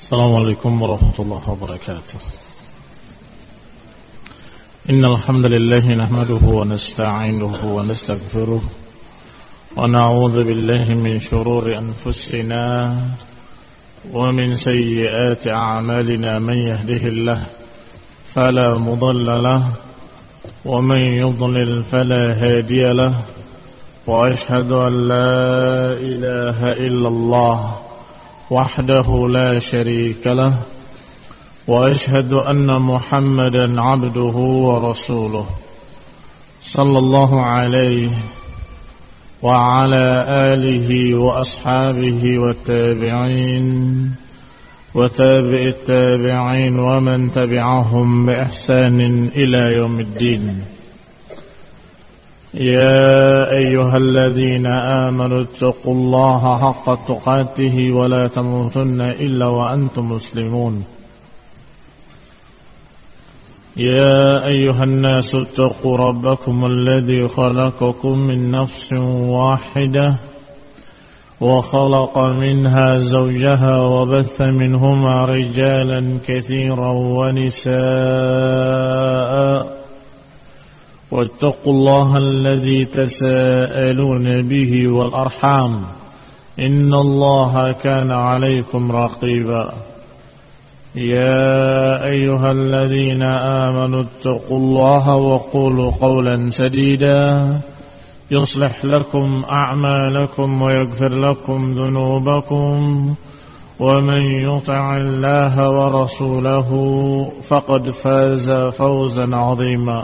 السلام عليكم ورحمة الله وبركاته. إن الحمد لله نحمده ونستعينه ونستغفره ونعوذ بالله من شرور أنفسنا ومن سيئات أعمالنا. من يهده الله فلا مضل له ومن يضلل فلا هادي له، وأشهد أن لا إله إلا الله وحده لا شريك له، وأشهد أن محمدا عبده ورسوله صلى الله عليه وعلى آله وأصحابه والتابعين وتابع التابعين ومن تبعهم بإحسان إلى يوم الدين. يا أيها الذين آمنوا اتقوا الله حق تقاته ولا تموتن إلا وأنتم مسلمون. يا أيها الناس اتقوا ربكم الذي خلقكم من نفس واحدة وخلق منها زوجها وبث منهما رجالا كثيرا ونساء، واتقوا الله الذي تساءلون به والأرحام إن الله كان عليكم رقيبا. يا أيها الذين آمنوا اتقوا الله وقولوا قولا سديدا يصلح لكم أعمالكم ويغفر لكم ذنوبكم، ومن يطع الله ورسوله فقد فاز فوزا عظيما.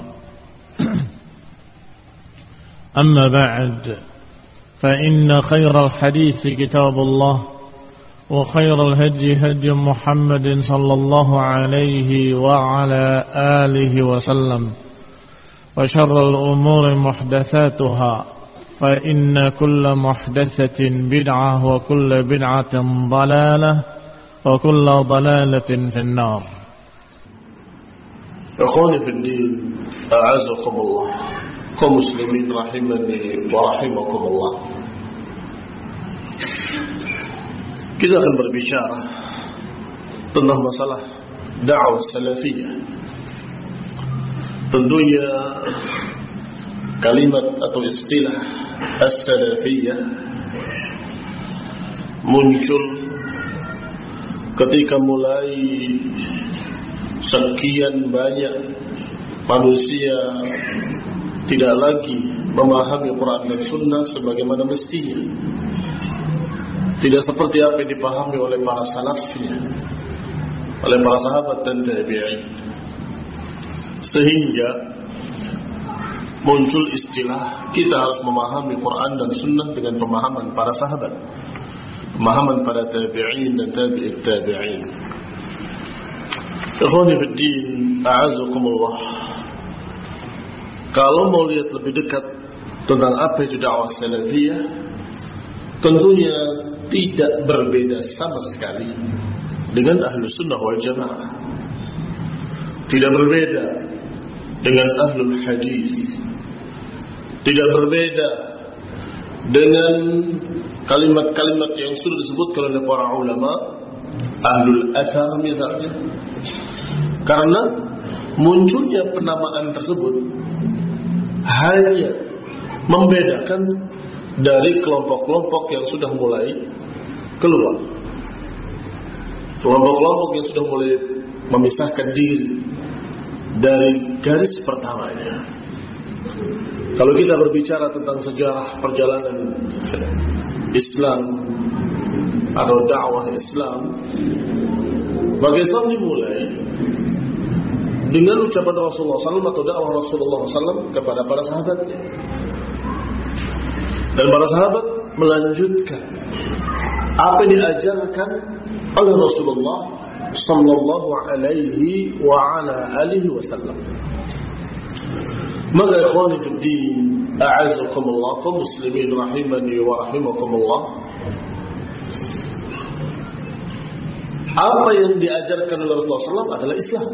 أما بعد، فإن خير الحديث كتاب الله، وخير الهدي هدي محمد صلى الله عليه وعلى آله وسلم، وشر الأمور محدثاتها، فإن كل محدثة بدعة وكل بدعة ضلالة وكل ضلالة في النار. Ikhwani fi din, a'azakumullah, kaum muslimin rahimani wa rahimakumullah. Kita akan berbicara tentang masalah dakwah salafiyah. Tentunya kalimat atau istilah as-salafiyah muncul ketika mulai sekian banyak manusia tidak lagi memahami Quran dan Sunnah sebagaimana mestinya, tidak seperti apa yang dipahami oleh para salafnya, oleh para sahabat dan tabi'in, sehingga muncul istilah kita harus memahami Quran dan Sunnah dengan pemahaman para sahabat, pemahaman para tabi'in dan tabi'it tabi'in. Ikhwani fi din, a'azakumullah. Kalau mau lihat lebih dekat tentang apa itu dakwah salafiyah, tentunya tidak berbeda sama sekali dengan Ahlus Sunnah wal Jamaah. Tidak berbeda dengan Ahlul Hadis. Tidak berbeda dengan kalimat-kalimat yang sudah disebutkan oleh para ulama, Ahlul Athar misalnya. Karena munculnya penamaan tersebut hanya membedakan dari kelompok-kelompok yang sudah mulai keluar, kelompok-kelompok yang sudah mulai memisahkan diri dari garis pertamanya. Kalau kita berbicara tentang sejarah perjalanan Islam atau dakwah Islam, bagi Islam dimulai dengan ucapan Rasulullah SAW atau dakwah Rasulullah SAW kepada para sahabatnya. Dan para sahabat melanjutkan apa yang diajarkan oleh Rasulullah sallallahu alaihi wa ala alihi wasallam. Maka ikhwani fi din, a'azakumullah, kaum muslimin rahimani wa rahimakumullah, apa yang diajarkan oleh Rasulullah SAW adalah Islam.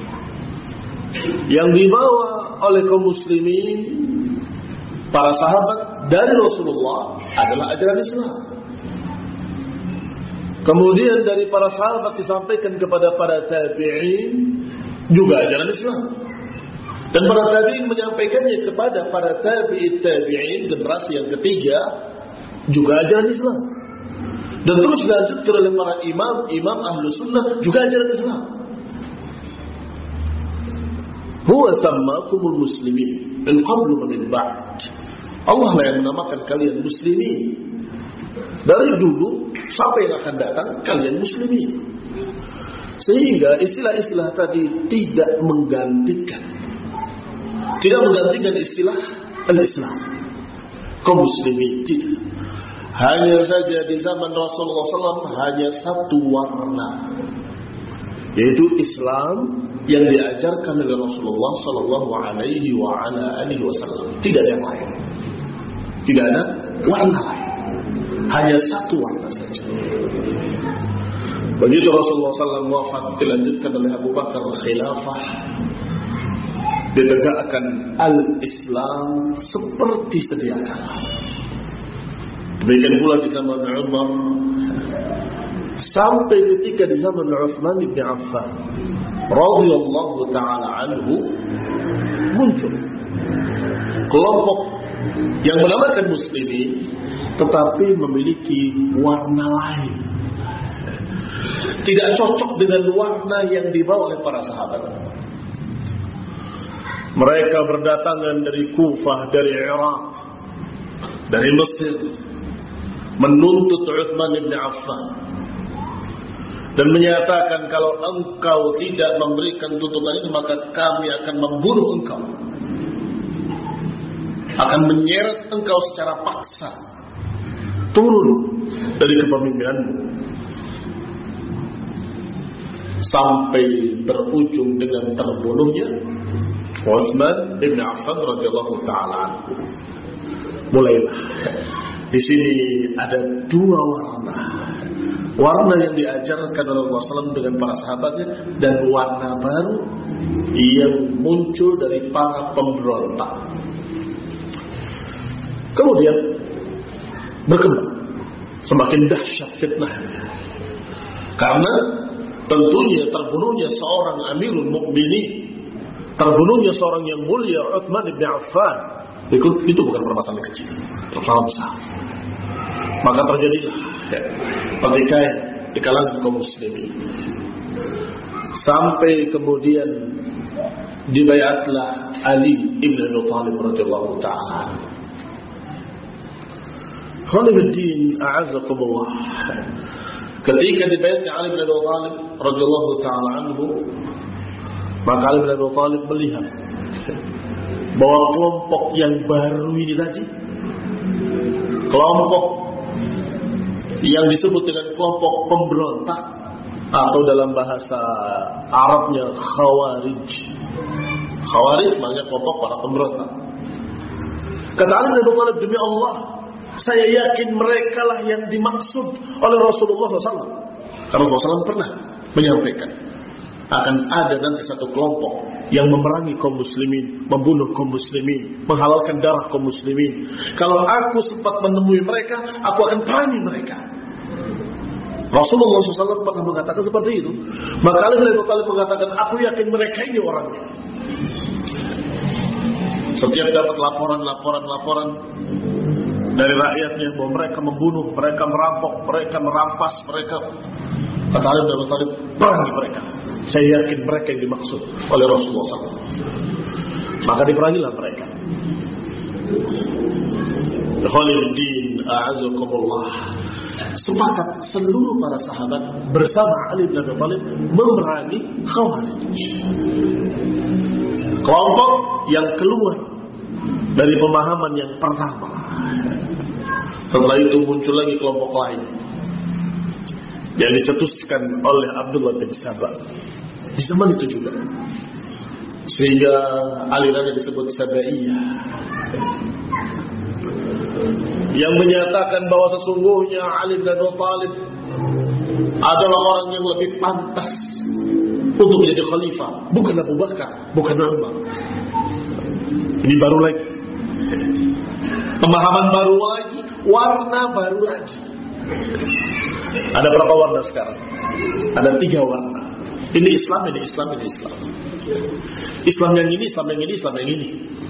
Yang dibawa oleh kaum muslimin, para sahabat dari Rasulullah adalah ajaran Islam. Kemudian dari para sahabat disampaikan kepada para tabi'in juga ajaran Islam. Dan para tabi'in menyampaikannya kepada para tabi'in generasi yang ketiga juga ajaran Islam. Dan terus dilanjutkan oleh para imam ahlu sunnah juga ajaran Islam. Huwa sammakumul muslimin min qablu wa min ba'd. Allah lah yang menamakan kalian muslimin. Dari dulu sampai yang akan datang kalian muslimin. Sehingga istilah-istilah tadi tidak menggantikan istilah al-Islam, kaum muslimin, tidak. Hanya saja di zaman Rasulullah SAW hanya satu warna, yaitu Islam yang diajarkan oleh Rasulullah SAW. Tidak ada yang lain, tidak ada warna lain, hanya satu warna saja. Begitu Rasulullah SAW wafat, dilanjutkan oleh Abu Bakar khilafah, ditegakkan al-Islam seperti sedia kala. Demikian pula di zaman Umar, sampai ketika di zaman Utsman bin Affan radhiyallahu taala anhu muncul kelompok yang menamakan muslimin tetapi memiliki warna lain, tidak cocok dengan warna yang dibawa oleh para sahabat. Mereka berdatangan dari Kufah, dari Irak, dari Mesir, menuntut Utsman bin Affan dan menyatakan kalau engkau tidak memberikan tuntutan ini maka kami akan membunuh engkau, akan menyeret engkau secara paksa turun dari kepemimpinanmu, sampai berujung dengan terbunuhnya Utsman bin Affan radhiyallahu taala anhu. Mulailah di sini ada dua warna. Warna yang diajarkan oleh Rasulullah SAW dengan para sahabatnya, dan warna baru yang muncul dari para pemberontak. Kemudian berkembang, semakin dahsyat fitnahnya. Karena tentunya terbunuhnya seorang Amirul Mukminin, terbunuhnya seorang yang mulia Utsman bin Affan, itu bukan permasalahan kecil, permasalahan besar. Maka terjadilah pertikaian di kalangan kaum muslimin, sampai kemudian dibayatlah Ali ibn Abi Thalib radhiyallahu taala. Khalifuddin a'azzakumullah. Ketika dibayatnya Ali bin Abi Thalib radhiyallahu taala anhu, maka Ali bin Abi Thalib melihat bahwa kelompok yang baru ini tadi, kelompok yang disebut dengan kelompok pemberontak, atau dalam bahasa Arabnya Khawarij. Khawarij maknanya kelompok para pemberontak. Kata Ali bin Abi Thalib, demi Allah, saya yakin mereka lah yang dimaksud oleh Rasulullah SAW. Karena Rasulullah SAW pernah menyampaikan akan ada nanti satu kelompok yang memerangi kaum muslimin, membunuh kaum muslimin, menghalalkan darah kaum muslimin. Kalau aku sempat menemui mereka, aku akan perangi mereka. Rasulullah SAW pernah mengatakan seperti itu. Maka Ali bin Abi Thalib mengatakan, aku yakin mereka ini orangnya. Setiap dapat laporan dari rakyatnya bahwa mereka membunuh, mereka merampok, mereka merampas, mereka, kata Ali bin Abi Thalib, perangi mereka. Saya yakin mereka yang dimaksud oleh Rasulullah SAW. Maka diperangilah mereka. Khalifuddin a'azzakumullah. Sepakat seluruh para sahabat bersama Ali bin Abi Thalib memerangi Khawarij, kelompok yang keluar dari pemahaman yang pertama. Setelah itu muncul lagi kelompok lain yang dicetuskan oleh Abdullah bin Sabah di zaman itu juga, sehingga alirannya disebut Sabaiyah, yang menyatakan bahwa sesungguhnya Ali bin Abi Thalib adalah orang yang lebih pantas untuk menjadi khalifah, bukan Abu Bakar, bukan Umar. Ini baru lagi, pemahaman baru lagi, warna baru lagi. Ada berapa warna sekarang? Ada 3 warna. Ini Islam, ini Islam, ini Islam. Islam yang ini, Islam yang ini, Islam yang ini.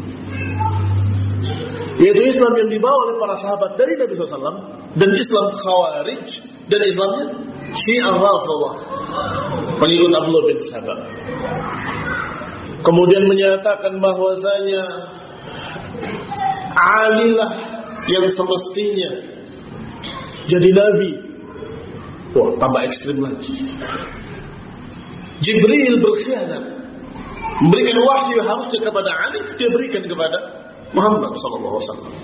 Yaitu Islam yang dibawa oleh para sahabat dari Nabi SAW, dan Islam Khawarij, dan Islamnya Syiah Rafidhah, pengikut Abdullah bin Sabah. Kemudian menyatakan bahwasanya Ali lah yang semestinya jadi nabi. Wah, tambah ekstrim lagi. Jibril berkhianat, memberikan wahyu harusnya kepada Ali, dia berikan kepada Muhammad sallallahu alaihi wasallam.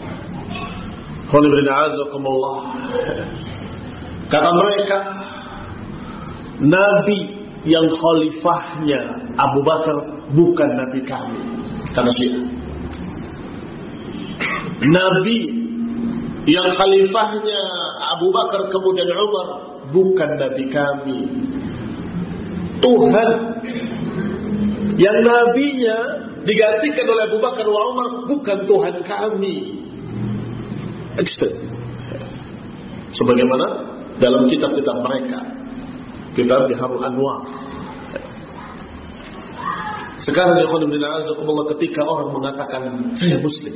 Kata mereka, nabi yang khalifahnya Abu Bakar bukan nabi kami. Kata Syiah. Nabi yang khalifahnya Abu Bakar kemudian Umar bukan nabi kami. Tuhan yang nabinya digantikan oleh Abu Bakar wa Umar bukan Tuhan kami. Ekstrem. Sebagaimana dalam kitab-kitab mereka, kitab Biharul Anwar. Sekarang ya khonibina ketika orang mengatakan saya Muslim,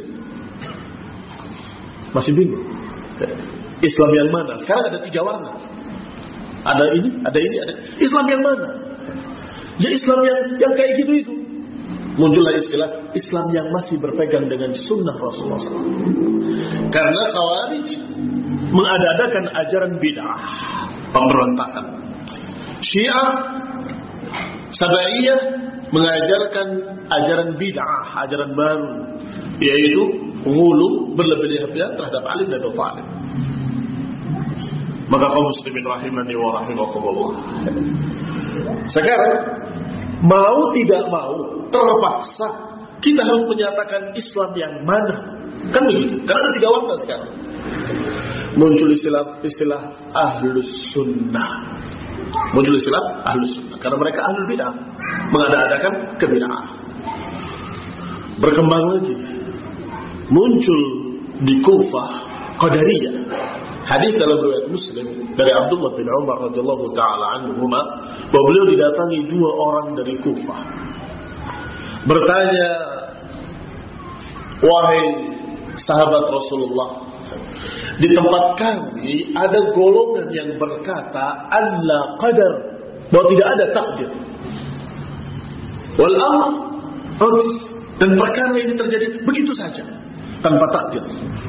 masih bingung Islam yang mana? Sekarang ada 3 warna. Ada ini, ada ini, ada Islam yang mana? Ya Islam yang kayak gitu itu. Muncullah istilah Islam yang masih berpegang dengan sunnah Rasulullah SAW. Karena Khawarij mengadakan ajaran bid'ah, pemberontakan. Syiah Sabaiyah mengajarkan ajaran bid'ah, ajaran baru, yaitu ghulu, berlebih-lebihan terhadap Ali dan Abi Thalib. Maka kaum muslimin rahimani wa rahimakumullah, sekarang mau tidak mau terpaksa kita harus menyatakan Islam yang mana, kan begitu? Karena ada 3 warna sekarang. Muncul istilah ahlus sunnah. Muncul istilah ahlus sunnah karena mereka ahlul bid'ah, mengadakan kebid'ah. Berkembang lagi, muncul di Kufah Qadariyah. Hadis dalam riwayat Muslim dari Abdullah bin Umar radhiyallahu taala anhuma, bahwa beliau didatangi 2 orang dari Kufah, bertanya, wahai sahabat Rasulullah, di tempat kami ada golongan yang berkata alla qadar, bahwa tidak ada takdir, wal amr urf, dan perkara ini terjadi begitu saja tanpa takdir.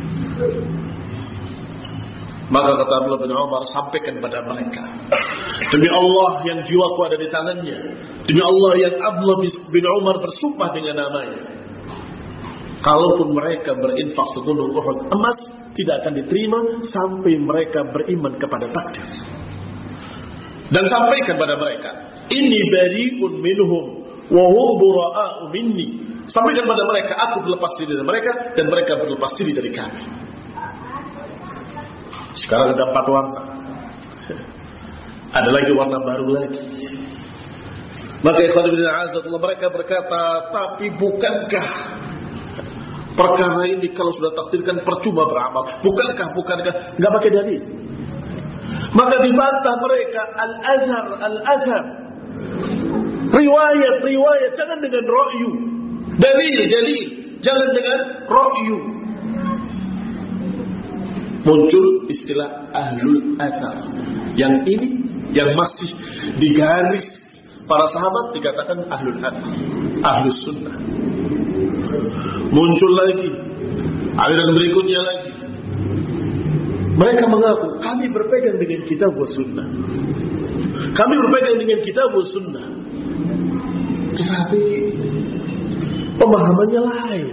Maka kata Abdullah bin Umar, sampaikan pada mereka, demi Allah yang jiwaku ada di tangannya, demi Allah yang Abdullah bin Umar bersumpah dengan namanya, kalaupun mereka berinfak segunung Uhud emas, tidak akan diterima sampai mereka beriman kepada takdir. Dan sampaikan pada mereka, inni bari'un minhum wa hum bura'a'u minni. Sampaikan pada mereka, aku berlepas diri dari mereka dan mereka berlepas diri dari kami. Sekarang ada 4 warna. Ada lagi warna baru lagi. Maka ikhwan fillah azza mereka berkata, tapi bukankah perkara ini kalau sudah takdirkan percuma beramal? Bukankah enggak pakai dalil? Maka dibantah mereka, al-azhar. Riwayat, jangan dengan ra'yu. Dalil, jangan dengan ra'yu. Muncul istilah ahlul athar. Yang ini yang masih digaris para sahabat dikatakan ahlul athar, ahlus sunnah. Muncul lagi aliran berikutnya lagi. Mereka mengaku kami berpegang dengan kitab wa sunnah. Kami berpegang dengan kitab wa sunnah. Tetapi pemahamannya lain,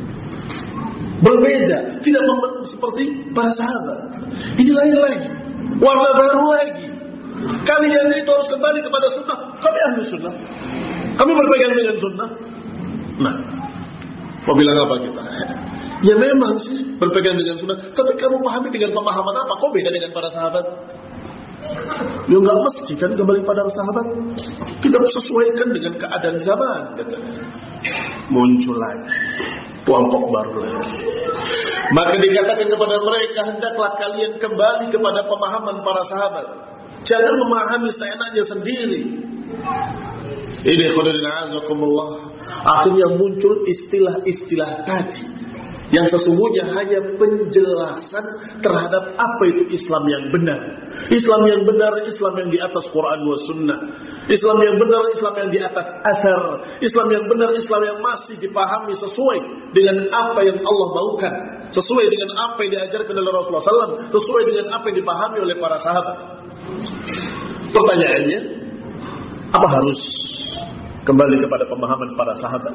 berbeda, tidak seperti para sahabat. Ini lain lagi, warna baru lagi. Kalian itu harus kembali kepada sunnah. Kami ahli sunnah, kami berpegang dengan sunnah. Nah, mau bilang apa kita? Ya memang sih berpegang dengan sunnah, tapi kamu pahami dengan pemahaman apa? Kok beda dengan para sahabat? Ya enggak mesti kan kembali pada sahabat. Kita sesuaikan dengan keadaan zaman, katanya. Muncul lagi kelompok baru lagi. Maka dikatakan kepada mereka, hendaklah kalian kembali kepada pemahaman para sahabat. Jangan memahami seenaknya sendiri. Ini khairullahi azakumullah. Akhirnya muncul istilah-istilah tadi yang sesungguhnya hanya penjelasan terhadap apa itu Islam yang benar. Islam yang benar, Islam yang di atas Quran wa Sunnah. Islam yang benar, Islam yang di atas athar. Islam yang benar, Islam yang masih dipahami sesuai dengan apa yang Allah maukan, sesuai dengan apa yang diajarkan oleh Rasulullah SAW, sesuai dengan apa yang dipahami oleh para sahabat. Pertanyaannya, apa harus kembali kepada pemahaman para sahabat?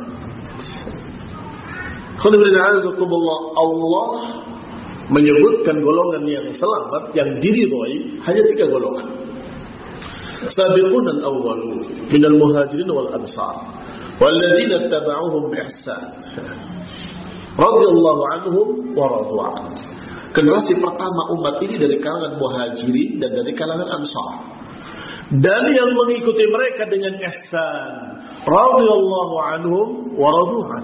Allah menyebutkan golongan yang selamat, yang diridhoi, hanya 3 golongan. Sabiqun al-awwalun minal muhajirin wal ansar walladzina tabauhum bi ihsan radhiyallahu anhum wa radu an. Generasi pertama umat ini dari kalangan muhajirin dan dari kalangan ansar, dan yang mengikuti mereka dengan ihsan, radhiyallahu anhum wa radu an.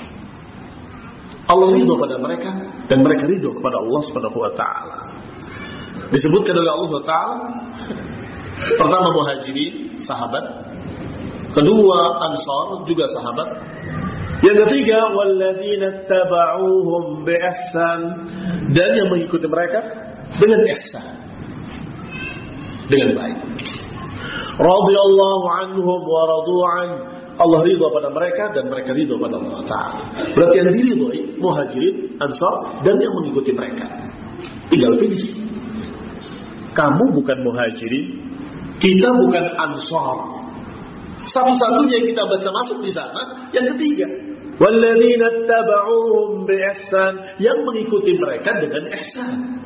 Allah ridho pada mereka dan mereka ridho kepada Allah Subhanahu wa taala. Disebutkan oleh Allah Subhanahu wa taala, pertama muhajirin, sahabat. Kedua ansar, juga sahabat. Yang ketiga walladzina tabauhum bi ihsan, dan yang mengikuti mereka dengan ihsan, dengan baik. Radhiyallahu anhum wa radu an. Allah ridha pada mereka dan mereka ridha pada Allah Ta'ala. Berarti yang diridhoi muhajirin, ansar, dan yang mengikuti mereka. Tinggal pilih. Kamu bukan muhajirin, kita bukan ansar. Satu-satunya yang kita bisa masuk di sana yang ketiga, walladzina tabauhum bi ihsan, yang mengikuti mereka dengan ihsan.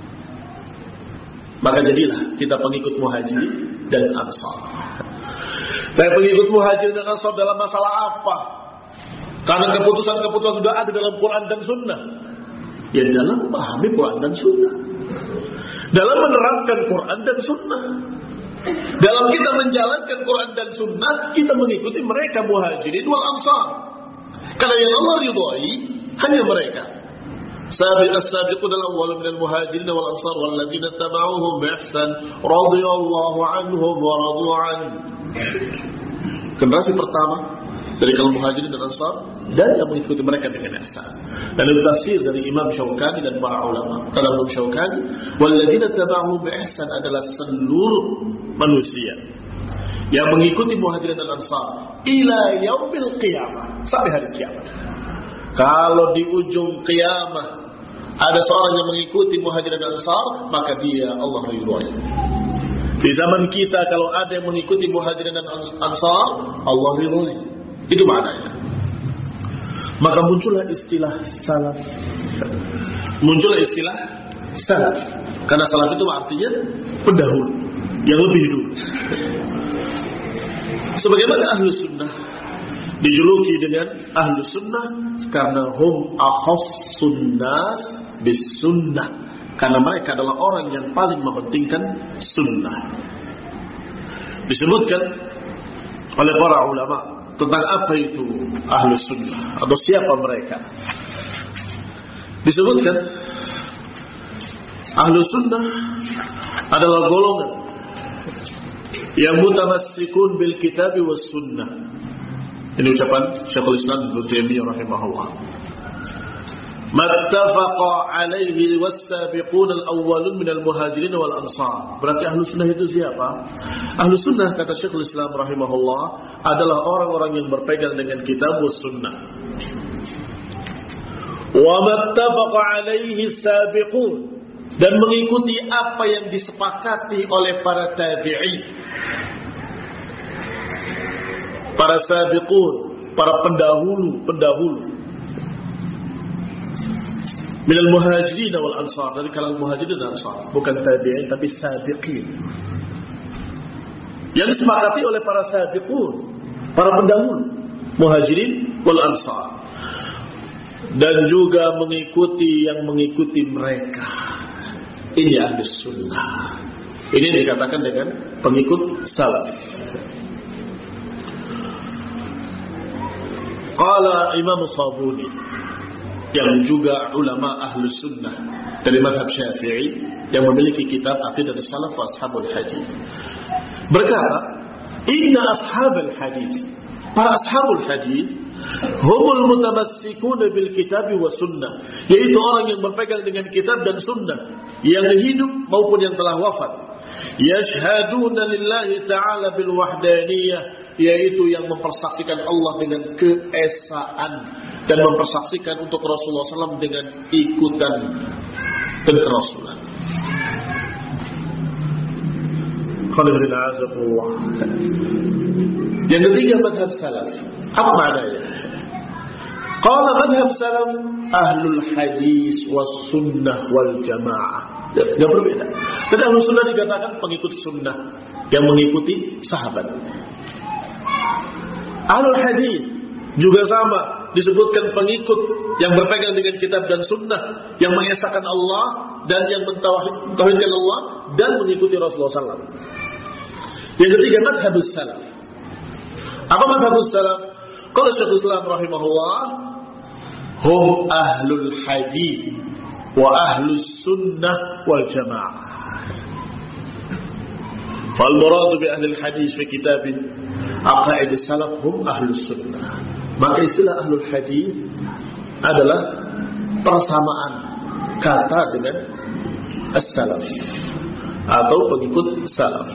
Maka jadilah kita pengikut muhajirin dan ansar. Saya pengikut muhajir dan ansar dalam masalah apa? Karena keputusan-keputusan sudah ada dalam Quran dan Sunnah. Ya dalam memahami Quran dan Sunnah, dalam menerapkan Quran dan Sunnah, dalam kita menjalankan Quran dan Sunnah, kita mengikuti mereka muhajirin wal ansar. Karena yang Allah ridhoi hanya mereka. As-sabiqun al-awwalun minal muhajirin wal ansar walladzina tabauhum bi ihsan radhiyallahu anhum wa radu an. Generasi pertama dari kalangan muhajirin dan ansar dan yang mengikuti mereka dengan ihsan. Dan itu tafsir dari Imam Syaukani dan para ulama. Kata Imam Syaukani, walladzina tabauhum bi ihsan adalah seluruh manusia yang mengikuti muhajirin dan ansar ila yaumil qiyamah, sampai hari kiamat. Kalau di ujung qiyamah ada seorang yang mengikuti muhajirin dan ansar, maka dia Allah ridhoi. Di zaman kita kalau ada yang mengikuti muhajirin dan ansar, Allah ridhoi. Itu maknanya. Maka muncullah istilah salaf. Muncullah istilah salaf. Karena salaf itu artinya pendahulu, yang lebih dulu. Sebagaimana Ahlus Sunnah dijuluki dengan Ahlus Sunnah karena hum akhassun nas bis sunnah, karena mereka adalah orang yang paling mementingkan sunnah. Disebutkan oleh para ulama tentang apa itu Ahlus Sunnah atau siapa mereka. Disebutkan Ahlus Sunnah adalah golongan yang mutamassikun bil kitabi was sunnah. Ini ucapan Syekhul Islam Ibnu Taimiyah rahimahullah. Mattafaqa alaihi was-sabiqun al-awwalun minal muhajirin wal ansar. Berarti Ahlus Sunnah itu siapa? Ahlus Sunnah kata Syekhul Islam rahimahullah adalah orang-orang yang berpegang dengan kitab was sunnah. Wa mattafaqa alaihi as-sabiqun, dan mengikuti apa yang disepakati oleh para tabi'in, para sabiqun, para pendahulu minal muhajirin wal ansar, dari kalangan muhajirin dan ansar, bukan tabi'in tapi sabiqin, yang disepakati oleh para sabiqun, para pendahulu muhajirin wal ansar, dan juga mengikuti yang mengikuti mereka. Ini Ahlus Sunnah. Ini dikatakan dengan pengikut salaf. Qala Imam Sabuni, yang juga ulama ahlus sunnah dari mazhab Syafi'i yang memiliki kitab Aqidatus Salaf wa Ashabul Hadits, berkata, inna ashabul hadits, para ashabul hadits, humul mutamassikuna bil kitab wa sunnah, yaitu orang yang berpegang dengan kitab dan sunnah, yang hidup maupun yang telah wafat. Yashhaduna lillahi ta'ala bil wahdaniyah, yaitu yang mempersaksikan Allah dengan keesaan dan mempersaksikan untuk Rasulullah SAW dengan ikutan dan kerasulan. Yang ketiga, madhab salaf. Apa maknanya? Qala madhab salaf ahlul hadis was sunnah wal jamaah. Tidak berbeda. Tapi ahlul sunnah dikatakan pengikut sunnah yang mengikuti sahabat. Ahlul hadis juga sama, disebutkan pengikut yang berpegang dengan kitab dan sunnah, yang mengesahkan Allah dan yang mentauhidkan Allah dan mengikuti Rasulullah SAW. Yang ketiga, madhabus salaf. Apa madhabus salaf? Qala Syekhul Islam rahimahullah, hum ahlul hadis wa ahlus sunnah wal jamaah. Fal muradu bi ahlil hadis fi kitabih aqaid salaf hum ahlus sunnah. Maka istilah ahlul hadis adalah persamaan kata dengan as-salaf atau pengikut salaf.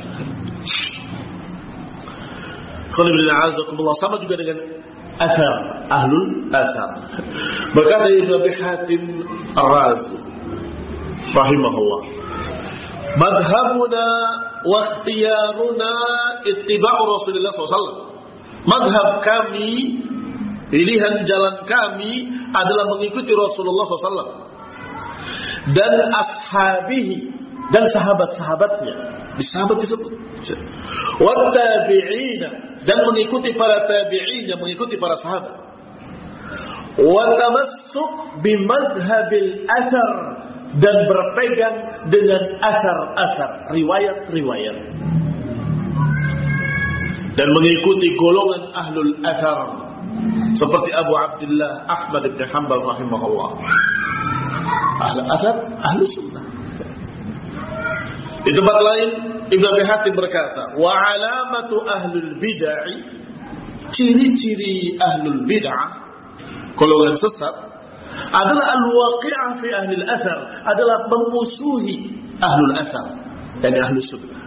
Sama juga dengan athar, ahlul athar. Berkata Ibnu Abi Hatim Ar-Razi rahimahullah, madhabuna wa ikhtiyaruna ittiba'u Rasulullah SAW. Madhab kami, pilihan jalan kami adalah mengikuti Rasulullah SAW dan ashabihi, dan sahabat-sahabatnya. Di sahabat disebut wa tabi'ina, dan mengikuti para tabi'in, yang mengikuti para sahabat. Wa tamassuk bi madhhabil athar, dan berpegang dengan athar-athar, riwayat-riwayat, dan mengikuti golongan ahlul athar seperti Abu Abdullah Ahmad bin Hanbal rahimahullah. Ahlul athar, ahlus sunnah. Di tempat lain Ibnu Abi Hatim berkata, wa alamatu ahlul bid'ah, ciri-ciri ahlul bid'ah, golongan sesat, adalah al-waqi'ah fi ahlil athar, adalah memusuhi ahlul athar dan ahlus sunnah.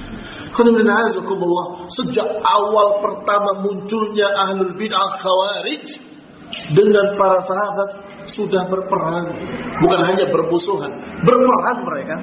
Sejak awal pertama munculnya ahlul bid'ah khawarij, dengan para sahabat sudah berperang, bukan hanya bermusuhan, berperang mereka.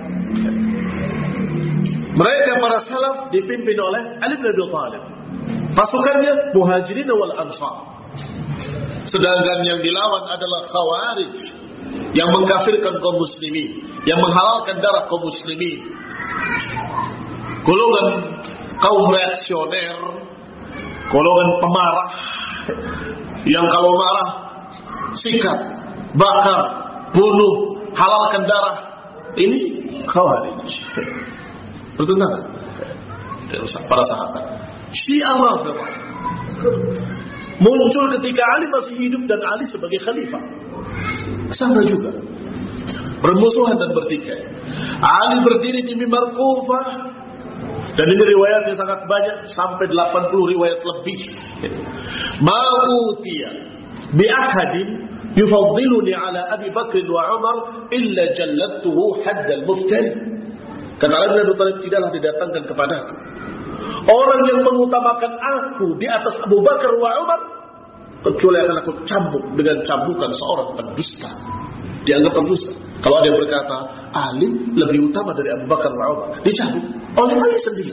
Mereka para salaf dipimpin oleh Ali bin Abi Thalib, pasukannya Muhajirin wal Ansar. Sedangkan yang dilawan adalah Khawarij, yang mengkafirkan kaum muslimin, yang menghalalkan darah kaum muslimin. Golongan kaum reaksioner, golongan pemarah, yang kalau marah sikat, bakar, bunuh, halalkan darah. Ini Khawarij. Bertentangan para sahabat. Syiah Rafidhah muncul ketika Ali masih hidup dan Ali sebagai khalifah. Sama juga, bermusuhan dan bertikai. Ali berdiri di mimbar Kufah, dan ini riwayatnya sangat banyak, sampai 80 riwayat lebih. Ma'utiya bi ahadin yufaddiluni ala Abi Bakr wa Umar illa jalladtuhu haddal muftari. Kata Ali bin Abi Thalib, tidaklah didatangkan kepadaku orang yang mengutamakan aku di atas Abu Bakar wa Umar, kecuali akan aku cambuk dengan cambukan seorang pendusta. Dianggap pendusta. Kalau ada yang berkata Ali lebih utama dari Abu Bakar wa Umar, dicambuk oleh Ali sendiri.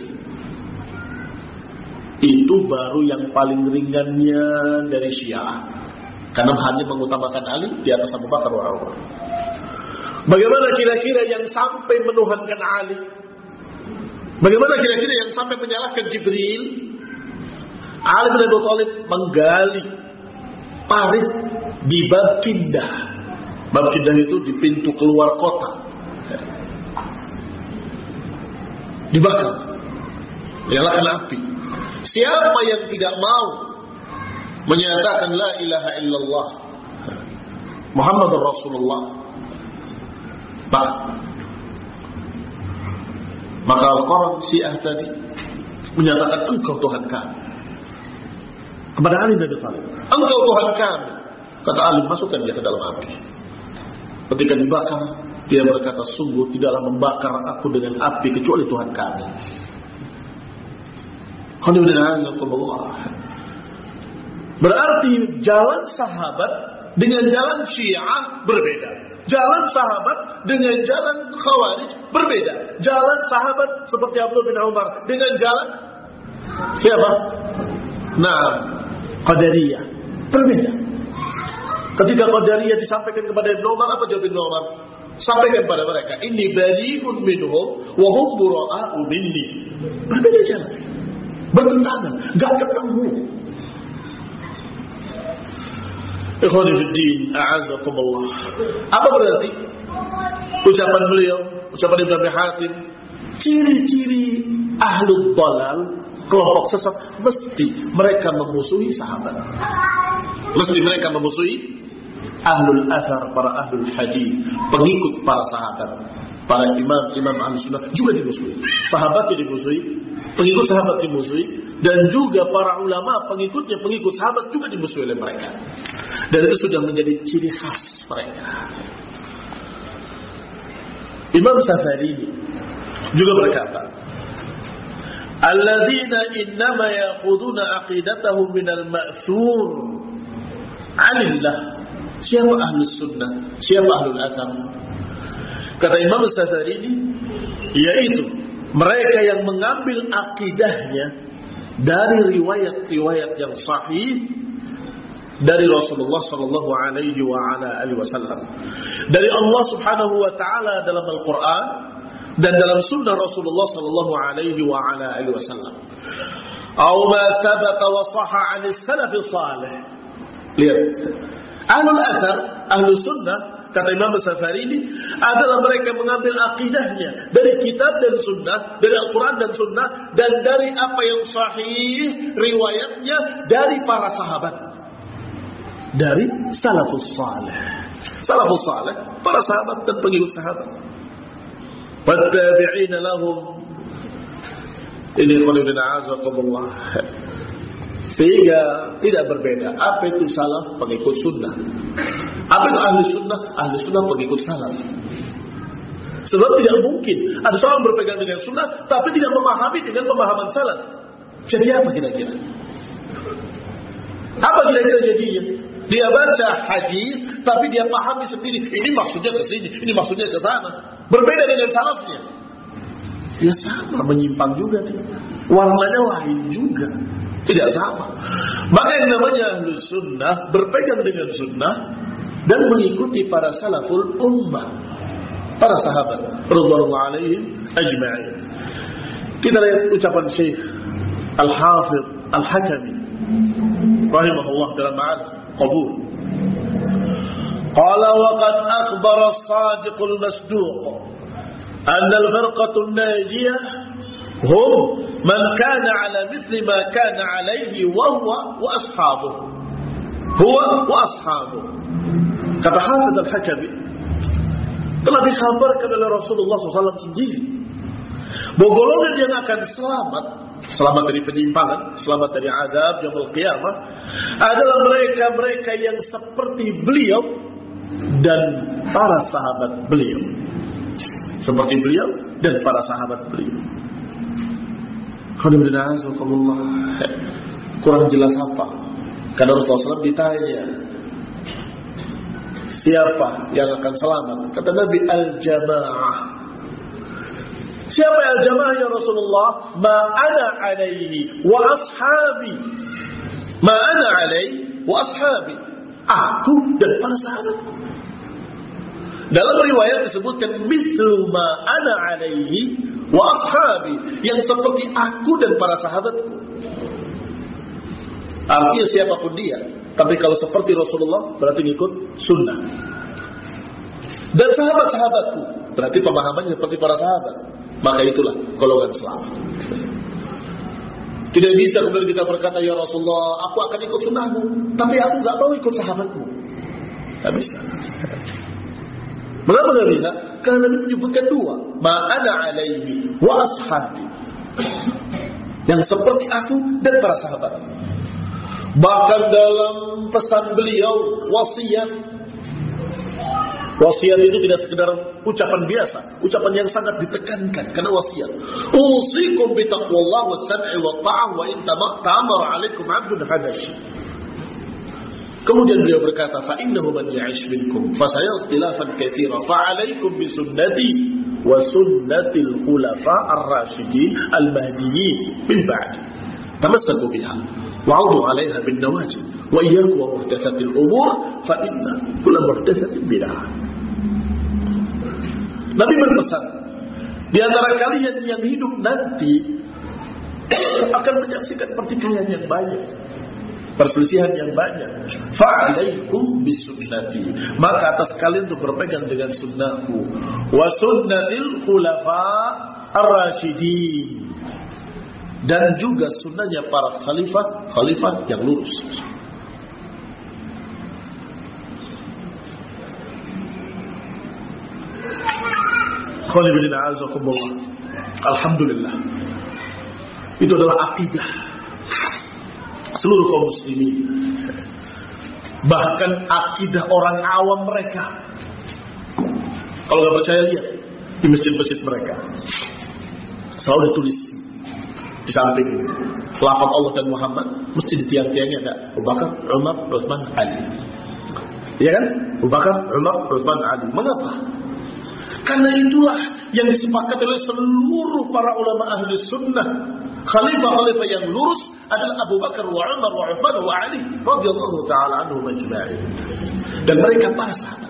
Itu baru yang paling ringannya dari Syiah, karena hanya mengutamakan Ali di atas Abu Bakar wa Umar. Bagaimana kira-kira yang sampai menuhankan Ali? Bagaimana kira-kira yang sampai menyalahkan Jibril? Ali bin Abi Thalib menggali parit di Bab Kindah. Bab Kindah itu di pintu keluar kota. Dibakar, menyalakan api. Siapa yang tidak mau menyatakan la ilaha illallah Muhammad Rasulullah. Maka Al-Quran Syiah tadi menyatakan engkau Tuhan kami kepada Ali bin Abi Thalib. Engkau Tuhan kami. Kata Ali, masukkan dia ke dalam api. Ketika dibakar, dia berkata, sungguh tidaklah membakar aku dengan api kecuali Tuhan kami. Berarti jalan sahabat dengan jalan Syiah berbeda. Jalan sahabat dengan jalan Khawarij berbeda. Jalan sahabat seperti Abdullah bin Umar dengan jalan siapa? Qadariyah berbeda. Ketika Qadariyah disampaikan kepada Ibnu Umar, apa jawab Ibnu Umar? Sampaikan pada mereka, inni bari'un minhum wa hum bura'u minni. Berbeda jalan, bertentangan, gak ketemu. Ikhwani fiddin, a'azakumullah. Apa berarti ucapan beliau, ucapan Ibnu Abi Hatim, ciri-ciri ahlul dalal, kelompok sesat, mesti mereka memusuhi sahabat. Mesti mereka memusuhi ahlul athar, para ahlul hadis, pengikut para sahabat. Para imam ahli sunnah juga dimusuhi. Sahabatnya dimusuhi, pengikut sahabat dimusuhi, dan juga para ulama pengikut sahabat juga dimusuhi oleh mereka. Dan itu sudah menjadi ciri khas mereka. Imam Safari juga berkata, alladzina innama ya'khuduna aqidatahum minal ma'thur 'anillah. Siapa ahlus sunnah? Siapa ahlul athar? Kata Imam Safari, yaitu mereka yang mengambil akidahnya dari riwayat-riwayat yang sahih dari Rasulullah sallallahu alaihi wasallam, dari Allah Subhanahu wa taala dalam Al-Qur'an dan dalam sunnah Rasulullah sallallahu alaihi wasallam. Atau ma thabata wa sahha 'an as-salaf salih. Lihat. Ahlul athar, ahlus sunnah, kata Imam Safari ini adalah mereka mengambil akidahnya dari kitab dan sunnah, dari Al-Quran dan sunnah, dan dari apa yang sahih riwayatnya dari para sahabat, dari salafus salih. Salafus salih, para sahabat dan pengikut sahabat. Wattabi'ina lahum. Ini khulidin a'azakumullah. Sehingga tidak berbeda. Apa itu salaf? Pengikut sunnah. Apa itu ahli sunnah? Ahli sunnah pengikut salaf. Sebab tidak mungkin ada seorang berpegang dengan sunnah tapi tidak memahami dengan pemahaman salaf. Jadi apa kira-kira? Apa kira-kira jadinya? Dia baca hadis tapi dia pahami sendiri. Ini maksudnya ke sini, ini maksudnya ke sana. Berbeda dengan salafnya. Ya sama, menyimpang juga. Warnanya lain juga. Tidak sama. Maka yang namanya ahlus sunnah berpegang dengan sunnah dan mengikuti para salaful ummah, para sahabat radhiyallahu alaihim ajma'in. Kita lihat ucapan Syekh Al-Hafidh Al-Hakami rahimahullah dalam Ma'arij Qabul. Qala wa qad akhbara as-sadiq al-masduq anna al-firqatu an-najiyah hum man kana ala mithli ma kana alaihi wa huwa wa ashabuhu. Huwa wa ashabuhu. Kata Hafidh Al-Hakami, telah dikabarkan oleh Rasulullah SAW sendiri bahwa golongan yang akan selamat dari penyimpangan, selamat dari azab yaumul qiyamah, adalah mereka-mereka yang seperti beliau dan para sahabat beliau. Seperti beliau dan para sahabat beliau. Kurang jelas apa? Karena Rasulullah SAW ditanya, siapa yang akan selamat? Kata Nabi, al-jamaah. Siapa al-jamaah ya Rasulullah? Ma ana alaihi wa ashabi. Ma ana alaihi wa ashabi. Aku dan para sahabat. Dalam riwayat disebutkan mithlu ma ana alaihi wa ashabi, yang seperti aku dan para sahabatku. Artinya siapapun dia, tapi kalau seperti Rasulullah berarti ngikut sunnah. Dan sahabat-sahabatku berarti pemahamannya seperti para sahabat. Maka itulah golongan selamat. Tidak bisa kemudian kita berkata, ya Rasulullah, aku akan ikut sunnahmu, tapi aku gak mau ikut sahabatmu. Tidak bisa. Mengapa tidak bisa? Karena Nabi menyebutkan dua. Ma'ana alaihi wa ashabi. Yang seperti aku dan para sahabat. Bahkan dalam pesan beliau, wasiat. Wasiat itu tidak sekedar ucapan biasa, ucapan yang sangat ditekankan karena wasiat. Usikum bi taqwallah wa sam'i wa ta'ah wa in ta'amara 'alaikum 'abdun habashi. Kemudian beliau berkata, fa innahu man ya'ish minkum fa sayara ikhtilafan katsira fa 'alaikum bi sunnati wa sunnatil khulafa ar-rasyidin al-mahdiyyin min ba'di. Tamassaku biha wa'udu 'alaiha bin nawajid wa iyyakum wa muhdatsatil umur fa inna kullu muhdatsatin bid'ah. Nabi berpesan, di antara kalian yang hidup nanti akan menyaksikan pertikaian yang banyak, perselisihan yang banyak. Fa'alaikum bisunnati, maka atas kalian untuk berpegang dengan sunnahku, wa sunnatil khulafa ar-rasyidin, dan juga sunnahnya para khalifah yang lurus. Alhamdulillah, itu adalah akidah seluruh kaum muslimin, bahkan akidah orang awam mereka. Kalau nggak percaya, lihat di masjid-masjid mereka selalu ditulis di samping lafaz Allah dan Muhammad, mesti di tiang-tiangnya ada Abu Bakar, Umar, Utsman, Ali. Iya kan? Abu Bakar, Umar, Utsman, Ali. Mengapa? Karena itulah yang disepakati oleh seluruh para ulama ahli sunnah. Khalifah-khalifah yang lurus adalah Abu Bakar wa Umar wa Utsman wa Ali radhiyallahu taala anhum ajma'in. Dan mereka para sahabat.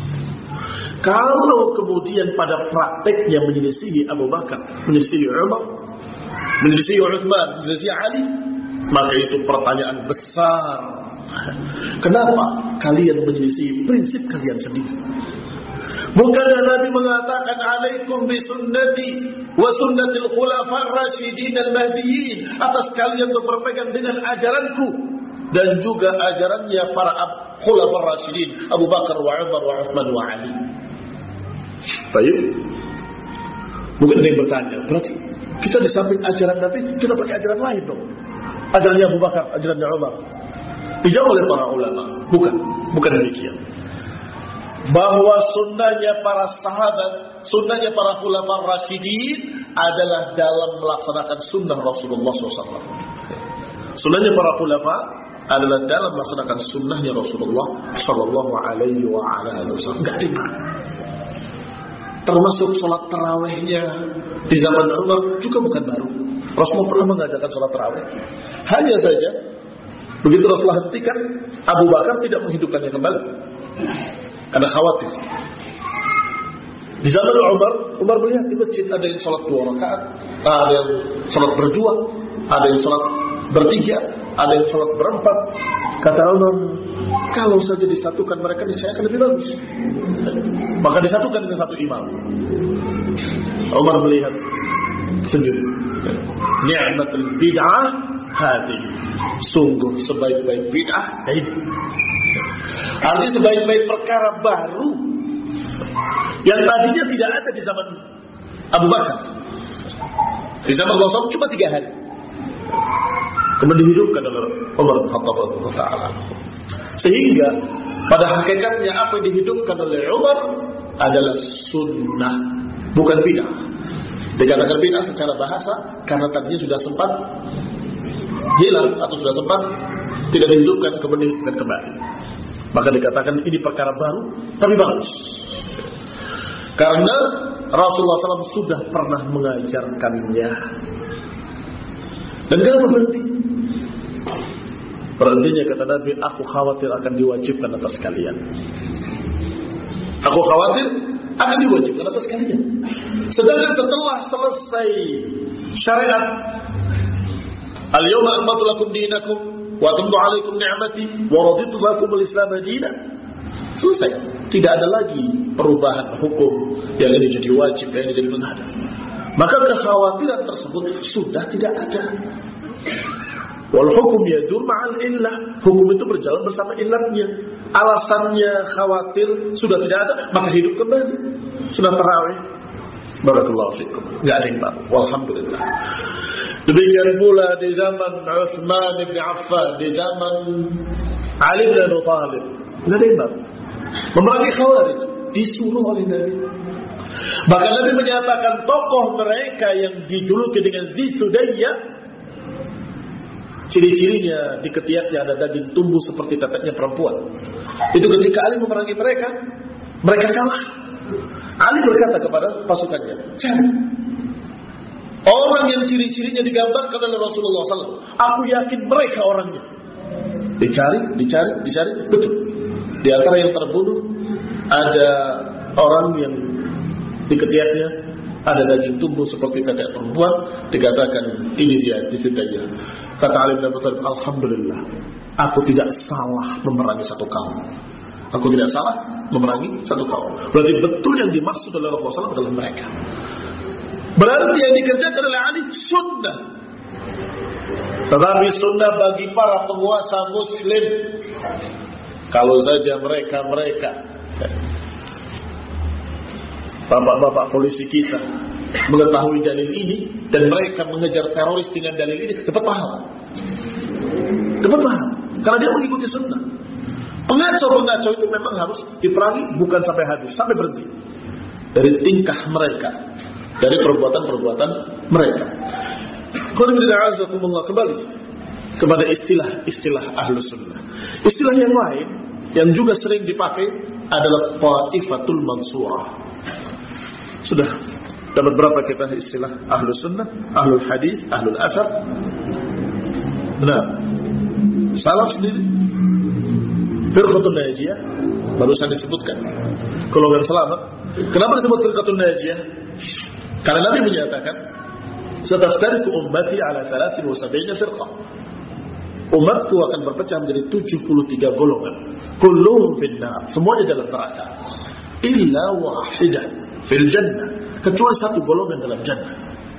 Kalau kemudian pada prakteknya menyelisihi Abu Bakar, menyelisihi Umar, menyelisihi Utsman, menyelisihi Ali, maka itu pertanyaan besar. Kenapa kalian menyelisihi prinsip kalian sendiri? Bukanlah Nabi mengatakan alaikum bisunnati wa sunnatil khulafa ar-rasyidin al-mahdiyyin, atas kalian untuk berpegang dengan ajaranku dan juga ajarannya para khulafa ar-rasyidin Abu Bakar wa Umar wa Utsman wa Ali. Baik. Mungkin ada yang bertanya, berarti kita di samping ajaran Nabi kita pakai ajaran lain dong? Ajarannya Abu Bakar, ajarannya Umar. Dijawab oleh para ulama, bukan demikian. Bahwa sunnahnya para sahabat, sunnahnya para khulafa rasyidin adalah dalam melaksanakan sunnah Rasulullah SAW. Sunnahnya para khulafa adalah dalam melaksanakan sunnahnya Rasulullah SAW. Enggak ada. Termasuk sholat tarawihnya di zaman Umar juga bukan baru. Rasulullah pernah mengadakan sholat tarawih. Hanya saja begitu Rasulullah hentikan, Abu Bakar tidak menghidupkannya kembali karena khawatir. Di zaman Umar melihat di masjid ada yang sholat 2 rakaat, ada yang sholat berdua, ada yang sholat bertiga, ada yang sholat berempat. Kata Umar, kalau saja disatukan mereka niscaya akan lebih bagus. Maka disatukan dengan satu imam. Umar melihat sendiri, ni'matul bid'ah hadhihi, sungguh sebaik-baik bid'ah ini. Artinya sebaik-baik perkara baru yang tadinya tidak ada di zaman Abu Bakar. Di zaman Rasul cuma 3 hari. Kemudian dihidupkan oleh Umar bin Khattab radhiyallahu taala. Sehingga pada hakikatnya apa yang dihidupkan oleh Umar adalah sunnah, bukan bid'ah. Dikatakan bid'ah secara bahasa karena tadinya sudah sempat hilang atau sudah sempat tidak dihidupkan, kemudian dihidupkan kembali. Maka dikatakan ini perkara baru tapi bagus. Karena Rasulullah SAW sudah pernah mengajarkannya. Dan kenapa berhenti? Berhentinya kata Nabi, aku khawatir akan diwajibkan atas kalian. Aku khawatir akan diwajibkan atas kalian. Sedangkan setelah selesai syariat, al-yawma akmaltu lakum dinakum wa atamtu alaikum ni'mati wa raditu lakum al-islam dinan. Selesai. Tidak ada lagi perubahan hukum yang ini jadi wajib, yang ini jadi menghadap. Maka kekhawatiran tersebut sudah tidak ada. Wal hukum yadur ma'al illah. Hukum itu berjalan bersama illatnya. Alasannya khawatir sudah tidak ada, maka hidup kembali. Sudah tarawih. Barakallahu fikum. Enggak ada yang baru. Walhamdulillah. Demikian pula di zaman Utsman bin Affan, di zaman Ali bin Abi Thalib. Enggak ada yang baru. Memerangi Khawarij disuruh oleh Nabi. Bahkan Nabi menyatakan tokoh mereka yang dijuluki dengan Zisudayya, ciri-cirinya di ketiaknya ada daging tumbuh seperti teteknya perempuan. Itu ketika Ali memerangi mereka, mereka kalah. Ali berkata kepada pasukannya, cari orang yang ciri-cirinya digambarkan oleh Rasulullah SAW. Aku yakin mereka orangnya. Dicari, betul. Di antara yang terbunuh ada orang yang di ketiaknya ada daging tumbuh seperti tetek perempuan. Dikatakan ini dia, Zisudayya. Kata Ali bin Abi Thalib, alhamdulillah, aku tidak salah memerangi satu kaum. Aku tidak salah memerangi satu kaum. Berarti betul yang dimaksud oleh Rasulullah SAW adalah mereka. Berarti yang dikerjakan oleh Ali sunnah. Tetapi sunnah bagi para penguasa muslim. Kalau saja mereka bapak-bapak polisi kita mengetahui dalil ini dan mereka mengejar teroris dengan dalil ini, dapat pahala. Karena dia mengikuti sunnah. Pengacau itu memang harus diperangi, bukan sampai habis, sampai berhenti dari tingkah mereka, dari perbuatan-perbuatan mereka. Kembali kepada istilah ahlus sunnah. Istilah yang lain yang juga sering dipakai adalah Ta'ifatul Mansurah. Sudah dapat berapa kita istilah ahlus sunnah, ahlul hadis, ahlul athar? Nah, salaf sendiri, Firqatun Najiyah barusan disebutkan, golongan selamat. Kenapa disebut Firqatun Najiyah? Karena Nabi menyatakan, "Sataftariqu ummati ala 73 firqah." Umatku akan berpecah menjadi 73 golongan. Kulluhum finnar, semuanya dalam neraka. Illa wahidah fil jannah, kecuali satu golongan dalam jannah.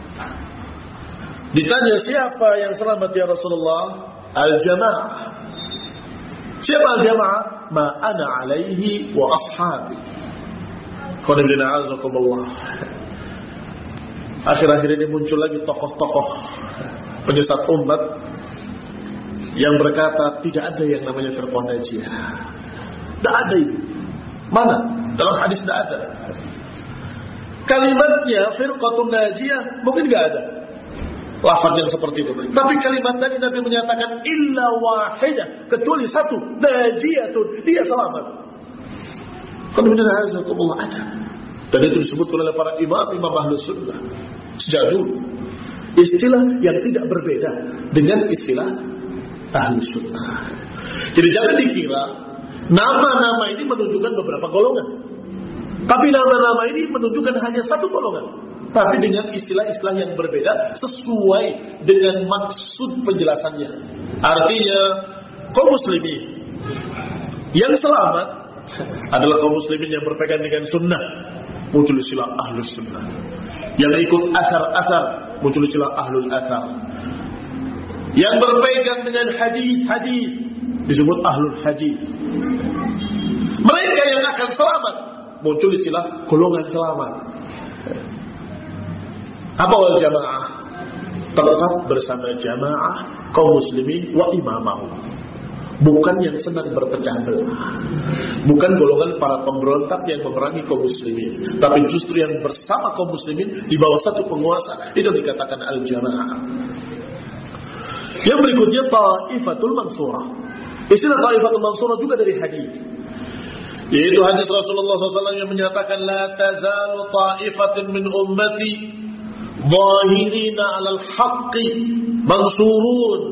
Ditanya siapa yang selamat ya Rasulullah? Al-jamaah. Siapa al-jamaah? Ma ana alaihi wa ashabi. Qanibina azakumullah. Akhir-akhir ini muncul lagi tokoh-tokoh penyesat umat yang berkata tidak ada yang namanya firqah najiyah. Tidak ada itu. Mana? Dalam hadis tidak ada. Kalimatnya firqatun najiyah mungkin tidak ada lafaz yang seperti itu. Tapi kalimat tadi Nabi menyatakan illa wahidah, kecuali satu, najiyatun, dia selamat. Qanibina azakumullah ada. Dan itu disebutkan oleh para imam ahlus sunnah sejak dulu. Istilah yang tidak berbeda dengan istilah ahlus sunnah. Jadi jangan dikira nama-nama ini menunjukkan beberapa golongan. Tapi nama-nama ini menunjukkan hanya satu golongan. Tapi dengan istilah-istilah yang berbeda sesuai dengan maksud penjelasannya. Artinya kaum muslimin yang selamat adalah kaum muslimin yang berpegang dengan sunnah, muncul istilah ahlus sunnah. Yang ikut asar-asar, muncul istilah ahlul asar. Yang berpegang dengan hadis-hadis disebut ahlul hadis. Mereka yang akan selamat, muncul istilah golongan selamat. Apa wal jamaah? Tetap bersama jamaah kaum muslimin wa imamahu. Bukan yang senang berpecah belah. Bukan golongan para pemberontak yang memerangi kaum muslimin, tapi justru yang bersama kaum muslimin di bawah satu penguasa. Itu dikatakan al-jamaah. Yang berikutnya Ta'ifatul Mansurah. Istilah Ta'ifatul Mansurah juga dari hadis, yaitu hadis Rasulullah SAW yang menyatakan la tazalu ta'ifatun min ummati zahirina 'alal haqqi mansurun.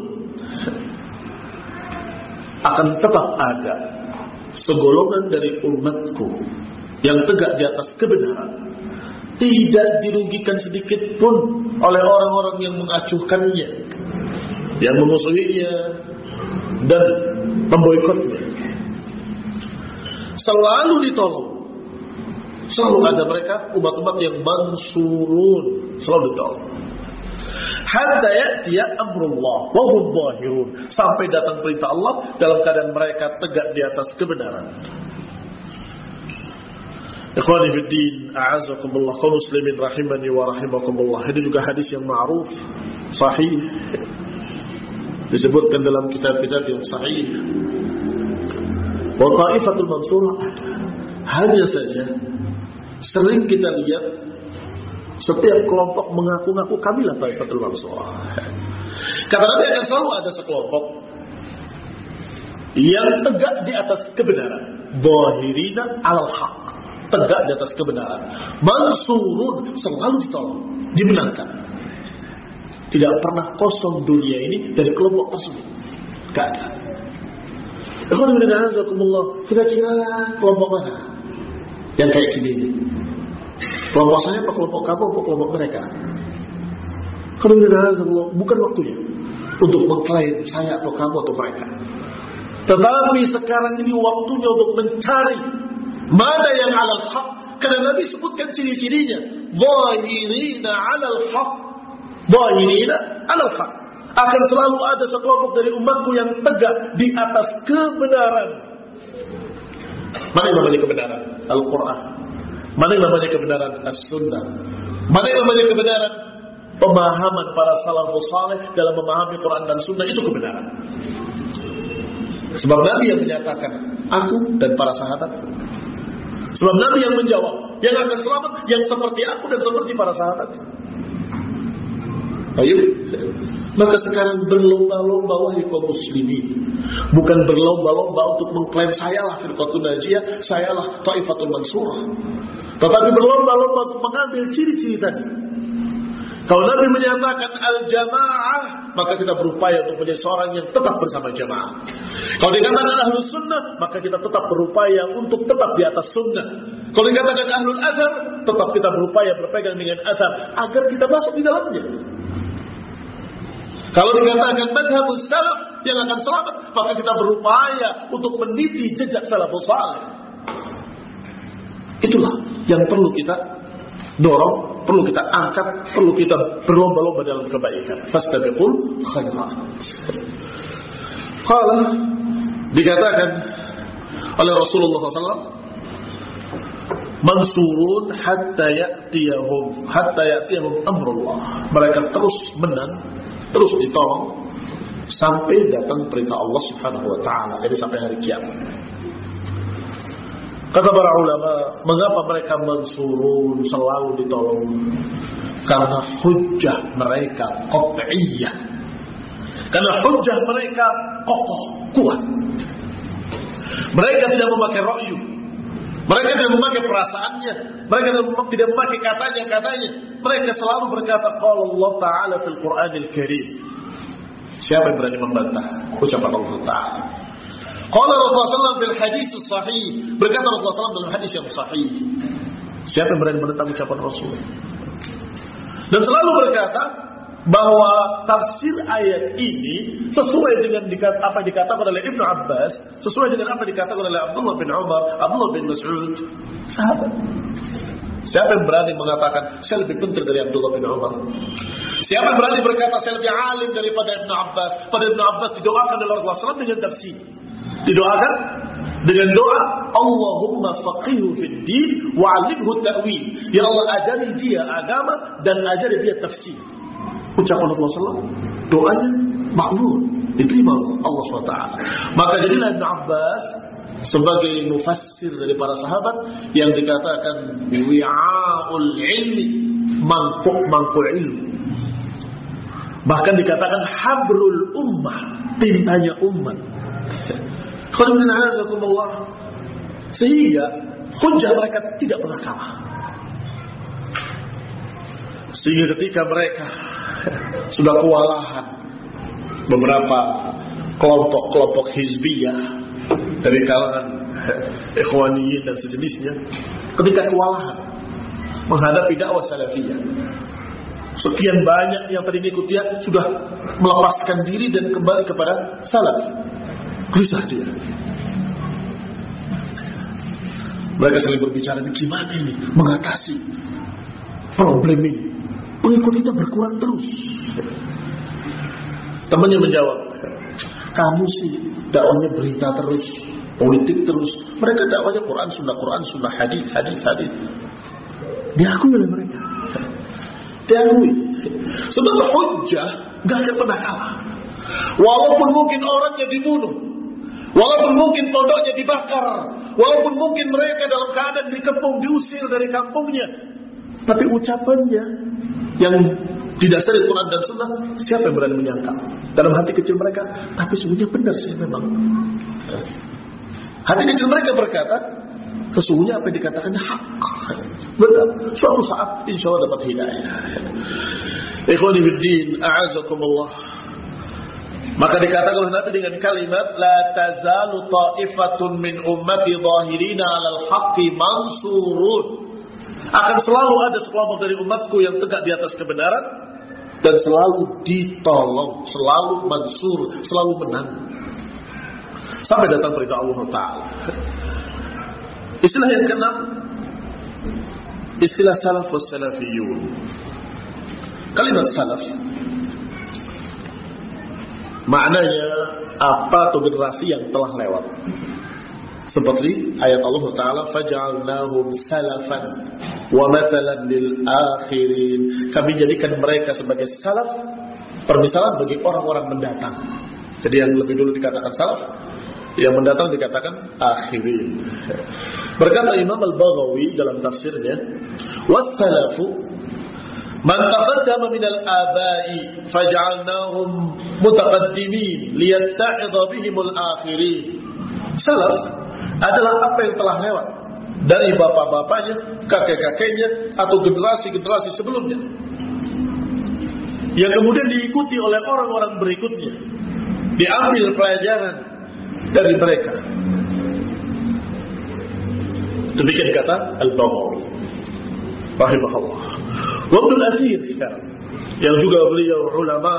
Akan tetap ada segolongan dari umatku yang tegak di atas kebenaran, tidak dirugikan sedikit pun oleh orang-orang yang mengacuhkannya, yang memusuhinya dan memboikotnya. Selalu ditolong. Selalu ada mereka umat-umat yang mansurun, selalu ditolong. Hatta ya'tiya amrullah wa hum zahirun, sampai datang perintah Allah dalam keadaan mereka tegak di atas kebenaran. Ikhwani fi din, a'azakumullah, kaum muslimin rahimani wa rahimakumullah. Ini juga hadis yang ma'ruf, sahih, disebutkan dalam kitab-kitab yang sahih. Wa ta'ifatul mansurah, hanya saja sering kita lihat setiap kelompok mengaku-ngaku kamilah ta'ifatul mansurah. Kata Nabi akan selalu ada sekelompok yang tegak di atas kebenaran, zahirina alal haq, tegak di atas kebenaran, mansurun, selalu ditolong, dimenangkan. Tidak pernah kosong dunia ini dari kelompok tersebut. Tidak ada. Kira-kira kelompok mana yang kayak gini? Kelompok saya apa kelompok kamu apa kelompok mereka? Bukan waktunya untuk mengklaim saya atau kamu atau mereka. Tetapi sekarang ini waktunya untuk mencari mana yang alal haq. Karena Nabi sebutkan ciri-cirinya, zahirina alal haq, zahirina alal haq. Akan selalu ada sekelompok dari umatku yang tegak di atas kebenaran. Mana yang namanya kebenaran? Al-Quran. Mana yang namanya kebenaran? As-Sunnah. Mana yang namanya kebenaran? Pemahaman para salafus saleh dalam memahami Quran dan Sunnah, itu kebenaran. Sebab Nabi yang menyatakan, aku dan para sahabat. Sebab Nabi yang menjawab, yang akan selamat yang seperti aku dan seperti para sahabat. Ayo. Maka sekarang berlomba-lomba wahai kaum muslimin, bukan berlomba-lomba untuk mengklaim sayalah firqatun najiyah, sayalah taifatul mansurah, tetapi berlomba-lomba untuk mengambil ciri-ciri tadi. Kalau Nabi menyatakan al-jamaah, maka kita berupaya untuk menjadi seorang yang tetap bersama jamaah. Kalau dikatakan ahlus sunnah, maka kita tetap berupaya untuk tetap di atas sunnah. Kalau dikatakan ahlul azhar, tetap kita berupaya berpegang dengan azhar agar kita masuk di dalamnya. Kalau dikatakan madhabus salaf yang akan selamat, maka kita berupaya untuk meniti jejak salafus saleh. Itulah yang perlu kita dorong, perlu kita angkat, perlu kita berlomba-lomba dalam kebaikan. Fastabiqul khairat. Qala, dikatakan oleh Rasulullah SAW, mansurun hatta ya'tiyahum amrullah. Mereka terus menang, terus ditolong sampai datang perintah Allah Subhanahu wa taala, jadi sampai hari kiamat. Kata para ulama, mengapa mereka mansurun, selalu ditolong? Karena hujjah mereka qat'iyyah. Karena hujjah mereka kokoh, kuat. Mereka tidak memakai ra'yu. Mereka tidak memakai perasaannya. Mereka tidak memakai katanya. Mereka selalu berkata, qala Allah Ta'ala fil Qur'anil Karim. Siapa yang berani membantah ucapan Allah Ta'ala? Qala Rasulullah SAW fil hadis sahih. Berkata Rasulullah SAW dalam hadis yang sahih. Siapa yang berani menentang ucapan Rasul? Dan selalu berkata bahwa tafsir ayat ini sesuai dengan apa yang dikatakan oleh Ibnu Abbas, sesuai dengan apa yang dikatakan oleh Abdullah bin Umar, Abdullah bin Mas'ud, sahabat. Siapa yang berani mengatakan saya lebih pintar dari Abdullah bin Umar? Siapa yang berani berkata saya lebih alim daripada Ibnu Abbas? Pada Ibnu Abbas didoakan oleh Rasulullah SAW dengan tafsir. Didoakan dengan doa, Allahumma faqihhu fid din wa 'allimhu ta'wil. Ya Allah, ajari dia agama dan ajari dia tafsir. Ucapan Rasulullah SAW, doanya makbul, diterima Allah SWT. Maka jadilah Ibn Abbas sebagai mufassir dari para sahabat yang dikatakan wi'a'ul ilmi, mangkuk ilmu. Bahkan dikatakan habrul ummah, tintanya umat. Sehingga hujjah mereka tidak pernah kalah. Sehingga ketika mereka sudah kewalahan, beberapa kelompok-kelompok hizbiyah dari kalangan ikhwaniyin dan sejenisnya, ketika kewalahan menghadapi dakwah salafiyah, sekian banyak yang tadi mengikuti dia sudah melepaskan diri dan kembali kepada salaf. Gelisah dia. Mereka saling berbicara, gimana ini mengatasi problem ini. pengikut kita berkurang terus. Temannya menjawab, kamu sih dakwahnya berita terus, politik terus. Mereka dakwahnya Quran Sunnah, hadis. Diakui oleh mereka. Diakui. Sebab hujjah gak akan pernah kalah. Walaupun mungkin orangnya dibunuh, walaupun mungkin pondoknya dibakar, walaupun mungkin mereka dalam keadaan dikepung, diusir dari kampungnya, tapi ucapannya yang didasari Quran dan Sunnah, siapa yang berani menyangka dalam hati kecil mereka? Tapi sesungguhnya benar sih memang. Hati kecil mereka berkata, sesungguhnya apa yang dikatakannya hak. Benar. Suatu saat insya Allah dapat hidayah. Ikhwani fiddin, a'azakumullah. Maka dikatakan oleh Nabi dengan kalimat, la tazalu ta'ifatun min ummati zahirina 'alal haqqi mansurun. Akan selalu ada sekelompok dari umatku yang tegak di atas kebenaran dan selalu ditolong, selalu mansur, selalu menang sampai datang perintah Allah Ta'ala. Istilah yang keenam, istilah salaf was salafiyun. Kalimat salaf maknanya apa atau generasi yang telah lewat. Seperti ayat Allah Ta'ala, faja'alnahum salafan wa mathalan lil akhirin. Kami jadikan mereka sebagai salaf, permisalan bagi orang-orang mendatang. Jadi yang lebih dulu dikatakan salaf, yang mendatang dikatakan akhirin. Berkata Imam Al-Baghawi dalam tafsirnya, was-salafu man taqaddama minal abai faj'alnahum mutaqaddimin liyatta'idha bihimul akhirin. Salaf adalah apa yang telah lewat dari bapak-bapaknya, kakek-kakeknya, atau generasi-generasi sebelumnya, yang kemudian diikuti oleh orang-orang berikutnya, diambil pelajaran dari mereka. Demikian kata Al-Baghawi rahimahullah. Wabdul Athir sekarang, yang juga beliau ulama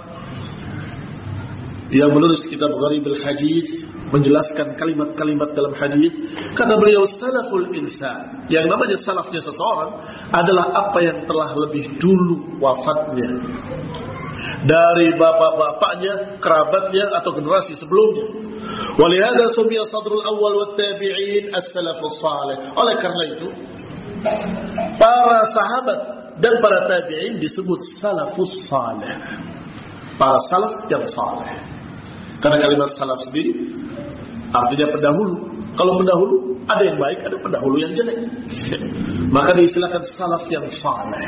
yang menulis kitab Gharibul Hadis, menjelaskan kalimat-kalimat dalam hadis. Kata beliau, salaful insan, yang namanya salafnya seseorang adalah apa yang telah lebih dulu wafatnya dari bapak-bapaknya, kerabatnya, atau generasi sebelumnya. Walihada sumia sadrul awal wa tabi'in as-salafus salih. Oleh karena itu, para sahabat dan para tabi'in disebut salafus salih, para salaf yang salih. Karena kalimat salaf sendiri artinya pendahulu. Kalau pendahulu ada yang baik, ada pendahulu yang jelek. Maka diistilahkan salaf yang saleh.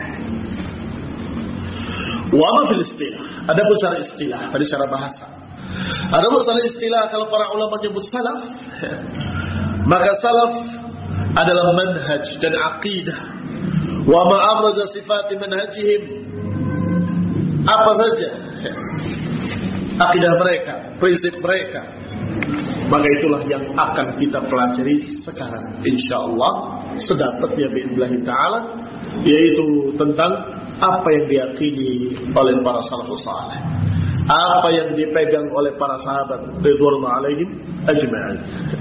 Wa ma fil istilah. Adapun secara istilah, tadi secara bahasa. Adapun secara istilah, kalau para ulama menyebut salaf, maka salaf adalah manhaj dan aqidah. Wa ma abraza sifat manhajihim. Apa saja akidah mereka, prinsip mereka, maka itulah yang akan kita pelajari sekarang, insyaallah, sedapatnya bi'idznillah ta'ala, yaitu tentang apa yang diyakini oleh para salafus salih, apa yang dipegang oleh para sahabat ridwanullah alaihim ajma'in.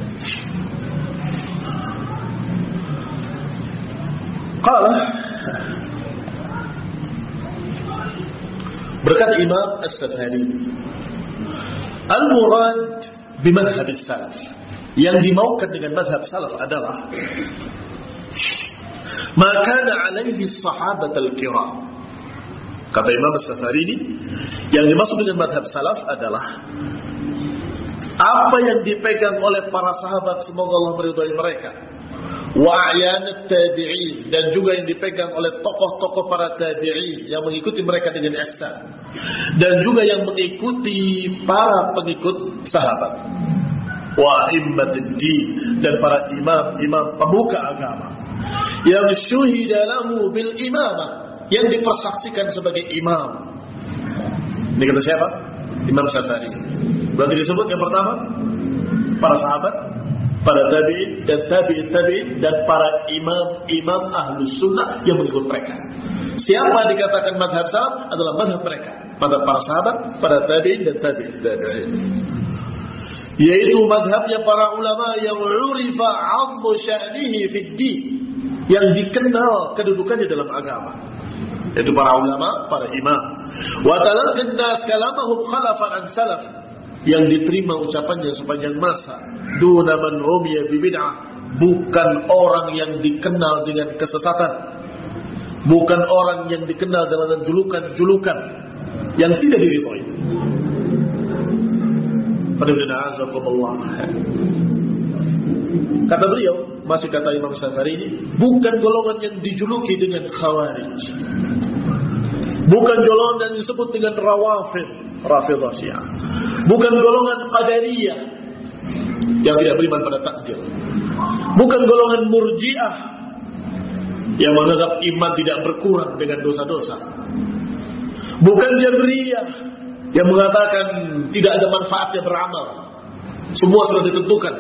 Qala, berkata Imam As-Safari, al-murad bimadhab salaf, yang dimaukan dengan mazhab salaf adalah ma kana alaihi sahabat al-kiram. Kata Imam As-Safarini, yang dimaksud dengan mazhab salaf adalah apa yang dipegang oleh para sahabat, semoga Allah meridhai mereka, wa a'yan tabi'in, dan juga yang dipegang oleh tokoh-tokoh para tabi'in yang mengikuti mereka dengan ihsan, dan juga yang mengikuti para pengikut sahabat, wa a'immatid-din, dan para imam-imam pemuka agama, yang syuhida lahu bil imamah, yang dipersaksikan sebagai imam. Ini kata siapa? Imam Syafi'i. Berarti disebut yang pertama para sahabat, para tabi'in dan tabi'in, dan para imam ahlus sunnah yang mengikut mereka. Siapa dikatakan mazhab salaf adalah mazhab mereka, pada para sahabat, para tabi'in dan tabi'in, yaitu mazhabnya para ulama yang urifa 'azmu sya'nihi fid din, yang dikenal kedudukannya dalam agama. yaitu para ulama, para imam. Wa talaqqan nas kalamahum khalafan an salaf, yang diterima ucapannya sepanjang masa. Duna man rumiya bi bid'ah, bukan orang yang dikenal dengan kesesatan, bukan orang yang dikenal dengan julukan-julukan yang tidak diridhoi. Kata beliau, masih kata Imam Syafi'i ini, bukan golongan yang dijuluki dengan Khawarij, bukan golongan yang disebut dengan Rawafid, Rafidah Syiah, bukan golongan Qadariyah yang tidak beriman pada takdir, bukan golongan Murji'ah yang menganggap iman tidak berkurang dengan dosa-dosa, bukan Jabriyah yang mengatakan tidak ada manfaatnya beramal, semua sudah ditentukan,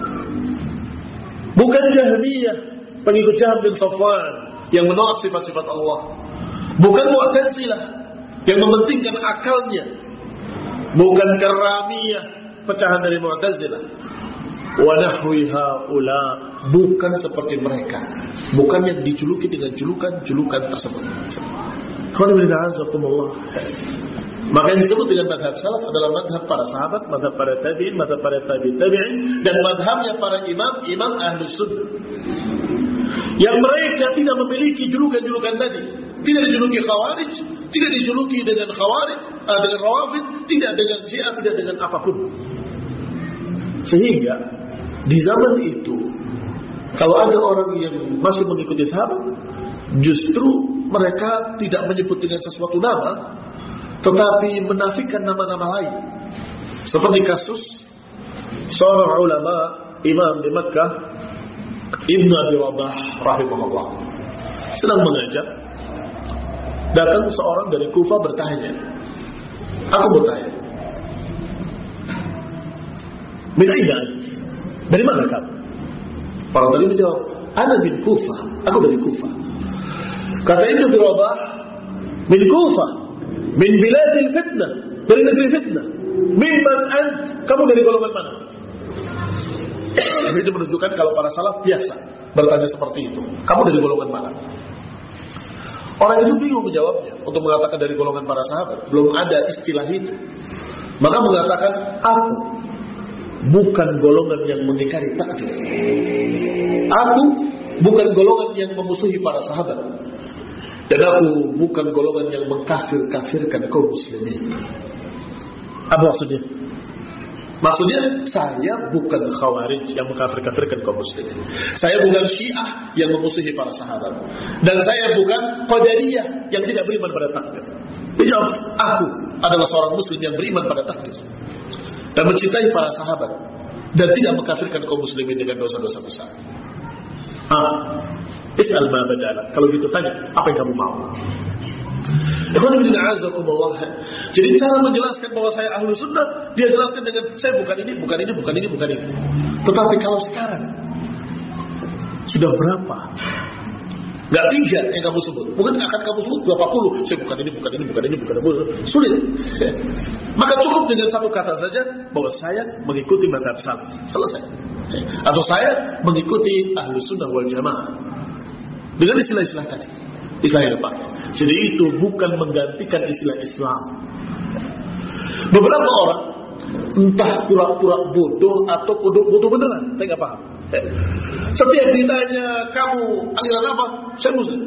bukan Jahmiyah pengikut Jahm bin Safwan yang menolak sifat-sifat Allah, bukan Mu'tazilah yang mementingkan akalnya, bukan Karramiyah pecahan dari Mu'tazilah, wa nahwi haula, bukan seperti mereka, bukan yang dijuluki dengan julukan-julukan tersebut. Maka yang disebut dengan madhab salaf adalah madhab para sahabat, madhab para tabi'in, madhab para tabi'in, dan madhabnya para imam ahlus sunnah, yang mereka tidak memiliki julukan-julukan tadi, tidak dijuluki Khawarij, tidak dijuluki dengan Khawarij, dengan Rawafid, tidak dengan Syiah, tidak dengan apapun. Sehingga di zaman itu, kalau ada orang yang masih mengikuti sahabat, justru mereka tidak menyebut dengan sesuatu nama, tetapi menafikan nama-nama lain. Seperti kasus seorang ulama imam di Makkah, Ibnu Abi Rabah rahimahullah, sedang mengajak. Datang seorang dari Kufah bertanya, aku bertanya, min aina anta? Dari mana kamu? Orang tadi menjawab, ana min Kufah, aku dari Kufah. Kata Ibnu Abi Rabah, min Kufah, min biladil fitnah, dari negeri fitnah. Mimman ant, kamu dari golongan mana? Itu menunjukkan kalau para salaf biasa bertanya seperti itu. Kamu dari golongan mana? Orang itu bingung menjawabnya. Untuk mengatakan dari golongan para sahabat, belum ada istilah itu. Maka mengatakan, aku bukan golongan yang mengingkari takdir. Aku bukan golongan yang memusuhi para sahabat. Dan aku bukan golongan yang mengkafir-kafirkan kaum muslimin. Apa maksudnya? Maksudnya, saya bukan Khawarij yang mengkafir-kafirkan kaum muslimin. Saya bukan Syiah yang memusuhi para sahabat. Dan saya bukan Qadariyah yang tidak beriman pada takdir. Dijawab, aku adalah seorang muslim yang beriman pada takdir dan mencintai para sahabat dan tidak mengkafirkan kaum muslimin dengan dosa-dosa besar. Is'al ma badala. Kalau gitu tanya, apa yang kamu mau? Jadi cara menjelaskan bahwa saya ahlu sunnah, dia jelaskan dengan saya bukan ini. Tetapi kalau sekarang sudah berapa? Gak 3 yang kamu sebut. Mungkin akan kamu sebut berapa puluh. Saya bukan ini. Sulit. Maka cukup dengan satu kata saja bahwa saya mengikuti mazhab salaf. Selesai. Atau saya mengikuti ahlu sunnah wal jamaah. Dengan istilah-istilah tadi, istilah yang dipakai. Jadi itu bukan menggantikan istilah Islam. Beberapa orang entah pura-pura bodoh atau bodoh beneran, saya nggak paham. Setiap ditanya, kamu aliran apa? Saya muslim.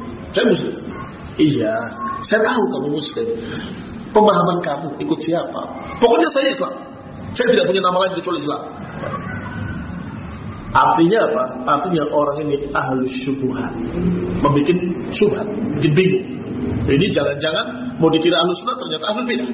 Iya, saya tahu kamu muslim. Pemahaman kamu ikut siapa? Pokoknya saya Islam. Saya tidak punya nama lain kecuali Islam. Artinya apa? Artinya orang ini ahlus syubhat, membuat syubhat, bikin bingung. Ini jangan-jangan mau dikira ahlus sunnah, ternyata ahlul bidah.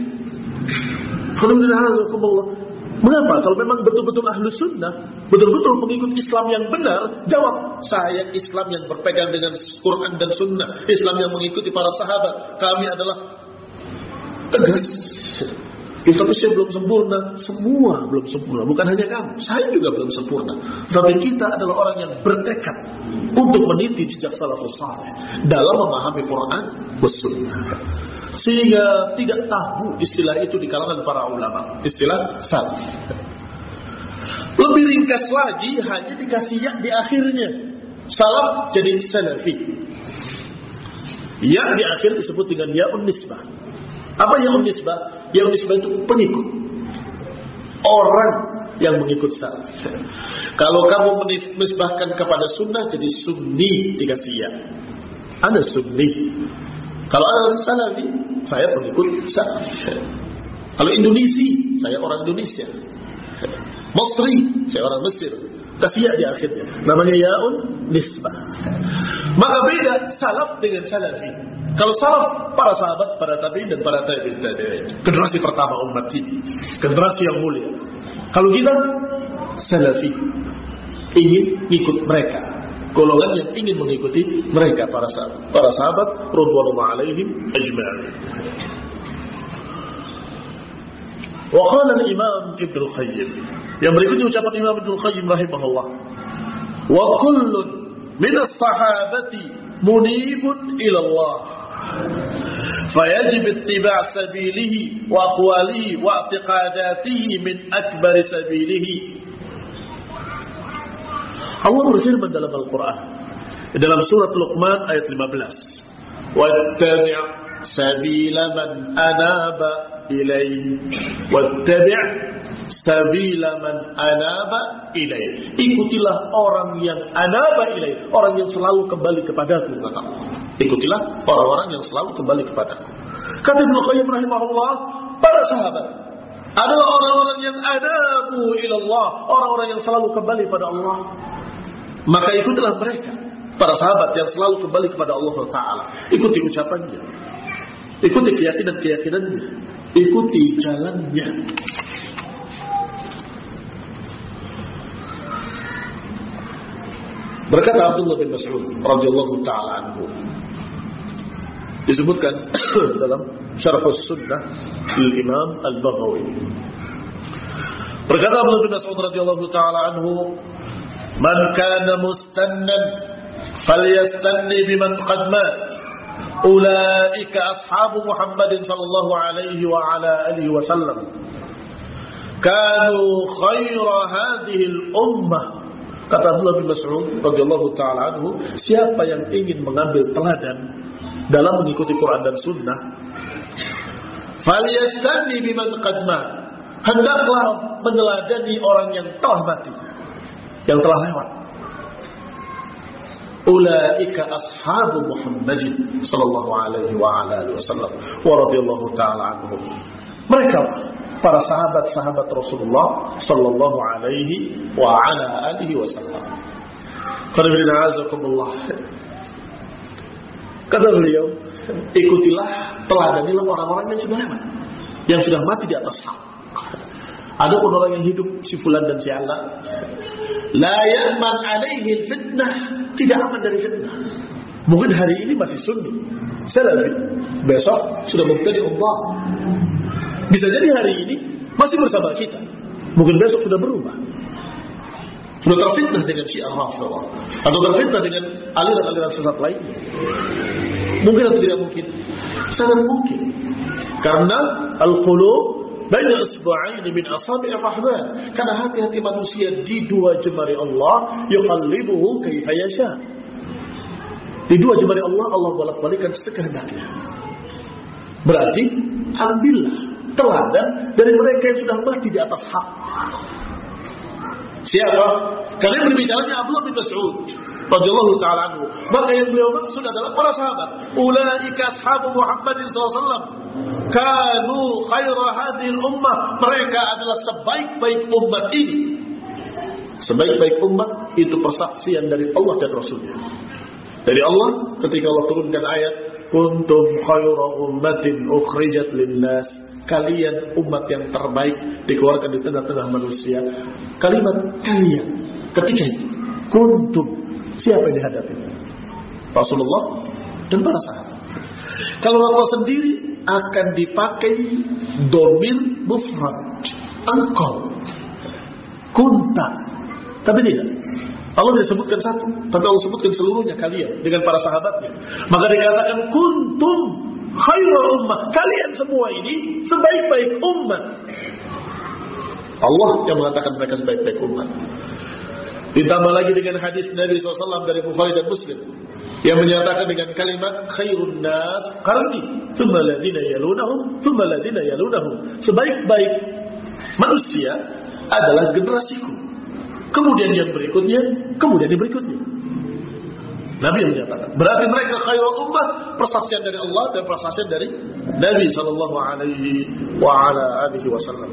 Mengapa? Kalau memang betul-betul ahlus sunnah, betul-betul mengikut Islam yang benar, jawab, saya Islam yang berpegang dengan Quran dan Sunnah, Islam yang mengikuti para sahabat. Kami adalah tegas. Tapi saya belum sempurna. Semua belum sempurna. Bukan hanya kamu, saya juga belum sempurna. Tapi kita adalah orang yang bertekad untuk meniti jejak salafus saleh dalam memahami Quran dan Sunnah. Sehingga tidak tabu istilah itu di kalangan para ulama, istilah salaf. Lebih ringkas lagi, hanya dikasih ya di akhirnya. Salaf jadi salafi. Ya di akhir disebut dengan ya'un nisbah. Apa ya'un nisbah? Ya'un nisbah itu pengikut, orang yang mengikut salaf. Kalau kamu menisbahkan kepada sunnah, jadi sunni dikasih ya. Ana sunni. Kalau ada salafi, saya pengikut salaf. Kalau Indonesi, saya orang Indonesia. Masri, saya orang Mesir. Kasih ya di akhirnya. Namanya ya'un nisbah. Maka beda salaf dengan salafi. Kalau salaf, para sahabat, para tabi'in dan para tabi'in, generasi pertama umat ini, generasi yang mulia. Kalau kita salafi, ingin ikut mereka, golongan yang ingin mengikuti mereka, para sahabat radhiyallahu alaihim ajma'in. Wa qala al-Imam Ibnu Al-Qayyim, yang berikutnya ucapan Imam Ibnu Al-Qayyim rahimahullah, wa kullun min as-sahabati munibun ila Allah, fayajib ittiba' sabilihi wa aqwalihi wa i'tiqadatihi min akbar sabilihi. Allah berfirman dalam Al-Quran, dalam surat Luqman ayat 15, wattabi' sabila man anaba ilaih, wattabi' sabila man anaba ilaih, ikutilah orang yang anaba ilaih, orang yang selalu kembali kepadaku, kata Allah. Ikutilah orang-orang yang selalu kembali kepadaku. Kata Ibnu Qayyim rahimahullah, para sahabat adalah orang-orang yang anabu ilallah, orang-orang yang selalu kembali pada Allah. Maka ikutilah mereka, para sahabat yang selalu kembali kepada Allah Ta'ala. Ikuti ucapannya, ikuti keyakinan-keyakinannya, ikuti jalannya. Berkata Abdullah bin Mas'ud radhiyallahu ta'ala anhu, disebutkan dalam Syarh As-Sunnah Al-Imam Al-Baghawi. Berkata Abdullah bin Mas'ud radhiyallahu ta'ala anhu, man kana mustannan falyastanni biman qad mat, ulaika ashabu Muhammadin sallallahu alaihi wa ala alihi wa sallam, kanu khaira hadhihi al-ummah. Kata Abdullah bin Mas'ud radhiyallahu ta'ala anhu, siapa yang ingin mengambil teladan dalam mengikuti Quran dan Sunnah, falyastanni biman qad mat, hendaklah meneladani orang yang telah mati, yang telah lewat. Ulaika ashabu Muhammadin sallallahu alaihi wa ala alihi wasallam wa radhiyallahu ta'ala anhum. Mereka para sahabat-sahabat Rasulullah sallallahu alaihi wa ala alihi wasallam. Qadibina azakumullah. Kata beliau, ikutilah, teladanilah orang-orang yang sudah lewat, yang sudah mati di atas hak. Ada pun orang yang hidup si fulan dan si alan, la ya'man alaihi fitnah, tidak aman dari fitnah. Mungkin hari ini masih sunni, salafi, besok sudah mubtadi' Allah. Bisa jadi hari ini masih bersama kita, mungkin besok sudah berubah, sudah terfitnah dengan Syiah Rafidhah, atau terfitnah dengan aliran-aliran sesat lainnya. Mungkin atau tidak mungkin? Sangat mungkin. Karena al-qulub baina isba'ain min asabi' ar-rahman, karena hati-hati manusia di dua jemari Allah, yuqallibuhu kaifa yasha. Di dua jemari Allah, Allah bolak-balikkan sekehendaknya. Berarti ambillah teladan dari mereka yang sudah mati di atas hak. Siapa? Kalian berbicaranya Abdullah bin Mas'ud radhiyallahu ta'ala anhu. Maka yang beliau maksud adalah para sahabat. Ulaika ashabu Muhammadin SAW, kanu khaira hadhil ummah, mereka adalah sebaik-baik umat ini. Sebaik-baik umat itu persaksian dari Allah dan Rasulnya. Dari Allah ketika Allah turunkan ayat, kuntum khaira ummatin ukhrijat linnas, kalian umat yang terbaik dikeluarkan di tengah-tengah manusia. Kalimat kalian ketika itu, kuntum, siapa yang dihadapi? Rasulullah dan para sahabat. Kalau Rasulullah sendiri akan dipakai domir mufrad, engkau, kunta, tapi tidak. Allah tidak sebutkan satu, tapi Allah sebutkan seluruhnya, kalian dengan para sahabatnya. Maka dikatakan kuntum khairul ummah, kalian semua ini sebaik-baik umat. Allah yang mengatakan mereka sebaik-baik umat. Ditambah lagi dengan hadis Nabi SAW dari Bukhari dan Muslim yang menyatakan dengan kalimat khairun nas qarni, thumma alladziina yalunahum, thumma alladziina yalunahum. Sebaik-baik manusia adalah generasiku. Kemudian yang berikutnya, kemudian yang berikutnya. Nabi yang menyatakan. Berarti mereka khairul ummah, persaksian dari Allah dan persaksian dari Nabi sallallahu alaihi wasallam.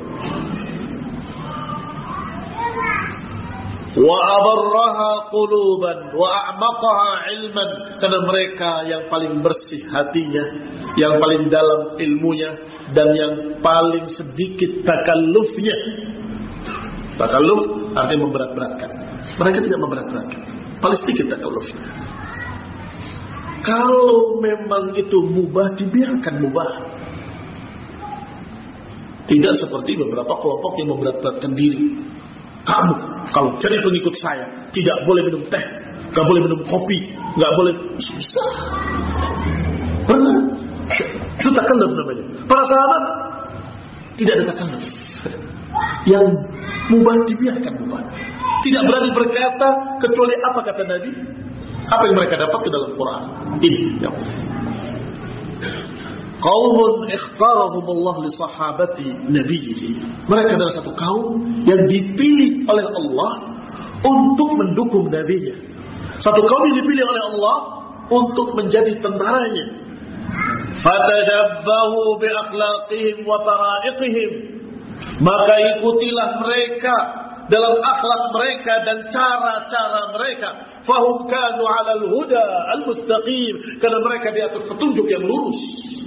Wa abarraha quluban wa a'maqaha ilman, karena mereka yang paling bersih hatinya, yang paling dalam ilmunya, dan yang paling sedikit takallufnya. Takalluf artinya memberat-beratkan. Mereka tidak memberat-beratkan, paling sedikit takallufnya. Kalau memang itu mubah, dibiarkan mubah. Tidak seperti beberapa kelompok yang memberat-beratkan diri. Kamu kalau jadi pengikut saya tidak boleh minum teh, nggak boleh minum kopi, nggak boleh. Susah. Benar. Itu takalluf namanya. Para sahabat tidak ada takalluf. Yang mubah dibiarkan mubah. Tidak berani berkata kecuali apa kata Nabi, apa yang mereka dapat ke dalam Quran. Ini yang qaumun ikhtarahumullah li sahabati nabiyhi. Mereka adalah satu kaum yang dipilih oleh Allah untuk mendukung nabinya. Satu kaum yang dipilih oleh Allah untuk menjadi tentaranya. Fatashabbahu bi akhlaqihim wa tara'iqihim. Maka ikutilah mereka dalam akhlak mereka dan cara-cara mereka. Fahum kanu 'alal huda al-mustaqim, karena mereka di atas petunjuk yang lurus.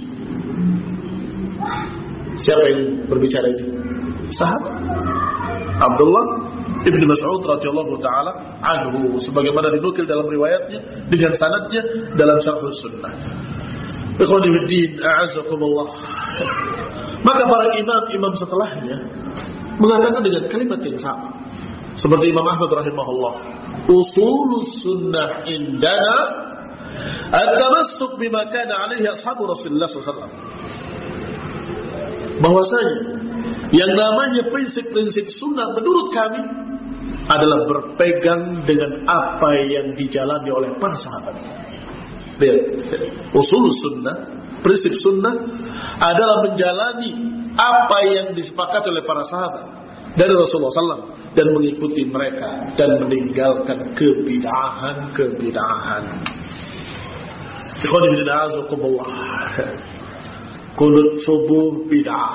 Siapa yang berbicara ini? Sahabat Abdullah Ibn Mas'ud radhiyallahu taala anhu, sebagaimana dinukil dalam riwayatnya dengan sanadnya dalam Syarhus Sunnah. Ikhwani fiddin, a'azzakumullah. Maka para imam setelahnya mengatakan dengan kalimat yang sama seperti Imam Ahmad rahimahullah, usulus sunnah indana at-tamassuk bima kana alaihi ashabu Rasulullah sallallahu alaihi wasallam. Bahwasanya yang namanya prinsip-prinsip sunnah menurut kami adalah berpegang dengan apa yang dijalani oleh para sahabat. Lihat, usul sunnah, prinsip sunnah adalah menjalani apa yang disepakati oleh para sahabat dari Rasulullah SAW dan mengikuti mereka dan meninggalkan kebidahan. Ikhwan fillah, a'azakumullah. Kunut subuh bid'ah.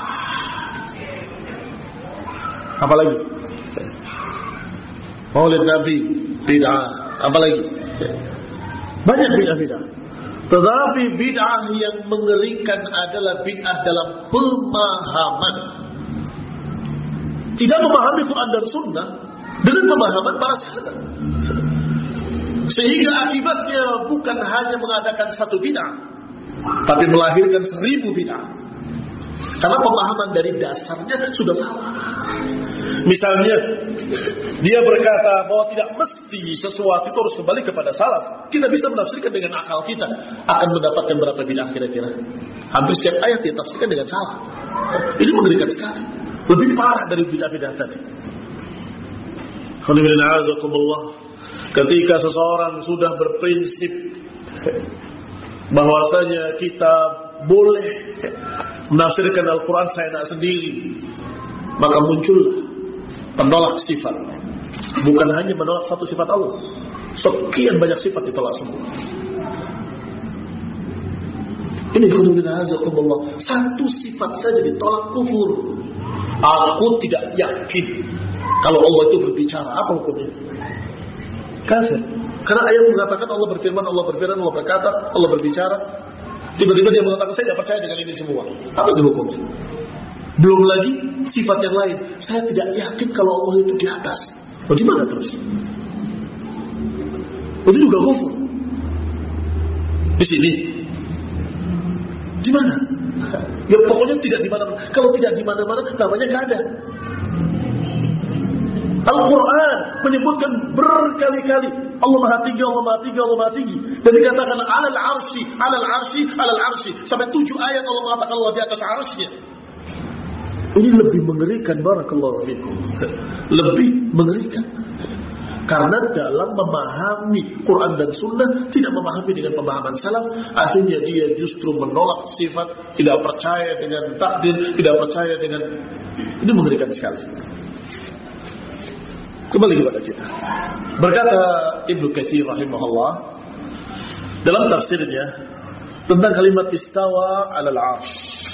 Apalagi? Maulid Nabi bid'ah. Apalagi? Banyak bid'ah. Tetapi bid'ah yang mengerikan adalah bid'ah dalam pemahaman. Tidak memahami Quran dan Sunnah dengan pemahaman para sahabat. Sehingga akibatnya bukan hanya mengadakan satu bid'ah, tapi melahirkan 1000 bid'ah. Karena pemahaman dari dasarnya sudah salah. Misalnya, dia berkata bahwa tidak mesti sesuatu itu harus kembali kepada salaf. Kita bisa menafsirkan dengan akal kita, akan mendapatkan berapa bid'ah kira-kira. Hampir setiap ayat ditafsirkan dengan salah. Ini mengerikan sekali. Lebih parah dari bid'ah-bid'ah tadi. Ketika seseorang sudah berprinsip bahwasanya kita boleh menafsirkan Al-Quran seenak sendiri, maka muncullah penolak sifat. Bukan hanya menolak satu sifat Allah, sekian banyak sifat ditolak semua. Ini satu sifat saja ditolak, kufur. Aku tidak yakin kalau Allah itu berbicara. Apa hukumnya? Kafir. Karena ayat mengatakan Allah berfirman, Allah berkata, Allah berbicara. Tiba-tiba dia mengatakan saya tidak percaya dengan ini semua. Apa itu hukumnya? Belum lagi sifat yang lain. Saya tidak yakin kalau Allah itu di atas. Oh, di mana terus? Itu juga kufur. Di sini. Di mana? Ya pokoknya tidak di mana-mana. Kalau tidak di mana-mana namanya nggak ada. Al-Quran menyebutkan berkali-kali Allah Maha Tinggi, Allah Maha Tinggi, Allah Maha Tinggi. Dan dikatakan alal arsy, alal arsy, alal arsy. Sampai 7 ayat Allah mengatakan Allah di atas arsy-Nya. Ini lebih mengerikan, barakallahu fikum. Lebih mengerikan. Karena dalam memahami Quran dan Sunnah tidak memahami dengan pemahaman salaf, akhirnya dia justru menolak sifat, tidak percaya dengan takdir, tidak percaya dengan, ini mengerikan sekali. Kembali kepada kita. Berkata Ibnu Katsir rahimahullah dalam tafsirnya tentang kalimat istawa 'alal 'arsy.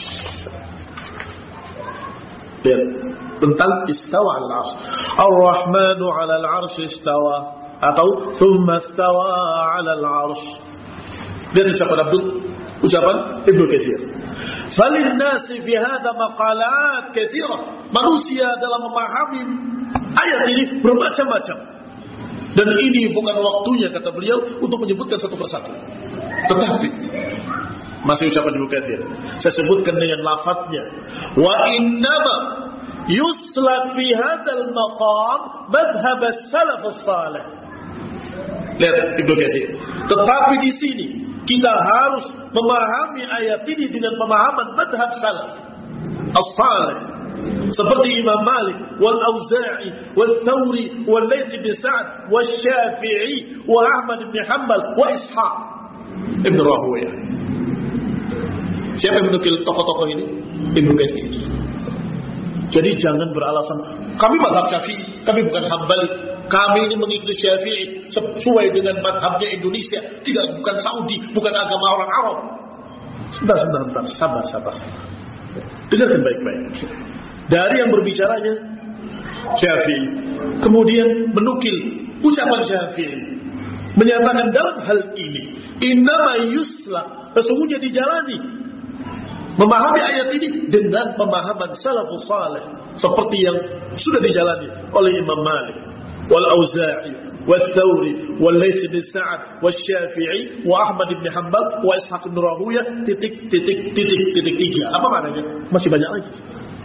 Lihat, tentang istawa 'alal 'arsy. Ar-Rahmanu 'alal 'arsy istawa atau tsumma istawa 'alal 'arsy. Dia ucapan Ibnu Katsir. Falin-nasi fi hadha maqalat katsirah. Manusia dalam memahami ayat ini bermacam-macam. Dan ini bukan waktunya, kata beliau, untuk menyebutkan satu persatu. Tetapi masih ucapan Ibnu Katsir, saya sebutkan dengan lafadznya. Wa innama yuslak fi hadzal maqam madhhab as-salaf as-salih. Lihat Ibnu Katsir. Tetapi di sini kita harus memahami ayat ini dengan pemahaman madhab salaf as-salih, seperti Imam Malik, wal Auza'i, wal Thawri, wal Laits bin Sa'd, wal Syafi'i, wa Ahmad bin Hanbal, wa Ishaq ibn Rahawayh. Siapa yang menukil tokoh-tokoh ini? Ibnu Katsir. Jadi jangan beralasan kami mazhab Syafi'i, kami bukan Hambali, kami ini mengikuti Syafi'i sesuai dengan mazhabnya Indonesia, tidak, bukan Saudi, bukan agama orang Arab. Sebentar, sabar. Dengarkan baik-baik. Dari yang berbicaranya Syafi'i, kemudian menukil ucapan Syafi'i, menyatakan dalam hal ini innama yusla, sesungguhnya dijalani memahami ayat ini dengan pemahaman salafus salih, seperti yang sudah dijalani oleh Imam Malik, wal Auza'i, wal Thawri, wal Laits bin Sa'd, wal Syafi'i, wa Ahmad bin Hanbal, wa Ishaq bin Rahawayh, tiga. Apa maknanya? Masih banyak lagi.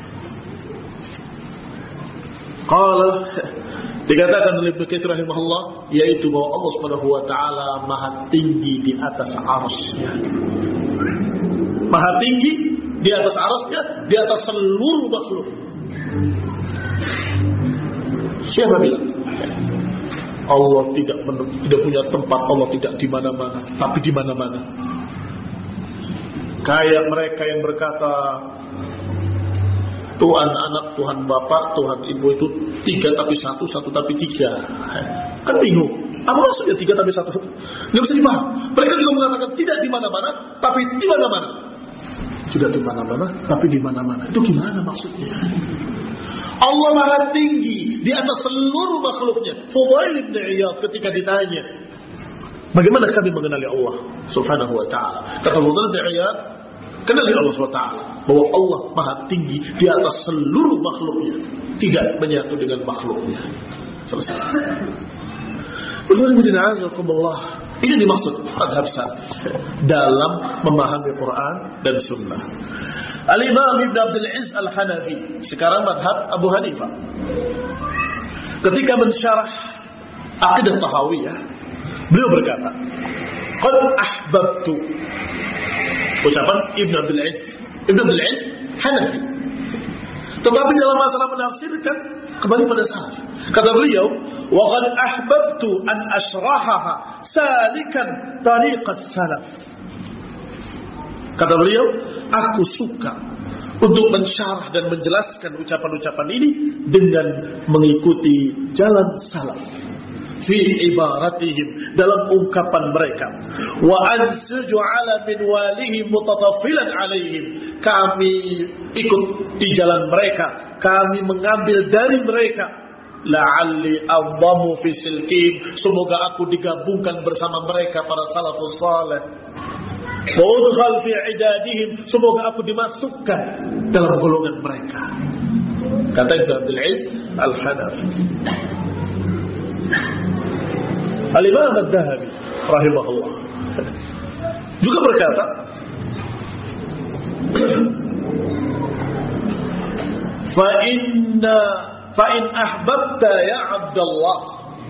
Qala, dikatakan oleh Ibnu Katsir rahimahullah, yaitu bahwa Allah Subhanahu wa taala maha tinggi di atas arsy-Nya. Maha tinggi di atas arsy-Nya, di atas seluruh makhluk. Siapa bilang Allah tidak punya tempat, Allah tidak di mana-mana, tapi di mana-mana? Kayak mereka yang berkata Tuhan anak, Tuhan bapak, Tuhan ibu itu tiga tapi satu, satu tapi tiga. Kan bingung. Apa maksudnya tiga tapi satu? Nggak bisa dipaham. Mereka juga mengatakan tidak di mana-mana, tapi di mana-mana. Sudah di mana-mana, tapi di mana-mana. Itu gimana maksudnya? Allah maha tinggi di atas seluruh makhluknya. Fudail bin Iyad ketika ditanya, bagaimana kami mengenali Allah Subhanahu wa taala? Kata Fudail bin Iyad, kenali Allah SWT, bahwa Allah maha tinggi di atas seluruh makhluknya, tidak menyatu dengan makhluknya. Selesai. Ini dimaksud madhab salaf dalam memahami Quran dan Sunnah. Al-Imam Ibn Abdul Aziz Al-Hanafi, sekarang madhab Abu Hanifah, ketika mensyarah Aqidah Tahawiyah, beliau berkata, qad ahbabtu, ucapan Ibn Abdul Aziz Hanafi. Tetapi dalam masalah menafsirkan, kembali pada salaf. Kata beliau, wa qad ahbabtu an ashrahaha salikan tariqas salaf. Kata beliau, aku suka untuk mensyarah dan menjelaskan ucapan-ucapan ini dengan mengikuti jalan salaf fi ibaratihim, dalam ungkapan mereka. Wa ansuju ala minwalihim mutataffilan alaihim, kami ikut di jalan mereka, kami mengambil dari mereka. La'alli adhamu fi silkim, semoga aku digabungkan bersama mereka para salafus salih. Wa udkhal fi idadihim, semoga aku dimasukkan dalam golongan mereka. Kata Ibnu Abdul Aziz Al-Hanafi. Al-Imam Adz-Dzahabi rahimahullah juga berkata, fa in ahbabta ya Abdullah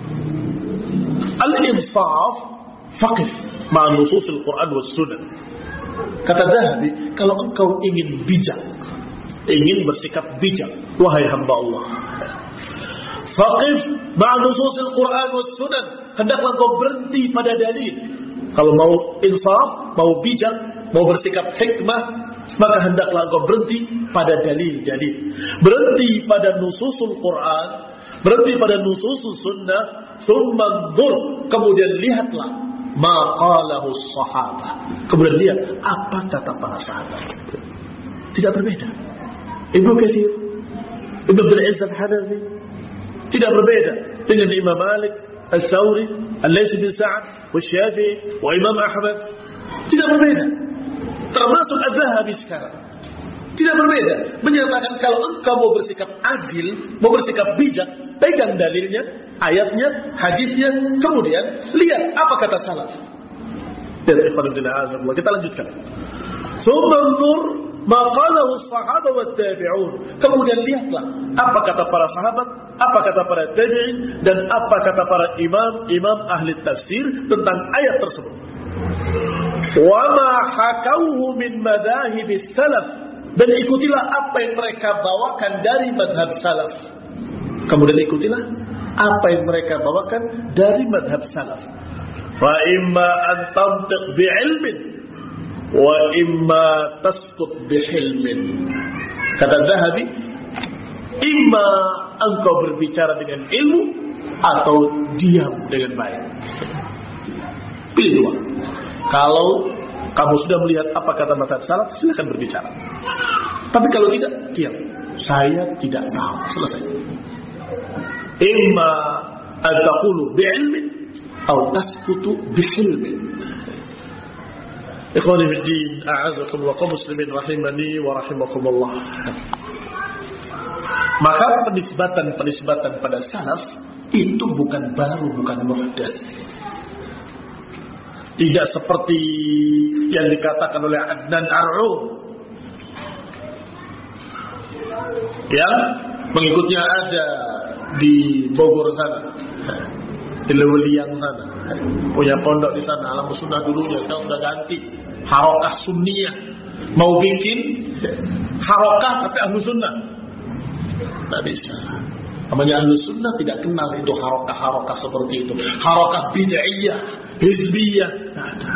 al-insaf faqif ma'a nusus al-Quran was sunnah. Kata Dzahabi, kalau engkau ingin bijak, ingin bersikap bijak, wahai hamba Allah, Faqif ma'a nususil Quran was sunnah. Hendaklah kau berhenti pada dalil. Kalau mau insaf, mau bijak, mau bersikap hikmah, maka hendaklah kau berhenti pada dalil-dalil. Berhenti pada nususul Quran, berhenti pada nususul sunnah, thumma dzur, kemudian lihatlah maqalahu sahabah. Kemudian lihat apa kata para sahabat. Tidak berbeda. Ibnu Katsir, Ibnu Abdul Aziz Al-Hanafi tidak berbeda dengan Imam Malik, Al-Thawri, Al-Laits bin Sa'ad, Syafi'i, wa Imam Ahmad. Tidak berbeda. Termasuk Az-Zahabi sekarang. Tidak berbeda. Menyatakan kalau engkau mau bersikap adil, mau bersikap bijak, pegang dalilnya, ayatnya, hadisnya, kemudian lihat apa kata salaf. Kita lanjutkan. Summanzur maqalahu as-sahabah wa tabi'un. Kemudian lihatlah apa kata para sahabat, apa kata para tabi'in, dan apa kata para imam ahli tafsir tentang ayat tersebut. Wa ma hakauhu min madahib salaf, dan ikutilah apa yang mereka bawakan dari madhab salaf. Kemudian ikutilah apa yang mereka bawakan dari madhab salaf. Fa imma an tantiq bi'ilmin wa imma taskut bihilmin. Kata Zahabi, imma engkau berbicara dengan ilmu atau diam dengan baik. Pilih dua. Kalau kamu sudah melihat apa kata mazhab salaf, silakan berbicara. Tapi kalau tidak, diam. Saya tidak tahu. Selesai. Imma an taqulu bi'ilmin atau taskutu bihilmin. Ikhwani fid din, a'azakumullah kaum muslimin rahimani wa rahimakumullah. Maka penisbatan pada salaf itu bukan baru, bukan muhdats. Tidak seperti yang dikatakan oleh Adnan Ar-Rum yang mengikutnya ada di Bogor sana, di Lewiliang sana, punya pondok di sana, Alam Sunnah dulunya, sekarang sudah ganti Harokah Sunniyah, mau bikin Harokah tapi Ahlu Sunnah. Tidak bisa. Namanya Ahlu Sunnah tidak kenal itu harokah seperti itu. Harokah bid'iyah, hizbiyah, tidak ada.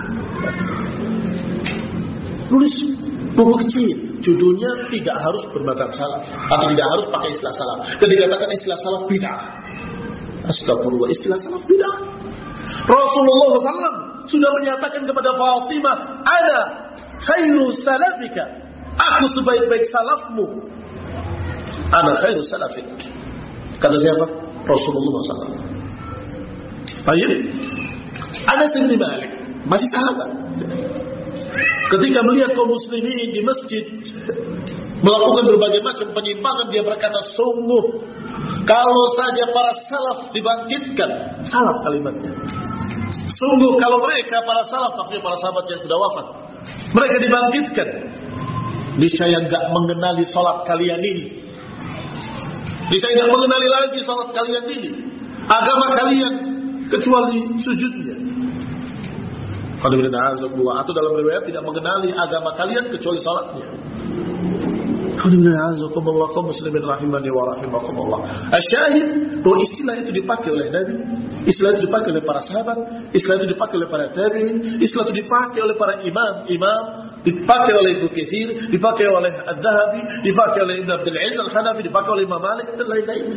Nulis buku kecil, judulnya tidak harus bermadzhab salaf, atau tidak harus pakai istilah salaf. Dan dikatakan istilah salaf bid'ah. Astagfirullah, istilah salaf bid'ah. Rasulullah SAW sudah menyatakan kepada Fatimah, ana khairu salafika, aku sebaik-baik salafmu. Ana khairu salafik. Kata siapa? Rasulullah SAW. Baik. Anas bin Malik masih sahabat. Ketika melihat kaum muslimin di masjid melakukan berbagai macam penyimpangan, dia berkata, sungguh kalau saja para salaf dibangkitkan, salaf kalimatnya. Sungguh kalau mereka para salaf, maksudnya para sahabat yang sudah wafat, mereka dibangkitkan, niscaya enggak mengenali salat kalian ini. Niscaya enggak mengenali lagi salat kalian ini, agama kalian kecuali sujudnya. Atau dalam riwayat tidak mengenali agama kalian kecuali salatnya. Kaum muslimin rahimani wa rahimakumullah. Asyahid bahwa istilah itu dipakai oleh Nabi, istilah itu dipakai oleh para sahabat, istilah itu dipakai oleh para tabi'in, istilah itu dipakai oleh para imam, dipakai oleh Ibnu Katsir, dipakai oleh Az-Zahabi, dipakai oleh Ibnu Abdul Aziz Al-Hanafi, dipakai oleh Imam Malik dan lain-lainnya.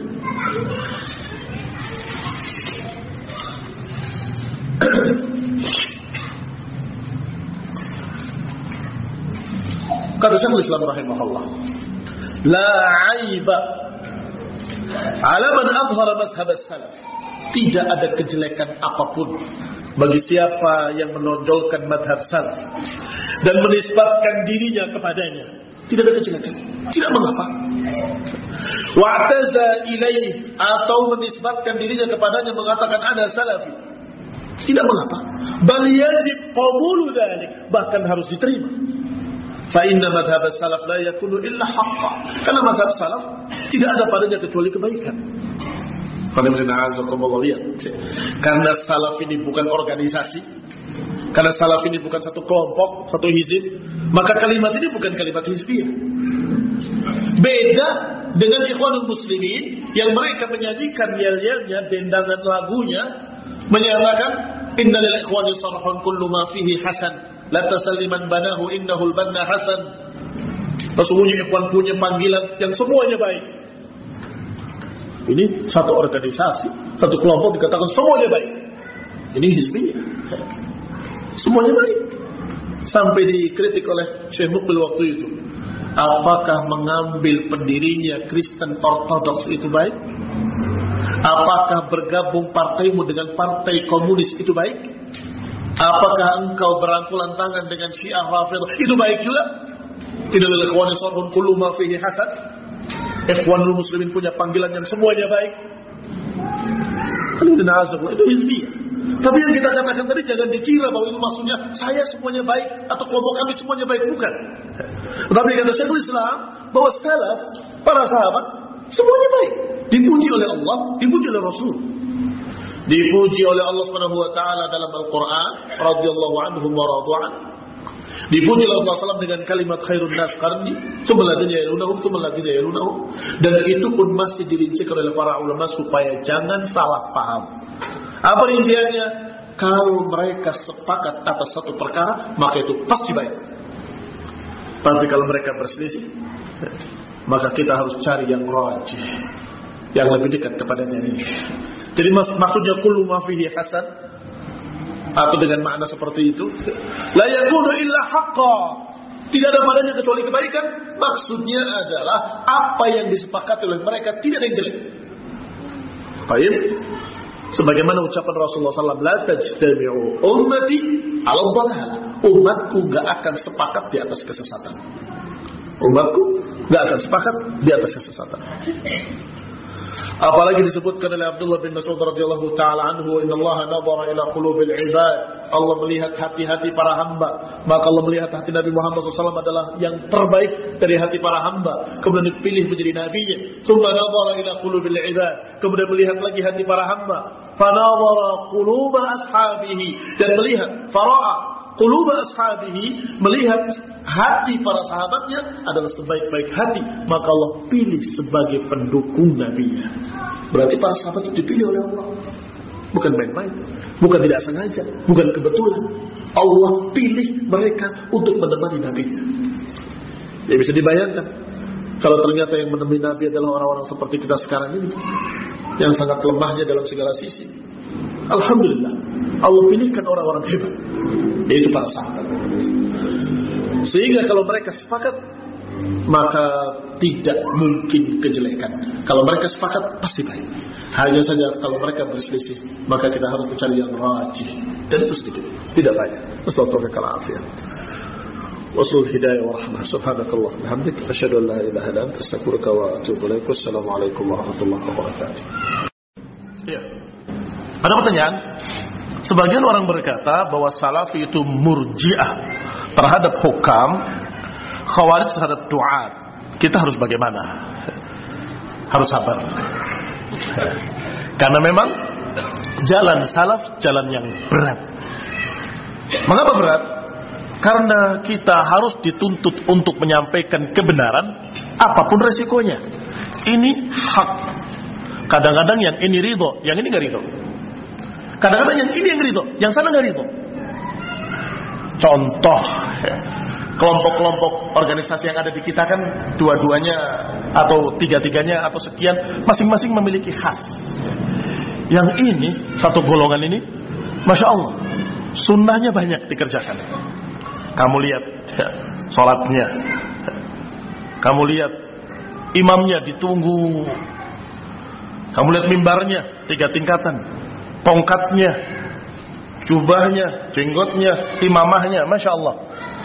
Kata Syekhul Islam rahimahullah, la aiba ala man adhara mazhab as-salaf. Tidak ada kejelekan apapun bagi siapa yang menonjolkan mazhab salaf dan menisbatkan dirinya kepadanya. Tidak ada kejelekan, tidak mengapa. Wa'taza ilaih, atau menisbatkan dirinya kepadanya, mengatakan ana salafi, tidak mengapa. Bal yajib qabulu dzalik, bahkan harus diterima. Fa inna madhhab as-salaf la yakunu illa haqqan. Karena mazhab salaf tidak ada padanya kecuali kebaikan. Karena salaf ini bukan organisasi, karena salaf ini bukan satu kelompok, satu hizib, maka kalimat ini bukan kalimat hizbiyah. Beda dengan Ikhwanul Muslimin yang mereka menyajikan yel-yelnya, dendangan lagunya, menyatakan innal ikhwani sarhun kullu ma fihi hasan la tasalliman banahu innahul banna hasan. Sesungguhnya ikhwan punya panggilan yang semuanya baik. Ini satu organisasi, satu kelompok dikatakan semuanya baik. Ini hizbiyah. Semuanya baik. Sampai dikritik oleh Syekh Mukbil waktu itu. Apakah mengambil pendirinya Kristen Ortodoks itu baik? Apakah bergabung partaimu dengan partai komunis itu baik? Apakah engkau berangkulan tangan dengan Syiah Rafidhah itu baik juga? Tidak lil ikhwani sarhun kullu ma fihi hasan. Ikhwanul Muslimin punya panggilan yang semuanya baik. Itu hizbiyah. Tapi yang kita katakan tadi jangan dikira bahwa itu maksudnya saya semuanya baik atau kelompok kami semuanya baik, bukan. Tapi kata Syekhul Islam bahwa salaf, para sahabat semuanya baik, dipuji oleh Allah, dipuji oleh Rasul, dipuji oleh Allah Subhanahu wa taala dalam Al-Qur'an, radhiyallahu anhum wa radu'an. Dipuji oleh Allah SAW dengan kalimat khairun nas qarni, tsumma alladziina yalunahum, tsumma alladziina yalunahum. Dan itu pun masih dirincikan oleh para ulama supaya jangan salah paham. Apa rinciannya? Kalau mereka sepakat atas satu perkara, maka itu pasti baik. Tapi kalau mereka berselisih, maka kita harus cari yang rajih, yang lebih dekat kepadanya ini. Jadi maksudnya kullu ma fihi hasan, atau dengan makna seperti itu, la yakunu illa haqqa, tidak ada padanya kecuali kebaikan. Maksudnya adalah apa yang disepakati oleh mereka tidak ada yang jelek. Baik. Sebagaimana ucapan Rasulullah SAW, la tajtami'u ummati 'ala dhalalah. Umatku enggak akan sepakat di atas kesesatan. Umatku enggak akan sepakat di atas kesesatan. Apalagi disebutkan oleh Abdullah bin Mas'ud radhiyallahu taala anhu, innallaha nadhara ila qulubil ibad. Allah melihat hati-hati para hamba. Maka Allah melihat hati Nabi Muhammad SAW adalah yang terbaik dari hati para hamba. Kemudian dipilih menjadi nabinya. Tsumma nadhara ila qulubil ibad. Kemudian melihat lagi hati para hamba. Fanadhara quluba ashabihi, dan melihat fara'a quluba ashabihi, melihat hati para sahabatnya adalah sebaik-baik hati, maka Allah pilih sebagai pendukung Nabi-Nya. Berarti para sahabat itu dipilih oleh Allah, bukan main-main, bukan tidak sengaja, bukan kebetulan. Allah pilih mereka untuk menemani Nabi-Nya. Ya bisa dibayangkan kalau ternyata yang menemani Nabi adalah orang-orang seperti kita sekarang ini, yang sangat lemahnya dalam segala sisi. Alhamdulillah, Allah pilihkan orang-orang hebat, yaitu para sahabat. Sehingga kalau mereka sepakat, maka tidak mungkin kejelekan. Kalau mereka sepakat, pasti baik. Hanya saja kalau mereka berselisih, maka kita harus mencari yang rajih. Dan itu sedikit, tidak banyak. Wassalamualaikum wasul hidayah wa rahmah. Subhanakallah bihamdik, asyhadu an la ilaha illa anta, astaghfiruka wa atubu ilaik. Wassalamualaikum warahmatullahi wabarakatuh. Ya. Ada pertanyaan? Sebagian orang berkata bahwa Salafi itu murji'ah terhadap hukam, Khawarij terhadap du'at. Kita harus bagaimana? Harus sabar. Karena memang jalan salaf jalan yang berat. Mengapa berat? Karena kita harus dituntut untuk menyampaikan kebenaran apapun resikonya. Ini hak. Kadang-kadang yang ini ridho, yang ini gak ridho. Kadang-kadang yang ini yang ridho, yang sana gak ridho. Contoh, kelompok-kelompok organisasi yang ada di kita kan dua-duanya atau tiga-tiganya atau sekian, masing-masing memiliki khas. Yang ini, satu golongan ini, Masya Allah, sunnahnya banyak dikerjakan. Kamu lihat sholatnya, kamu lihat imamnya ditunggu, kamu lihat mimbarnya 3 tingkatan, tongkatnya, jubahnya, jenggotnya, imamahnya, Masya Allah.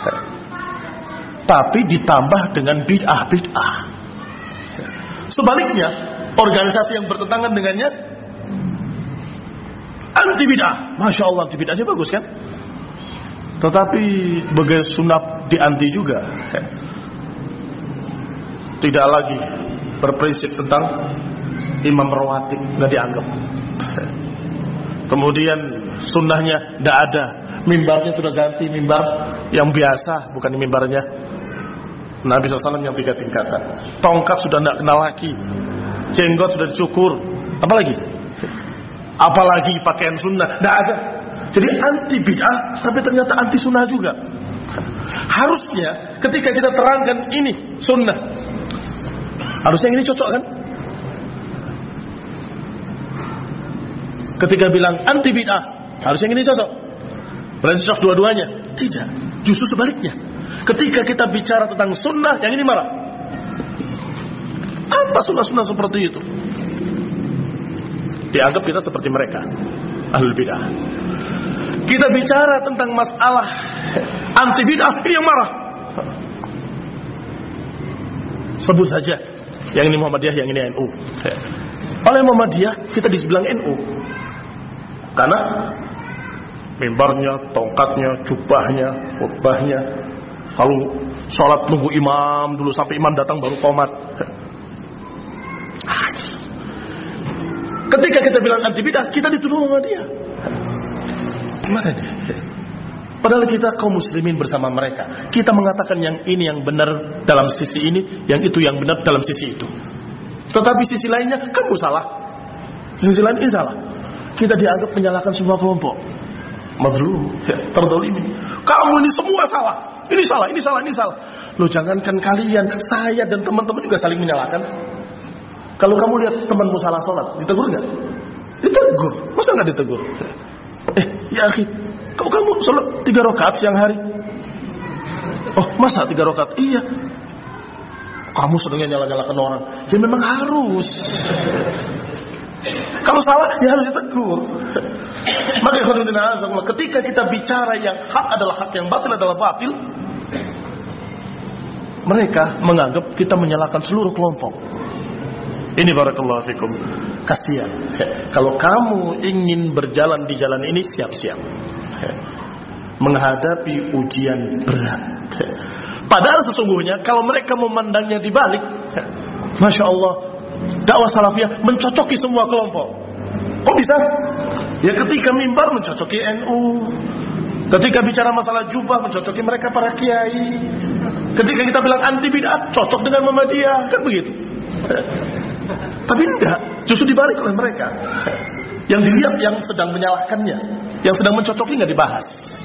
Tapi ditambah dengan bid'ah. Sebaliknya, organisasi yang bertentangan dengannya anti bid'ah. Masya Allah, anti bid'ahnya bagus kan? Tetapi bagai sunat dianti juga. Tidak lagi berprinsip tentang imam rawatib, nggak dianggap. Kemudian sunnahnya tidak ada, mimbarnya sudah ganti mimbar yang biasa, bukan mimbarnya Nabi SAW yang 3 tingkatan. Tongkat sudah tidak kenal lagi, jenggot sudah dicukur, apalagi pakaian sunnah, tidak ada. Jadi anti bid'ah, tapi ternyata anti sunnah juga. Harusnya ketika kita terangkan ini sunnah, harusnya yang ini cocok kan? Ketika bilang anti bid'ah, harusnya yang ini cocok. Berarti cocok dua-duanya? Tidak, justru sebaliknya. Ketika kita bicara tentang sunnah, yang ini marah. Apa sunnah-sunnah seperti itu? Dianggap kita seperti mereka, ahlul bid'ah. Kita bicara tentang masalah anti bid'ah, ini yang marah. Sebut saja, yang ini Muhammadiyah, yang ini NU. Oleh Muhammadiyah kita dibilang NU karena mimbarnya, tongkatnya, jubahnya, khutbahnya, kalau sholat nunggu imam dulu sampai imam datang baru qomat. Ketika kita bilang anti bid'ah, kita dituduh Muhammadiyah. Gimana dia? Padahal kita kaum muslimin bersama mereka. Kita mengatakan yang ini yang benar dalam sisi ini, yang itu yang benar dalam sisi itu. Tetapi sisi lainnya kamu salah, sisi lain ini salah. Kita dianggap menyalahkan semua kelompok. Mazlum, terdolimi. Kamu ini semua salah. Ini salah, ini salah, ini salah. Loh, jangankan kalian, saya dan teman-teman juga saling menyalahkan. Kalau kamu lihat temanmu salah sholat, ditegur nggak? Ditegur. Masa nggak ditegur? Ya akhi, kamu sholat 3 rakaat siang hari. Oh, masa 3 rakaat? Iya. Kamu sedangnya nyala-nyalakan orang. Ya memang harus. Kalau salah, ya harus ditegur. Maka ketika kita bicara yang hak adalah hak, yang batil adalah batil, mereka menganggap kita menyalahkan seluruh kelompok. Ini barakallahu fikum. Kasihan. Kalau kamu ingin berjalan di jalan ini, siap-siap menghadapi ujian berat. Padahal sesungguhnya kalau mereka memandangnya dibalik, Masya Allah, dakwah salafiyah mencocoki semua kelompok. Kok bisa? Ya ketika mimbar mencocoki NU, ketika bicara masalah jubah mencocoki mereka para kiai, ketika kita bilang anti bid'ah cocok dengan Muhammadiyah, kan begitu. Tapi enggak, justru dibalik oleh mereka. Yang dilihat yang sedang menyalahkannya, yang sedang mencocoki nggak dibahas.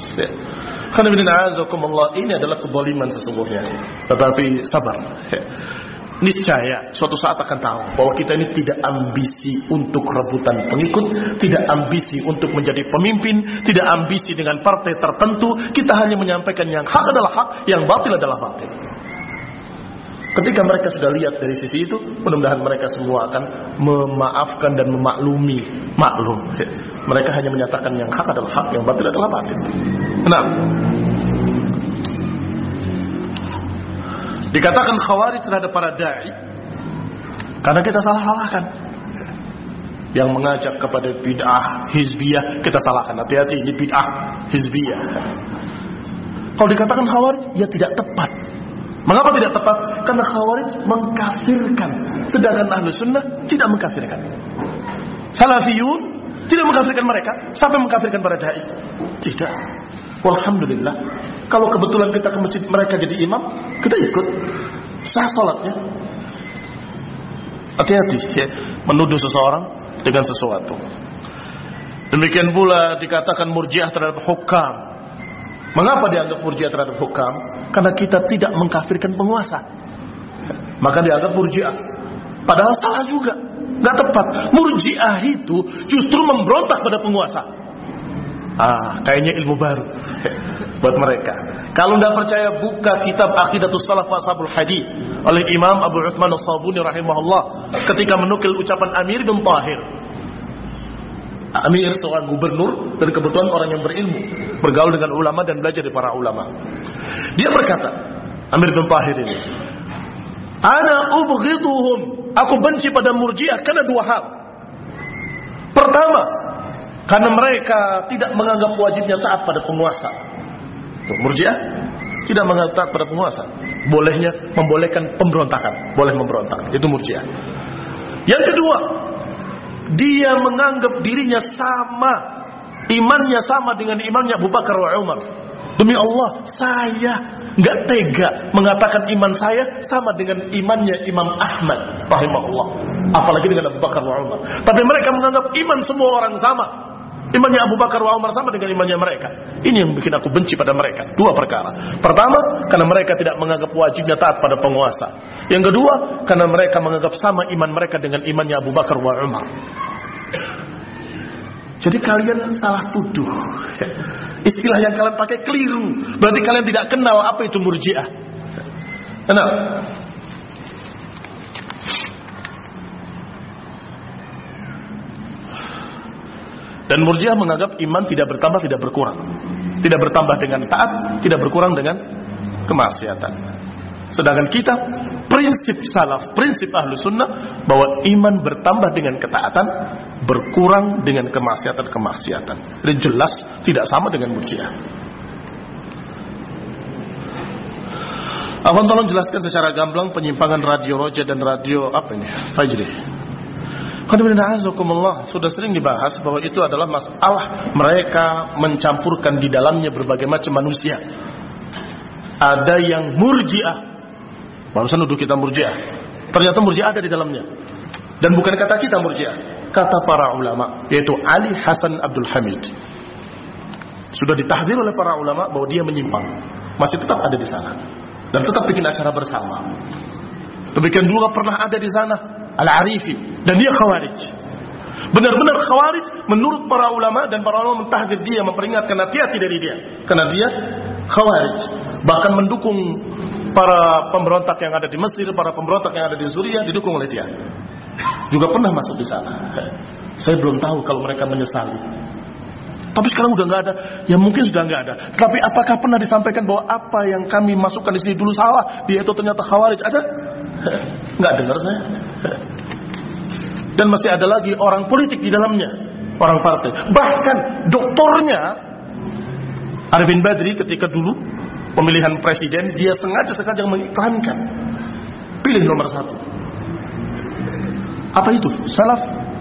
Ini adalah kezaliman sesungguhnya. Tetapi sabar. Niscaya suatu saat akan tahu bahwa kita ini tidak ambisi untuk rebutan pengikut, tidak ambisi untuk menjadi pemimpin, tidak ambisi dengan partai tertentu. Kita hanya menyampaikan yang hak adalah hak, yang batil adalah batil. Ketika mereka sudah lihat dari sisi itu, mudah-mudahan mereka semua akan memaafkan dan memaklumi. Maklum, mereka hanya menyatakan yang hak adalah hak, yang batil adalah batil. Nah, dikatakan khawarij terhadap para da'i karena kita salah-salahkan. Yang mengajak kepada bid'ah hizbiyah kita salahkan. Hati-hati, ini bid'ah hizbiyah. Kalau dikatakan khawarij, ya tidak tepat. Mengapa tidak tepat? Karena khawarij mengkafirkan, sedangkan ahlu sunnah tidak mengkafirkan. Salafiyun tidak mengkafirkan mereka. Siapa yang mengkafirkan para da'i? Tidak. Alhamdulillah. Kalau kebetulan kita ke masjid mereka jadi imam, kita ikut. Sah salatnya. Hati-hati ya, menuduh seseorang dengan sesuatu. Demikian pula dikatakan murjiah terhadap hukam. Mengapa dianggap murjiah terhadap hukam? Karena kita tidak mengkafirkan penguasa, maka dianggap murjiah. Padahal salah juga, nggak tepat. Murjiah itu justru memberontak pada penguasa. Kayaknya ilmu baru buat mereka. Kalau nggak percaya, buka kitab Aqidatus Salaf wa Ashabul Hadits oleh Imam Abu Uthman As-Sabuni rahimahullah ketika menukil ucapan Amir bin Tahir. Amir seorang gubernur dan kebetulan orang yang berilmu, bergaul dengan ulama dan belajar dari para ulama. Dia berkata, Amir bin Tahir ini, ana ubghiduhum, aku benci pada murjiah karena 2 hal. Pertama, karena mereka tidak menganggap wajibnya taat pada penguasa. Murjiah tidak menganggap taat pada penguasa. Bolehnya membolehkan pemberontakan, boleh memberontak. Itu murjiah. Yang kedua, dia menganggap dirinya sama, imannya sama dengan imannya Abu Bakar wa Umar. Demi Allah, saya nggak tega mengatakan iman saya sama dengan imannya Imam Ahmad rahimahullah, apalagi dengan Abu Bakar wa Umar. Tapi mereka menganggap iman semua orang sama. Imannya Abu Bakar wa Umar sama dengan imannya mereka. Ini yang bikin aku benci pada mereka. Dua perkara. Pertama, karena mereka tidak menganggap wajibnya taat pada penguasa. Yang kedua, karena mereka menganggap sama iman mereka dengan imannya Abu Bakar wa Umar. Jadi kalian salah tuduh. Istilah yang kalian pakai keliru. Berarti kalian tidak kenal apa itu Murji'ah. Kenal? Dan Murji'ah menganggap iman tidak bertambah, tidak berkurang. Tidak bertambah dengan taat, tidak berkurang dengan kemaksiatan. Sedangkan kita, prinsip salaf, prinsip ahlu sunnah, bahwa iman bertambah dengan ketaatan, berkurang dengan kemaksiatan-kemaksiatan. Dan jelas tidak sama dengan Murji'ah. Abang tolong jelaskan secara gamblang penyimpangan radio Roja dan radio apa ini? Fajri. Sudah sering dibahas bahwa itu adalah masalah mereka mencampurkan di dalamnya berbagai macam manusia. Ada yang Murji'ah, barusan nuduh kita Murji'ah. Ternyata Murji'ah ada di dalamnya. Dan bukan kata kita Murji'ah, kata para ulama, yaitu Ali Hasan Abdul Hamid. Sudah ditahdir oleh para ulama bahwa dia menyimpang, masih tetap ada di sana dan tetap bikin acara bersama. Demikian juga pernah ada di sana Al-Arifi, dan dia Khawarij. Benar-benar Khawarij menurut para ulama, dan para ulama mentahdir dia, memperingatkan hati-hati dari dia, karena dia Khawarij. Bahkan mendukung para pemberontak yang ada di Mesir, para pemberontak yang ada di Suriah, didukung oleh dia. Juga pernah masuk di sana. Saya belum tahu kalau mereka menyesali. Tapi sekarang udah nggak ada. Ya mungkin sudah nggak ada. Tapi apakah pernah disampaikan bahwa apa yang kami masukkan di sini dulu salah, dia itu ternyata Khawarij? Ada? Nggak dengar saya. Dan masih ada lagi orang politik di dalamnya, orang partai. Bahkan doktornya Arifin Badri ketika dulu pemilihan presiden, dia sengaja mengiklankan pilih nomor 1. Apa itu? Salaf.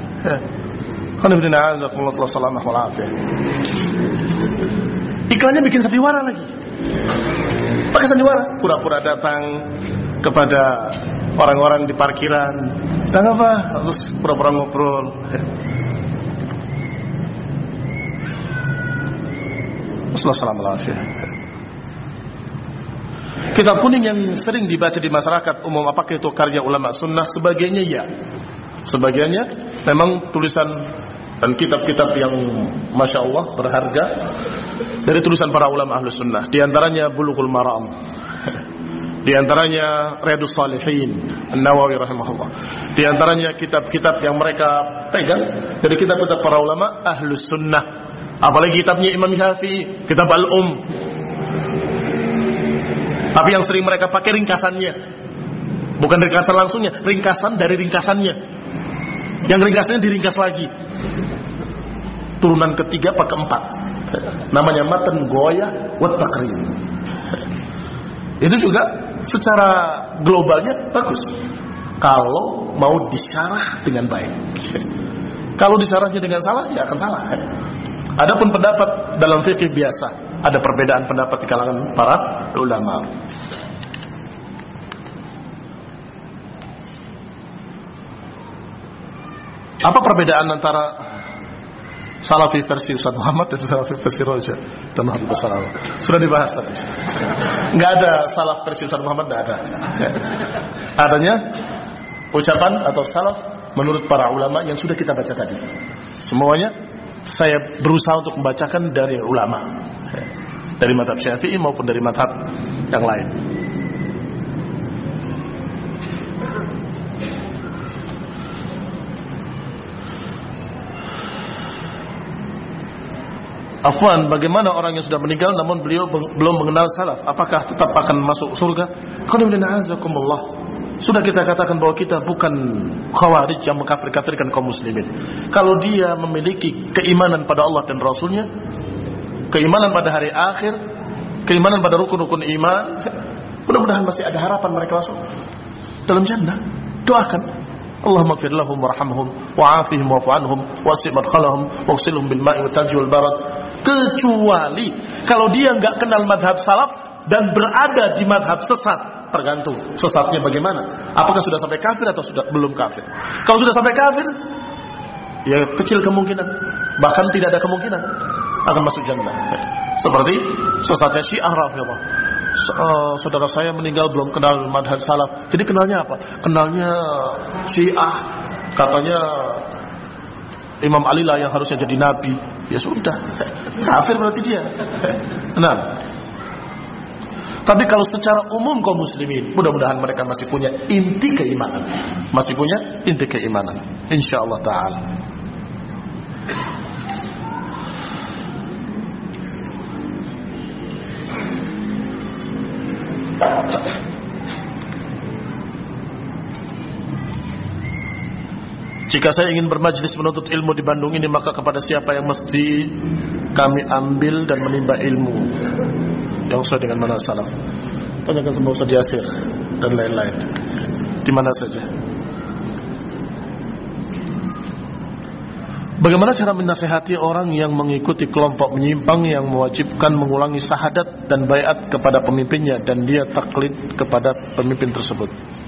Iklannya bikin sandiwara lagi. Pakai sandiwara, pura-pura datang kepada orang-orang di parkiran. Sedang apa? Terus pura-pura ngobrol. Wassalamualaikum. Kitab kuning yang sering dibaca di masyarakat umum, apakah itu karya ulama sunnah? Sebagiannya ya. Sebagiannya memang tulisan dan kitab-kitab yang Masya Allah berharga dari tulisan para ulama ahlu sunnah. Di antaranya Bulughul Maram, di antaranya Riyadhus Shalihin An-Nawawi rahimahullah. Di antaranya kitab-kitab yang mereka pegang dari kitab-kitab para ulama ahlu sunnah. Apalagi kitabnya Imam Syafi'i, kitab Al-Um. Tapi yang sering mereka pakai ringkasannya, bukan ringkasan langsungnya, ringkasan dari ringkasannya. Yang ringkasnya diringkas lagi. Turunan ketiga apa keempat. Namanya Matan Goyah wa Taqrim. Itu juga secara globalnya bagus kalau mau disyarah dengan baik. Kalau disyarahnya dengan salah, ya akan salah. Adapun pendapat dalam fikih biasa, ada perbedaan pendapat di kalangan para ulama. Apa perbedaan antara Salafi versi Ustaz Muhammad dan Salafi versi Roja? Sudah dibahas tadi. Nggak ada Salaf versi Ustaz Muhammad, nggak ada. Adanya ucapan atau salaf menurut para ulama yang sudah kita baca tadi. Semuanya saya berusaha untuk membacakan dari ulama, dari mazhab Syafi'i maupun dari mazhab yang lain. Afwan, bagaimana orang yang sudah meninggal namun beliau belum mengenal salaf, apakah tetap akan masuk surga? Sudah kita katakan bahwa kita bukan Khawarij yang mengkafir-kafirkan kaum muslimin. Kalau dia memiliki keimanan pada Allah dan Rasulnya, keimanan pada hari akhir, keimanan pada rukun-rukun iman, mudah-mudahan masih ada harapan mereka masuk dalam jannah. Doakan Allahumma ighfir lahum warhamhum wa'afihim wa'fu anhum wasi' madkhalahum waghsilhum bil ma'i wat thalji wal barad Kecuali kalau dia nggak kenal madhab salaf dan berada di madhab sesat. Tergantung sesatnya bagaimana. Apakah sudah sampai kafir atau sudah belum kafir. Kalau sudah sampai kafir, ya kecil kemungkinan, bahkan tidak ada kemungkinan akan masuk jannah. Seperti sesatnya Syiah Rafidhah. Saudara saya meninggal belum kenal madhab salaf. Jadi kenalnya apa? Kenalnya Syiah. Katanya Imam Ali lah yang harusnya jadi nabi. Ya sudah, kafir berarti dia. Nah, tapi kalau secara umum kaum muslimin, mudah-mudahan mereka masih punya inti keimanan. Masih punya inti keimanan, insyaallah taala. Jika saya ingin bermajlis menuntut ilmu di Bandung ini, maka kepada siapa yang mesti kami ambil dan menimba ilmu yang sesuai dengan manhaj salaf? Tanyakan sama Ustaz Yasir dan lain-lain. Di mana saja. Bagaimana cara menasihati orang yang mengikuti kelompok menyimpang yang mewajibkan mengulangi syahadat dan baiat kepada pemimpinnya dan dia taklid kepada pemimpin tersebut?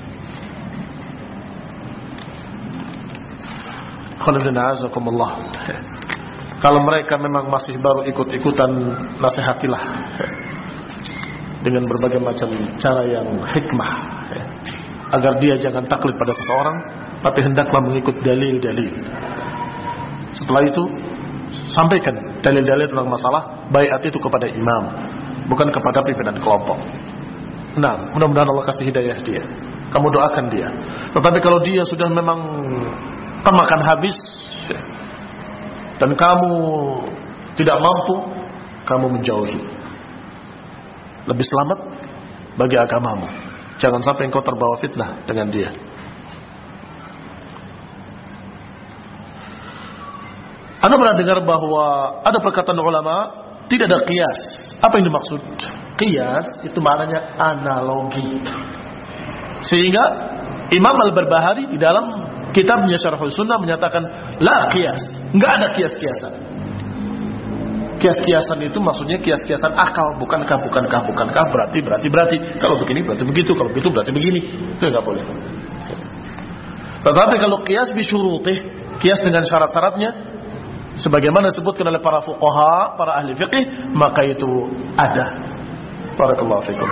Kalau mereka memang masih baru ikut-ikutan, nasihatilah dengan berbagai macam cara yang hikmah, agar dia jangan taklid pada seseorang, tapi hendaklah mengikut dalil-dalil. Setelah itu sampaikan dalil-dalil tentang masalah baiat itu kepada imam, bukan kepada pimpinan kelompok. Nah, mudah-mudahan Allah kasih hidayah dia. Kamu doakan dia. Tetapi kalau dia sudah memang makan habis dan kamu tidak mampu, kamu menjauhi. Lebih selamat bagi agamamu. Jangan sampai engkau terbawa fitnah dengan dia. Anda pernah dengar bahwa ada perkataan ulama tidak ada qiyas. Apa yang dimaksud? Qiyas itu maknanya analogi. Sehingga Imam Al-Barbahari di dalam kitabnya Syarhus Sunnah menyatakan la qiyas, enggak ada kias-kiasan. Kias-kiasan itu maksudnya kias-kiasan akal, bukankah berarti kalau begini berarti begitu, kalau begitu berarti begini. Itu enggak boleh. Tetapi kalau qiyas bi syurutih, qiyas dengan syarat-syaratnya sebagaimana disebutkan oleh para fuqaha, para ahli fiqih, maka itu ada. Barakallahu fikum.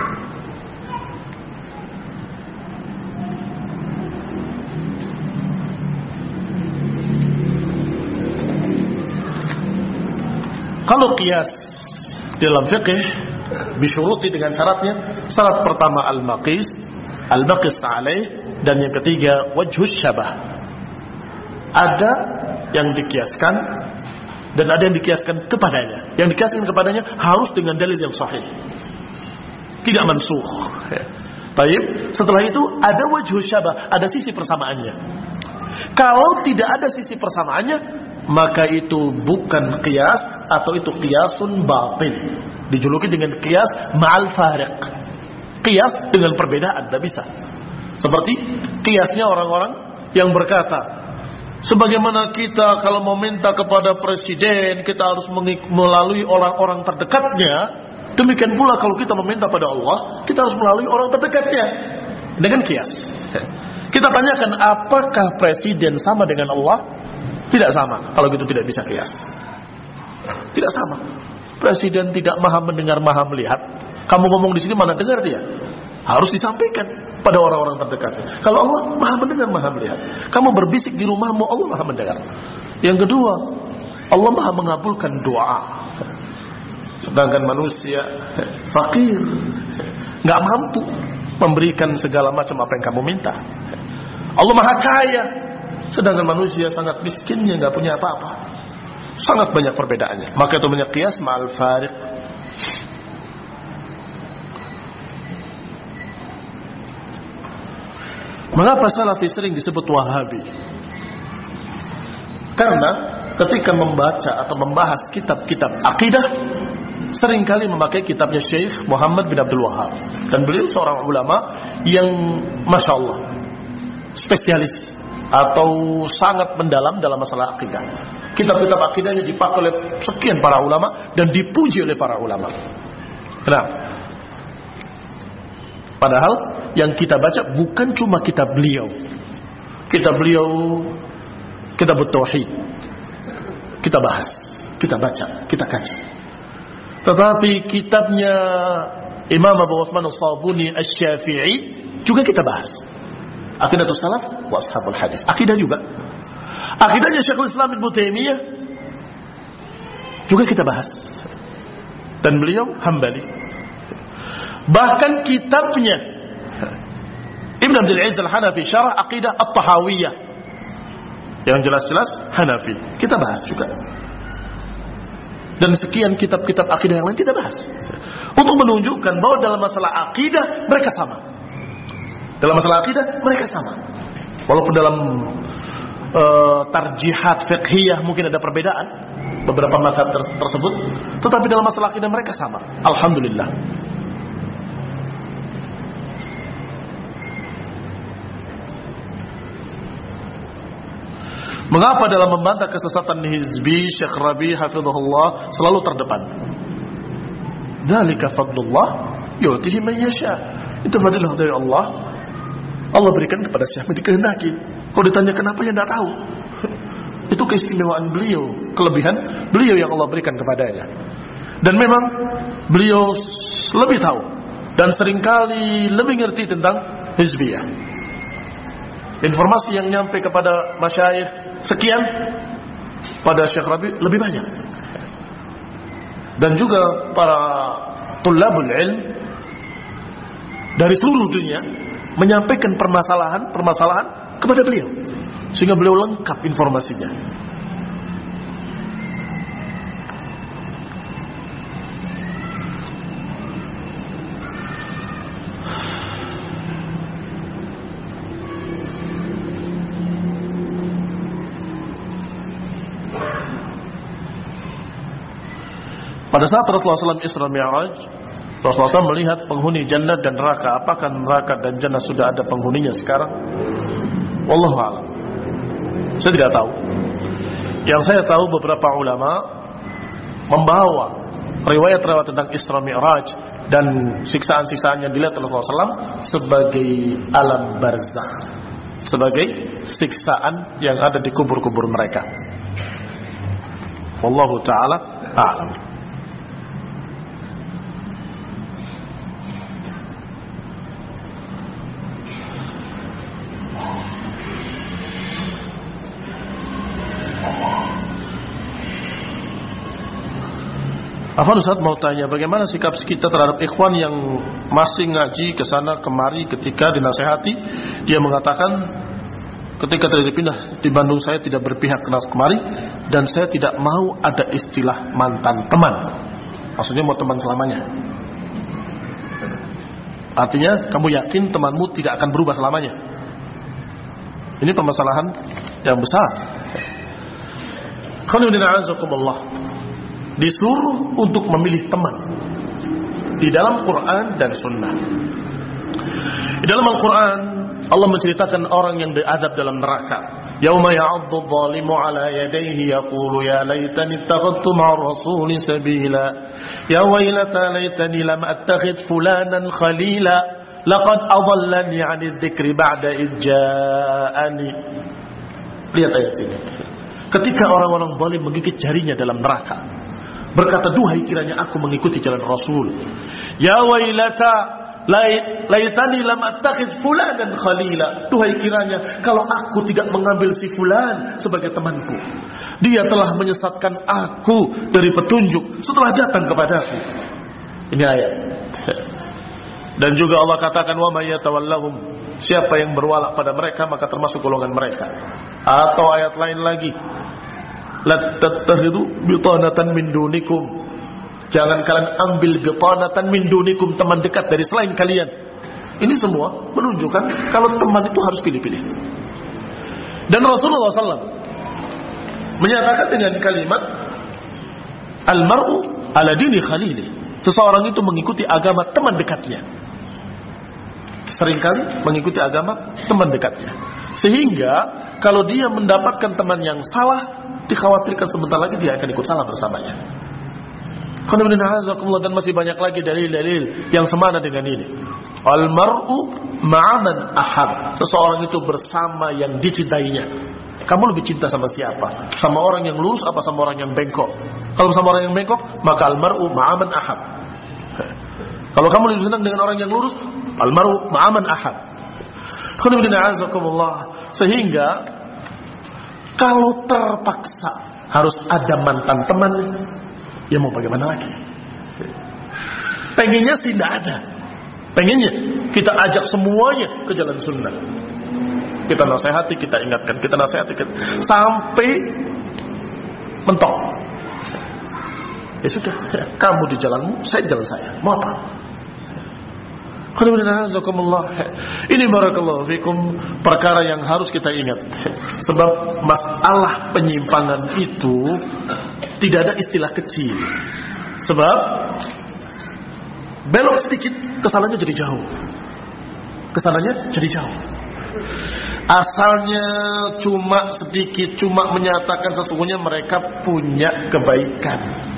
Kalau qiyas dalam fiqih bisyuruti dengan syaratnya, syarat pertama al-maqis alaih, dan yang ketiga wajhus syabah. Ada yang dikiaskan dan ada yang dikiaskan kepadanya. Yang dikiaskan kepadanya harus dengan dalil yang sahih, tidak mansukh. Baik, setelah itu ada wajhus syabah, ada sisi persamaannya. Kalau tidak ada sisi persamaannya, maka itu bukan qiyas atau itu qiyasun batil. Dijuluki dengan qiyas ma'al fariq. Qiyas dengan perbedaan, tidak bisa. Seperti qiyasnya orang-orang yang berkata, sebagaimana kita kalau mau minta kepada presiden, kita harus melalui orang-orang terdekatnya, demikian pula kalau kita meminta pada Allah, kita harus melalui orang terdekatnya. Dengan qiyas. Kita tanyakan, apakah presiden sama dengan Allah? Tidak sama. Kalau gitu tidak bisa qiyas. Tidak sama. Presiden tidak maha mendengar, maha melihat. Kamu ngomong di sini mana dengar dia? Harus disampaikan pada orang-orang terdekatnya. Kalau Allah maha mendengar, maha melihat. Kamu berbisik di rumahmu, Allah maha mendengar. Yang kedua, Allah maha mengabulkan doa. Sedangkan manusia fakir, nggak mampu memberikan segala macam apa yang kamu minta. Allah maha kaya, sedangkan manusia sangat miskinnya, nggak punya apa-apa. Sangat banyak perbedaannya. Maka itu banyak qiyas ma'al fariq. Mengapa Salafi sering disebut Wahabi? Karena ketika membaca atau membahas kitab-kitab akidah, seringkali memakai kitabnya Syekh Muhammad bin Abdul Wahhab. Dan beliau seorang ulama yang Masya Allah spesialis atau sangat mendalam dalam masalah akidah. Kitab-kitab akidahnya dipakai oleh sekian para ulama dan dipuji oleh para ulama. Kenapa? Padahal yang kita baca bukan cuma kitab beliau. Kitab beliau, kitab tauhid. Kita bahas, kita baca, kita kaji. Tetapi kitabnya Imam Abu Uthman As-Sabuni Asy-Syafi'i juga kita bahas. Aqidatus Salaf wa Ashabul Hadis. Akidah juga. Akidahnya Syekhul Islam Ibnu Taimiyah juga kita bahas. Dan beliau Hambali. Bahkan kitabnya Ibn Abdul Aziz Al-Hanafi Syarah Aqidah At-Tahawiyah yang jelas-jelas Hanafi kita bahas juga. Dan sekian kitab-kitab akidah yang lain kita bahas. Untuk menunjukkan bahwa dalam masalah akidah mereka sama. Dalam masalah akidah mereka sama. Walaupun dalam tarjihat fiqhiyah mungkin ada perbedaan beberapa mazhab tersebut, tetapi dalam masalah akidah mereka sama. Alhamdulillah. Mengapa dalam membantah kesesatan hizbi Syekh Rabi hafizahullah selalu terdepan? Dzalika fadlullah yu'tihi man yasha. Itu fadilah dari Allah. Allah berikan kepada siapa dikehendaki. Kalau ditanya kenapa ya tidak tahu. Itu keistimewaan beliau, kelebihan beliau yang Allah berikan kepadanya. Dan memang beliau lebih tahu dan seringkali lebih ngerti tentang hizbiyah. Informasi yang nyampe kepada masyayikh sekian, pada Syekh Rabi lebih banyak. Dan juga para tulabul ilm dari seluruh dunia menyampaikan permasalahan kepada beliau, sehingga beliau lengkap informasinya. Pada saat Rasulullah SAW Isra Mi'raj, Rasulullah SAW melihat penghuni jannah dan neraka. Apakah neraka dan jannah sudah ada penghuninya sekarang? Wallahu a'lam. Saya tidak tahu. Yang saya tahu beberapa ulama membawa riwayat-riwayat tentang Isra Mi'raj dan siksaan-siksaan yang dilihat oleh Rasulullah SAW sebagai alam barzakh, sebagai siksaan yang ada di kubur-kubur mereka. Wallahu ta'ala a'lam. Afwan Ustaz mau tanya, bagaimana sikap kita terhadap ikhwan yang masih ngaji ke sana kemari, ketika dinasehati dia mengatakan ketika tidak dipindah di Bandung saya tidak berpihak kemari dan saya tidak mau ada istilah mantan teman. Maksudnya mau teman selamanya. Artinya kamu yakin temanmu tidak akan berubah selamanya. Ini permasalahan yang besar. Qanunina azakumullah. Disuruh untuk memilih teman di dalam Quran dan Sunnah. Di dalam Al-Quran Allah menceritakan orang yang diadab dalam neraka. Yauma ya'addu adh-dhalimu 'ala yadayhi yaqulu ya laitani ittakhadtu ma'ar rasuli sabila. Ya waylata laitani lam attakhidh fulanan khalila. Laqad adallani 'ani adh-dhikri ba'da idh ja'ani. Lihat ayat ini. Ketika orang-orang zalim menggigit jarinya dalam neraka, berkata, duhai kiranya aku mengikuti jalan Rasul. Ya wailata laitani lam attakhidh fulanan khalila. Duhai kiranya kalau aku tidak mengambil si fulan sebagai temanku. Dia telah menyesatkan aku dari petunjuk setelah datang kepadaku. Ini ayat. Dan juga Allah katakan wa may yatawallahum, siapa yang berwala pada mereka maka termasuk golongan mereka. Atau ayat lain lagi, la tattakhidu bitanatan min dunikum, jangan kalian ambil bitanatan min dunikum, teman dekat dari selain kalian. Ini semua menunjukkan kalau teman itu harus pilih-pilih. Dan Rasulullah SAW menyatakan dengan kalimat al-mar'u ala dini khalili, seseorang itu mengikuti agama teman dekatnya. Seringkali mengikuti agama teman dekatnya. Sehingga kalau dia mendapatkan teman yang salah, dikhawatirkan sebentar lagi dia akan ikut salah bersamanya. Dan masih banyak lagi dalil-dalil yang semana dengan ini. Al-mar'u ma'aman ahab. Seseorang itu bersama yang dicintainya. Kamu lebih cinta sama siapa? Sama orang yang lurus apa sama orang yang bengkok? Kalau sama orang yang bengkok, maka al-mar'u ma'aman ahab. Kalau kamu lebih senang dengan orang yang lurus, al-mar'u ma'aman ahab. Sehingga kalau terpaksa harus ada mantan teman, ya mau bagaimana lagi? Pengennya sih tidak ada. Pengennya kita ajak semuanya ke jalan sunnah. Kita nasihati, kita ingatkan, kita nasihati sampai mentok. Ya sudah, kamu di jalanmu, saya di jalan saya. Mau apa? Ini barakallahu fikum perkara yang harus kita ingat. Sebab masalah penyimpangan itu tidak ada istilah kecil. Sebab belok sedikit kesananya jadi jauh. Kesananya jadi jauh. Asalnya cuma sedikit, cuma menyatakan sesungguhnya mereka punya kebaikan.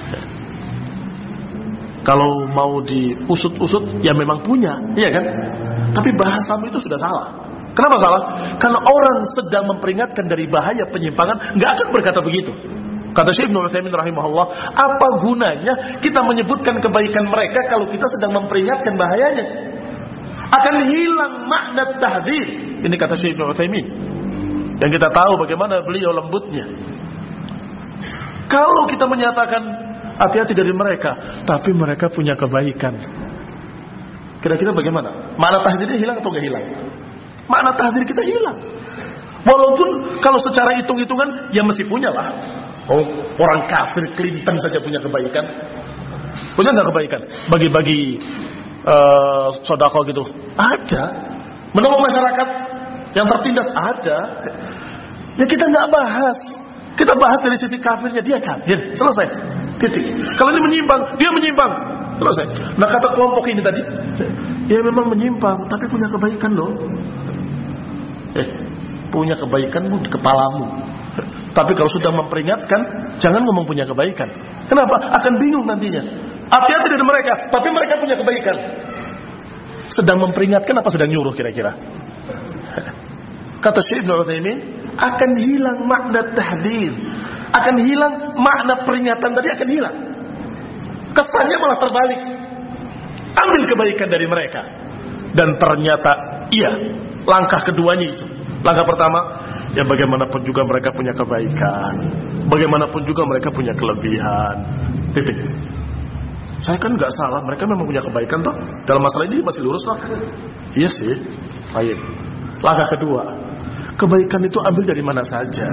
Kalau mau diusut-usut, ya memang punya, iya kan? Tapi bahasamu itu sudah salah. Kenapa salah? Karena orang sedang memperingatkan dari bahaya penyimpangan, nggak akan berkata begitu. Kata Syekh Ibnu Utsaimin rahimahullah, apa gunanya kita menyebutkan kebaikan mereka kalau kita sedang memperingatkan bahayanya? Akan hilang makna tahdzir. Ini kata Syekh Ibnu Utsaimin. Dan kita tahu bagaimana beliau lembutnya. Kalau kita menyatakan hati-hati dari mereka, tapi mereka punya kebaikan, kira-kira bagaimana? Makna tahdzirnya hilang atau nggak hilang? Makna tahdzir kita hilang. Walaupun kalau secara hitung-hitungan ya mesti punya lah. Oh, orang kafir Clinton saja punya kebaikan. Punya nggak kebaikan? Bagi-bagi sedekah gitu. Ada. Menolong masyarakat yang tertindas ada. Ya kita nggak bahas. Kita bahas dari sisi kafirnya, dia kafir. Selesai. Titik. Kalau ini menyimpang, dia menyimpang. Selesai. Nah kata kelompok ini tadi, ya memang menyimpang, tapi punya kebaikan loh. Punya kebaikanmu di kepalamu. Tapi kalau sudah memperingatkan, jangan ngomong punya kebaikan. Kenapa? Akan bingung nantinya. Hati-hati dari mereka, tapi mereka punya kebaikan. Sedang memperingatkan apa sedang nyuruh kira-kira? Kata Syekh Ibnu Utsaimin, akan hilang makna tahdzir, akan hilang makna peringatan tadi, akan hilang. Kesannya malah terbalik. Ambil kebaikan dari mereka. Dan ternyata iya, langkah keduanya itu. Langkah pertama, ya bagaimanapun juga mereka punya kebaikan, bagaimanapun juga mereka punya kelebihan. Titik. Saya kan nggak salah, mereka memang punya kebaikan toh. Dalam masalah ini masih lurus lah. Iya sih. Baik. Langkah kedua, kebaikan itu ambil dari mana saja.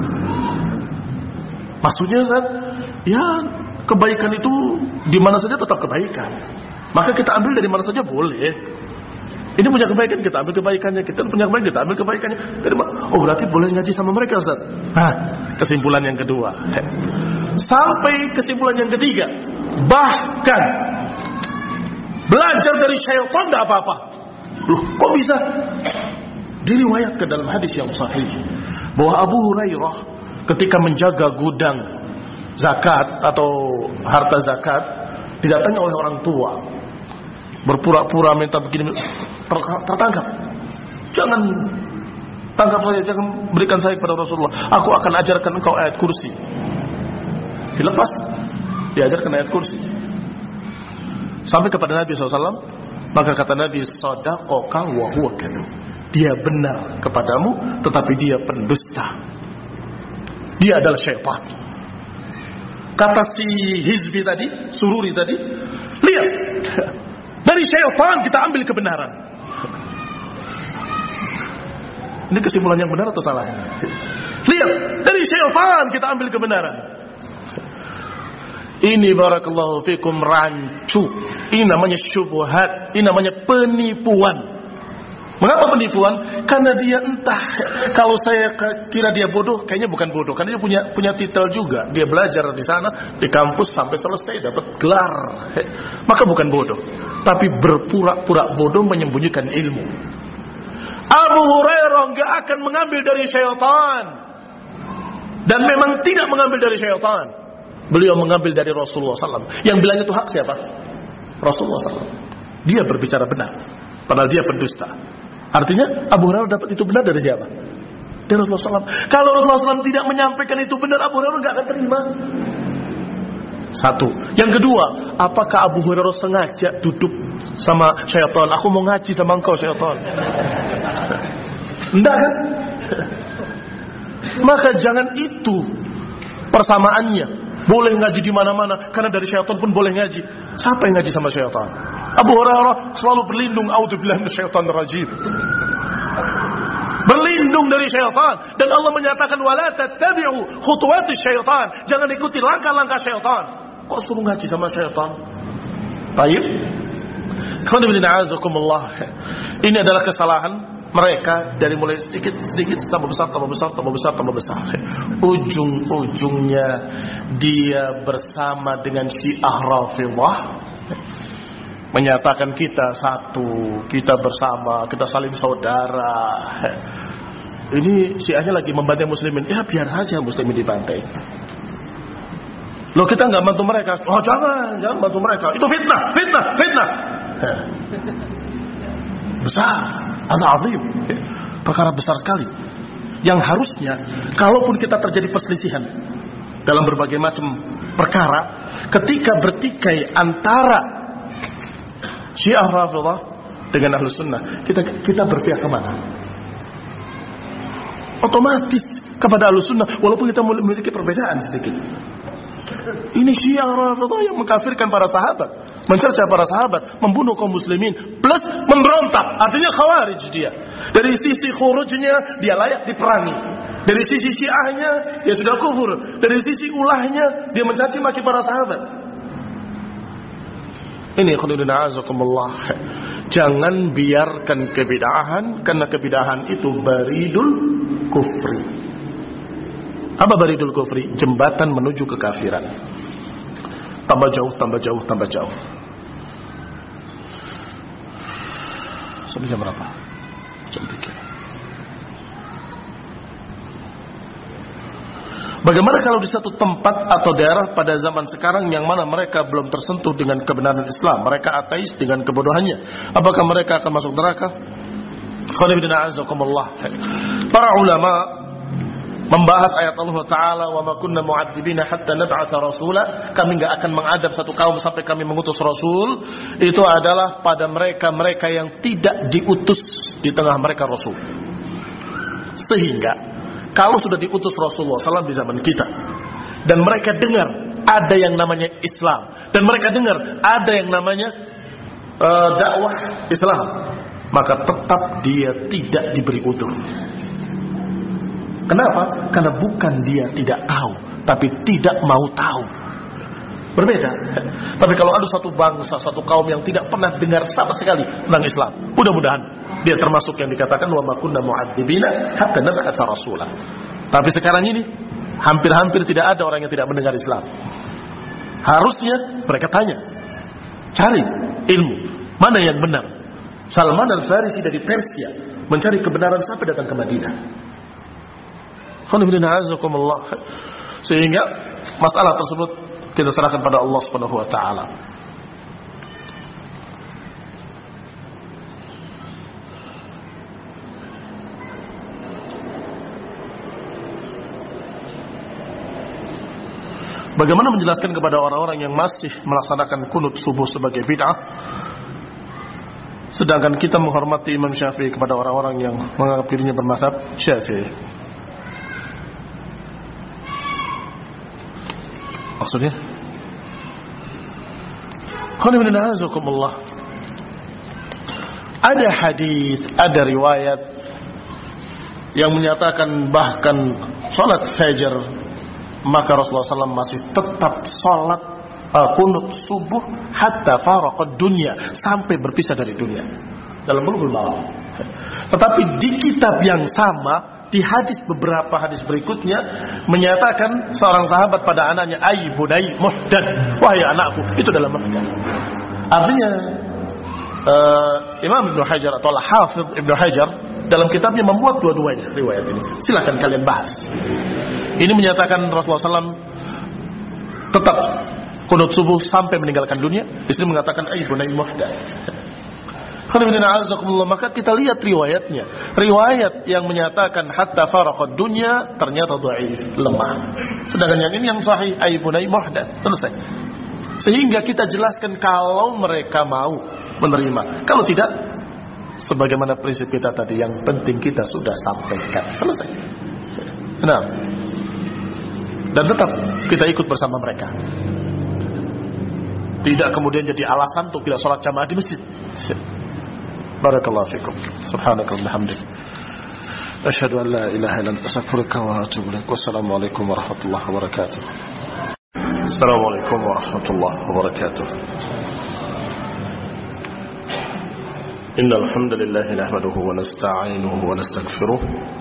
Maksudnya kan, ya kebaikan itu di mana saja tetap kebaikan. Maka kita ambil dari mana saja boleh. Ini punya kebaikan, kita ambil kebaikannya. Kita punya kebaikan, kita ambil kebaikannya. Oh berarti boleh ngaji sama mereka Ustaz. Nah, kesimpulan yang kedua. Sampai kesimpulan yang ketiga. Bahkan belajar dari syaitan tidak apa-apa. Loh, kok bisa? Diriwayatkan dalam hadis yang sahih bahwa Abu Hurairah ketika menjaga gudang zakat atau harta zakat didatangi oleh orang tua, berpura-pura minta begini, tertangkap. Jangan tangkap saya, jangan berikan saya kepada Rasulullah. Aku akan ajarkan engkau ayat kursi. Dilepas, diajarkan ayat kursi. Sampai kepada Nabi SAW, maka kata Nabi, sadaqaka wa huwa kadzdzab. Dia benar kepadamu, tetapi dia pendusta. Dia adalah syaitan. Kata si Hizbi tadi, Sururi tadi, lihat, dari syaitan kita ambil kebenaran. Ini kesimpulan yang benar atau salah? Lihat, dari syaitan kita ambil kebenaran. Ini barakallahu fikum rancu. Ini namanya syubhat. Ini namanya penipuan. Mengapa penipuan? Karena dia entah, kalau saya kira dia bodoh, kayaknya bukan bodoh, karena dia punya titel juga. Dia belajar di sana, di kampus sampai selesai dapat gelar. Maka bukan bodoh, tapi berpura-pura bodoh menyembunyikan ilmu. Abu Hurairah nggak akan mengambil dari syaitan, dan memang tidak mengambil dari syaitan. Beliau mengambil dari Rasulullah SAW. Yang bilang itu hak siapa? Rasulullah SAW. Dia berbicara benar, padahal dia pendusta. Artinya Abu Hurairah dapat itu benar dari siapa? Dari Rasulullah SAW. Kalau Rasulullah SAW tidak menyampaikan itu benar, Abu Hurairah nggak akan terima. Satu. Yang kedua, apakah Abu Hurairah sengaja duduk sama syaitan? Aku mau ngaji sama engkau syaitan. Enggak kan? Maka jangan itu persamaannya. Boleh ngaji di mana-mana, karena dari syaitan pun boleh ngaji. Siapa yang ngaji sama syaitan? Abu Hurairah selalu berlindung, a'udzubillahi minasyaitonir rajim. Berlindung dari syaitan, dan Allah menyatakan wala tattabi'u khutuwatis syaitan. Jangan ikuti langkah-langkah syaitan. Kok suruh ngaji sama syaitan? Baik. Ini adalah kesalahan mereka dari mulai sedikit tambah besar. Ujung-ujungnya dia bersama dengan Syiah Rafidhah, menyatakan kita satu, kita bersama, kita saling saudara. Ini Syiahnya lagi membantai muslimin. Ya biar saja muslimin dibantai. Loh, kita nggak bantu mereka. Oh jangan bantu mereka. Itu fitnah. Besar, azim, perkara besar sekali. Yang harusnya, kalaupun kita terjadi perselisihan dalam berbagai macam perkara, ketika bertikai antara Syiah Rafidhah dengan Ahlus Sunnah, kita berpihak kemana? Otomatis kepada Ahlus Sunnah, walaupun kita memiliki perbedaan sedikit. Ini Syiah Rafidhah yang mengkafirkan para sahabat, mencerca para sahabat, membunuh kaum muslimin, plus memberontak. Artinya khawarij dia. Dari sisi khurujnya dia layak diperangi. Dari sisi Syiahnya dia sudah kufur. Dari sisi ulahnya dia mencaci maki para sahabat. Ini khududun a'azakumullah. Jangan biarkan kebid'ahan, karena kebid'ahan itu baridul kufri. Apa baridul kufri? Jembatan menuju kekafiran. Tambah jauh. Sampai jam berapa? Jam 3. Bagaimana kalau di satu tempat atau daerah pada zaman sekarang yang mana mereka belum tersentuh dengan kebenaran Islam, mereka ateis dengan kebodohannya, apakah mereka akan masuk neraka? Para ulama membahas ayat Allah Ta'ala, wa ma kunna mu'adzibina hatta nab'atha rasula, kami enggak akan mengadab satu kaum sampai kami mengutus rasul. Itu adalah pada mereka yang tidak diutus di tengah mereka rasul. Sehingga kalau sudah diutus Rasulullah SAW di zaman kita, dan mereka dengar ada yang namanya Islam, dan mereka dengar ada yang namanya dakwah Islam, maka tetap dia tidak diberi udzur. Kenapa? Karena bukan dia tidak tahu, tapi tidak mau tahu. Berbeda. Tapi kalau ada satu bangsa, satu kaum yang tidak pernah dengar sama sekali tentang Islam, mudah-mudahan dia termasuk yang dikatakan wa ma kunna mu'adzibina hatta nab'atha rasula. Tapi sekarang ini hampir-hampir tidak ada orang yang tidak mendengar Islam. Harusnya mereka tanya, cari ilmu mana yang benar. Salman Al-Farisi dari Persia mencari kebenaran sampai datang ke Madinah. Sehingga masalah tersebut kita serahkan pada Allah Subhanahu wa taala. Bagaimana menjelaskan kepada orang-orang yang masih melaksanakan kunut subuh sebagai bid'ah, sedangkan kita menghormati Imam Syafi'i, kepada orang-orang yang menganggap dirinya bermadzhab Syafi'i? Maksudnya, ada hadis, ada riwayat yang menyatakan bahkan salat fajar, maka Rasulullah SAW masih tetap salat kunut subuh hatta faraqad dunya, sampai berpisah dari dunia, dalam Bulughul Maram. Tetapi di kitab yang sama, di hadis, beberapa hadis berikutnya menyatakan seorang sahabat pada anaknya, ay bunai muhdad, wahai anakku, itu dalam Makkah. Artinya Imam Ibnu Hajar atau Al-Hafidh Ibnu Hajar dalam kitabnya membuat dua-duanya riwayat ini. Silakan kalian bahas. Ini menyatakan Rasulullah SAW tetap qunut subuh sampai meninggalkan dunia. Istri mengatakan aibunai muhdath. Maka kita lihat riwayatnya. Riwayat yang menyatakan hatta faraqad dunya ternyata dhaif, lemah. Sedangkan yang ini yang sahih aibunai muhdath. Selesai. Sehingga kita jelaskan kalau mereka mau menerima. Kalau tidak, sebagaimana prinsip kita tadi, yang penting kita sudah sampaikan. Selesai. Nah, dan tetap kita ikut bersama mereka. Tidak kemudian jadi alasan untuk tidak sholat jamaah di masjid. Barakallahu fikum. Subhanakallahumma hamdik. Asyhadu an la ilaha illa anta astaghfiruka wa atubu ilaik. Wassalamualaikum warahmatullahi wabarakatuh. Assalamualaikum warahmatullahi wabarakatuh. Innal hamdalillah nahmaduhu wa nasta'inuhu wa nastaghfiruh.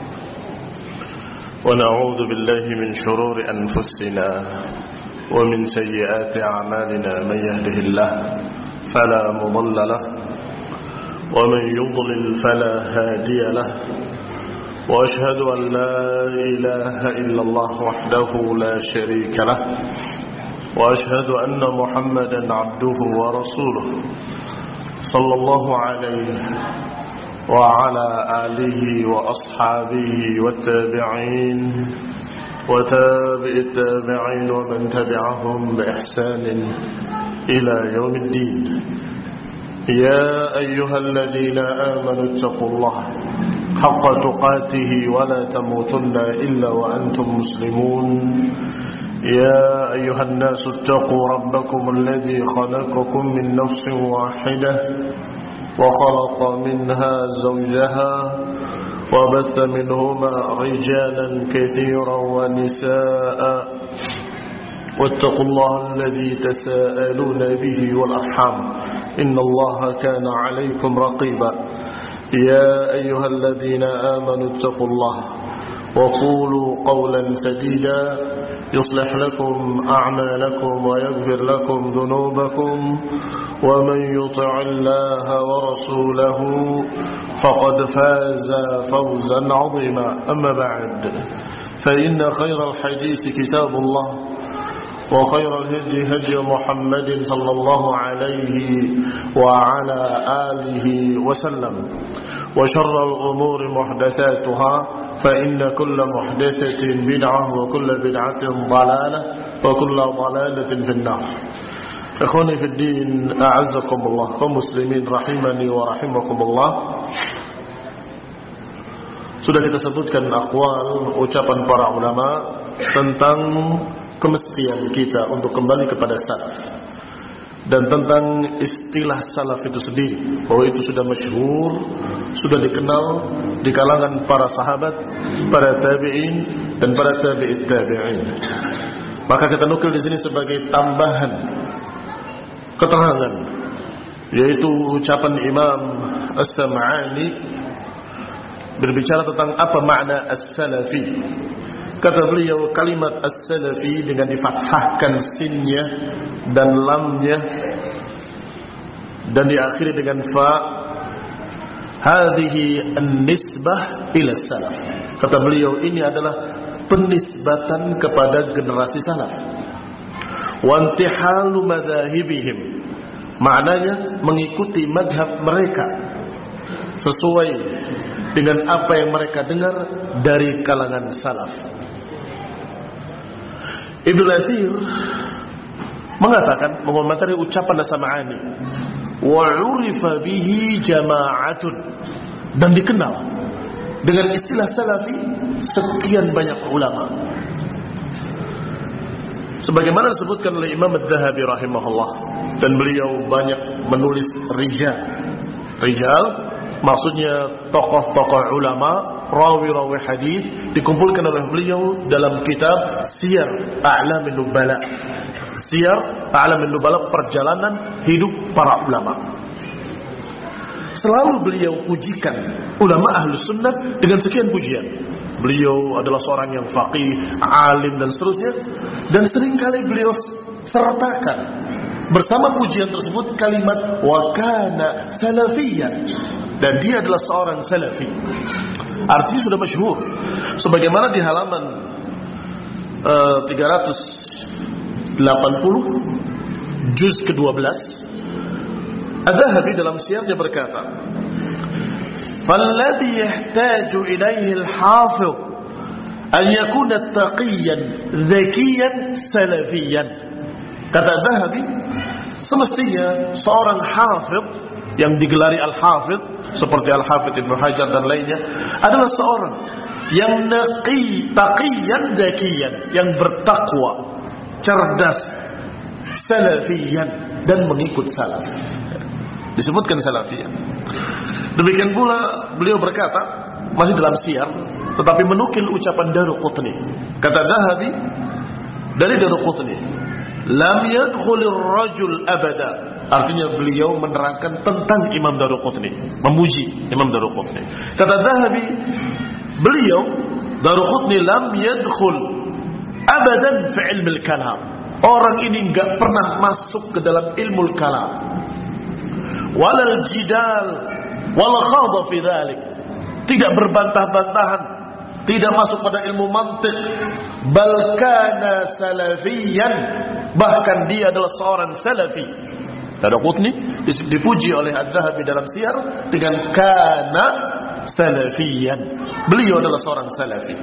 Wa na'udzu billahi min shururi anfusina wa min sayyiati a'malina man yahdihillahu fala mudilla lahu wa man yudlil fala hadiya lahu. Wa ashhadu an la ilaha illallah wahdahu la sharika lahu. وأشهد أن محمدا عبده ورسوله صلى الله عليه وعلى آله وأصحابه والتابعين وتابع التابعين ومن تبعهم بإحسان إلى يوم الدين. يا أيها الذين آمنوا اتقوا الله حق تقاته ولا تموتن إلا وأنتم مسلمون. يا أيها الناس اتقوا ربكم الذي خلقكم من نفس واحدة وخلق منها زوجها وبث منهما رجالا كثيرا ونساء واتقوا الله الذي تساءلون به والأرحام إن الله كان عليكم رقيبا. يا أيها الذين آمنوا اتقوا الله وقولوا قولا سديدا يصلح لكم أعمالكم ويغفر لكم ذنوبكم ومن يطع الله ورسوله فقد فاز فوزا عظيما. أما بعد فإن خير الحديث كتاب الله وخير الهدي هدي محمد صلى الله عليه وعلى آله وسلم وشر الأمور محدثاتها فإن كل محدثة بدعة وكل بدعة ضلالة وكل ضلالة في النار. إخواني في الدين أعزكم الله ومسلمين رحمني ورحمكم الله. Sudah kita sebutkan aqwal, ucapan para ulama tentang kemestian kita untuk kembali kepada salaf, dan tentang istilah salaf itu sendiri, bahwa itu sudah masyhur, sudah dikenal di kalangan para sahabat, para tabi'in, dan para tabi'it tabi'in. Maka kita nukil di sini sebagai tambahan keterangan, yaitu ucapan Imam As-Sam'ani berbicara tentang apa makna as-salafi. Kata beliau, kalimat as-salafi dengan difathahkan sinnya dan lamnya dan diakhiri dengan fa, hadhihi an-nisbah ila salaf. Kata beliau, ini adalah penisbatan kepada generasi salaf. Wa intihalu madzahibihim, maknanya mengikuti madhab mereka sesuai dengan apa yang mereka dengar dari kalangan salaf. Ibnu Athir mengatakan, mengomentari ucapan As-Sam'ani, wa 'urifa bihi jama'atun, dan dikenal dengan istilah salafi sekian banyak ulama. Sebagaimana disebutkan oleh Imam Adz-Dzahabi rahimahullah, dan beliau banyak menulis rijal. Rijal maksudnya tokoh-tokoh ulama, rawi-rawi hadis, dikumpulkan oleh beliau dalam kitab Siyar A'lamin Nubala. Siyar A'lamin Nubala, perjalanan hidup para ulama. Selalu beliau pujikan ulama Ahlus Sunnah dengan sekian pujian. Beliau adalah seorang yang faqih, alim, dan seterusnya. Dan seringkali beliau sertakan bersama pujian tersebut kalimat wa kana salafiyyan. dan dia adalah seorang salafi. Artinya sudah masyhur. Sebagaimana di halaman 380 juz ke-12, Az-Zahabi dalam syiarnya berkata, "Falladhi yahtaju ilayhi al-hafiz an yakuna taqiyan, zakiyan, salafiyan." Kata Az-Zahabi, semestinya seorang hafidh yang digelari al-hafidh seperti al-hafidh Ibnu Hajar dan lainnya adalah seorang yang taqiyan, zakiyan, yang bertakwa, cerdas, salafiyan, dan mengikut salaf. Disebutkan salafiyan. Demikian pula beliau berkata, masih dalam syiar, tetapi menukil ucapan Daruqutni. Kata Zahabi dari Daruqutni, lam yadkhulir rajul abada. Artinya beliau menerangkan tentang Imam Daruqutni, memuji Imam Daruqutni. Kata Zahabi, beliau Daruqutni lam yadkhul abadan fi ilmil kalam. Orang ini enggak pernah masuk ke dalam ilmu kalam. Walal jidal wal khawda fi dzalik. Tidak berbantah-bantahan, tidak masuk pada ilmu mantiq. Bal kana salafiyan, bahkan dia adalah seorang salafi. Daruqutni dipuji oleh Az-Zahabi dalam syiar dengan kana salafiyan. Beliau adalah seorang salafi.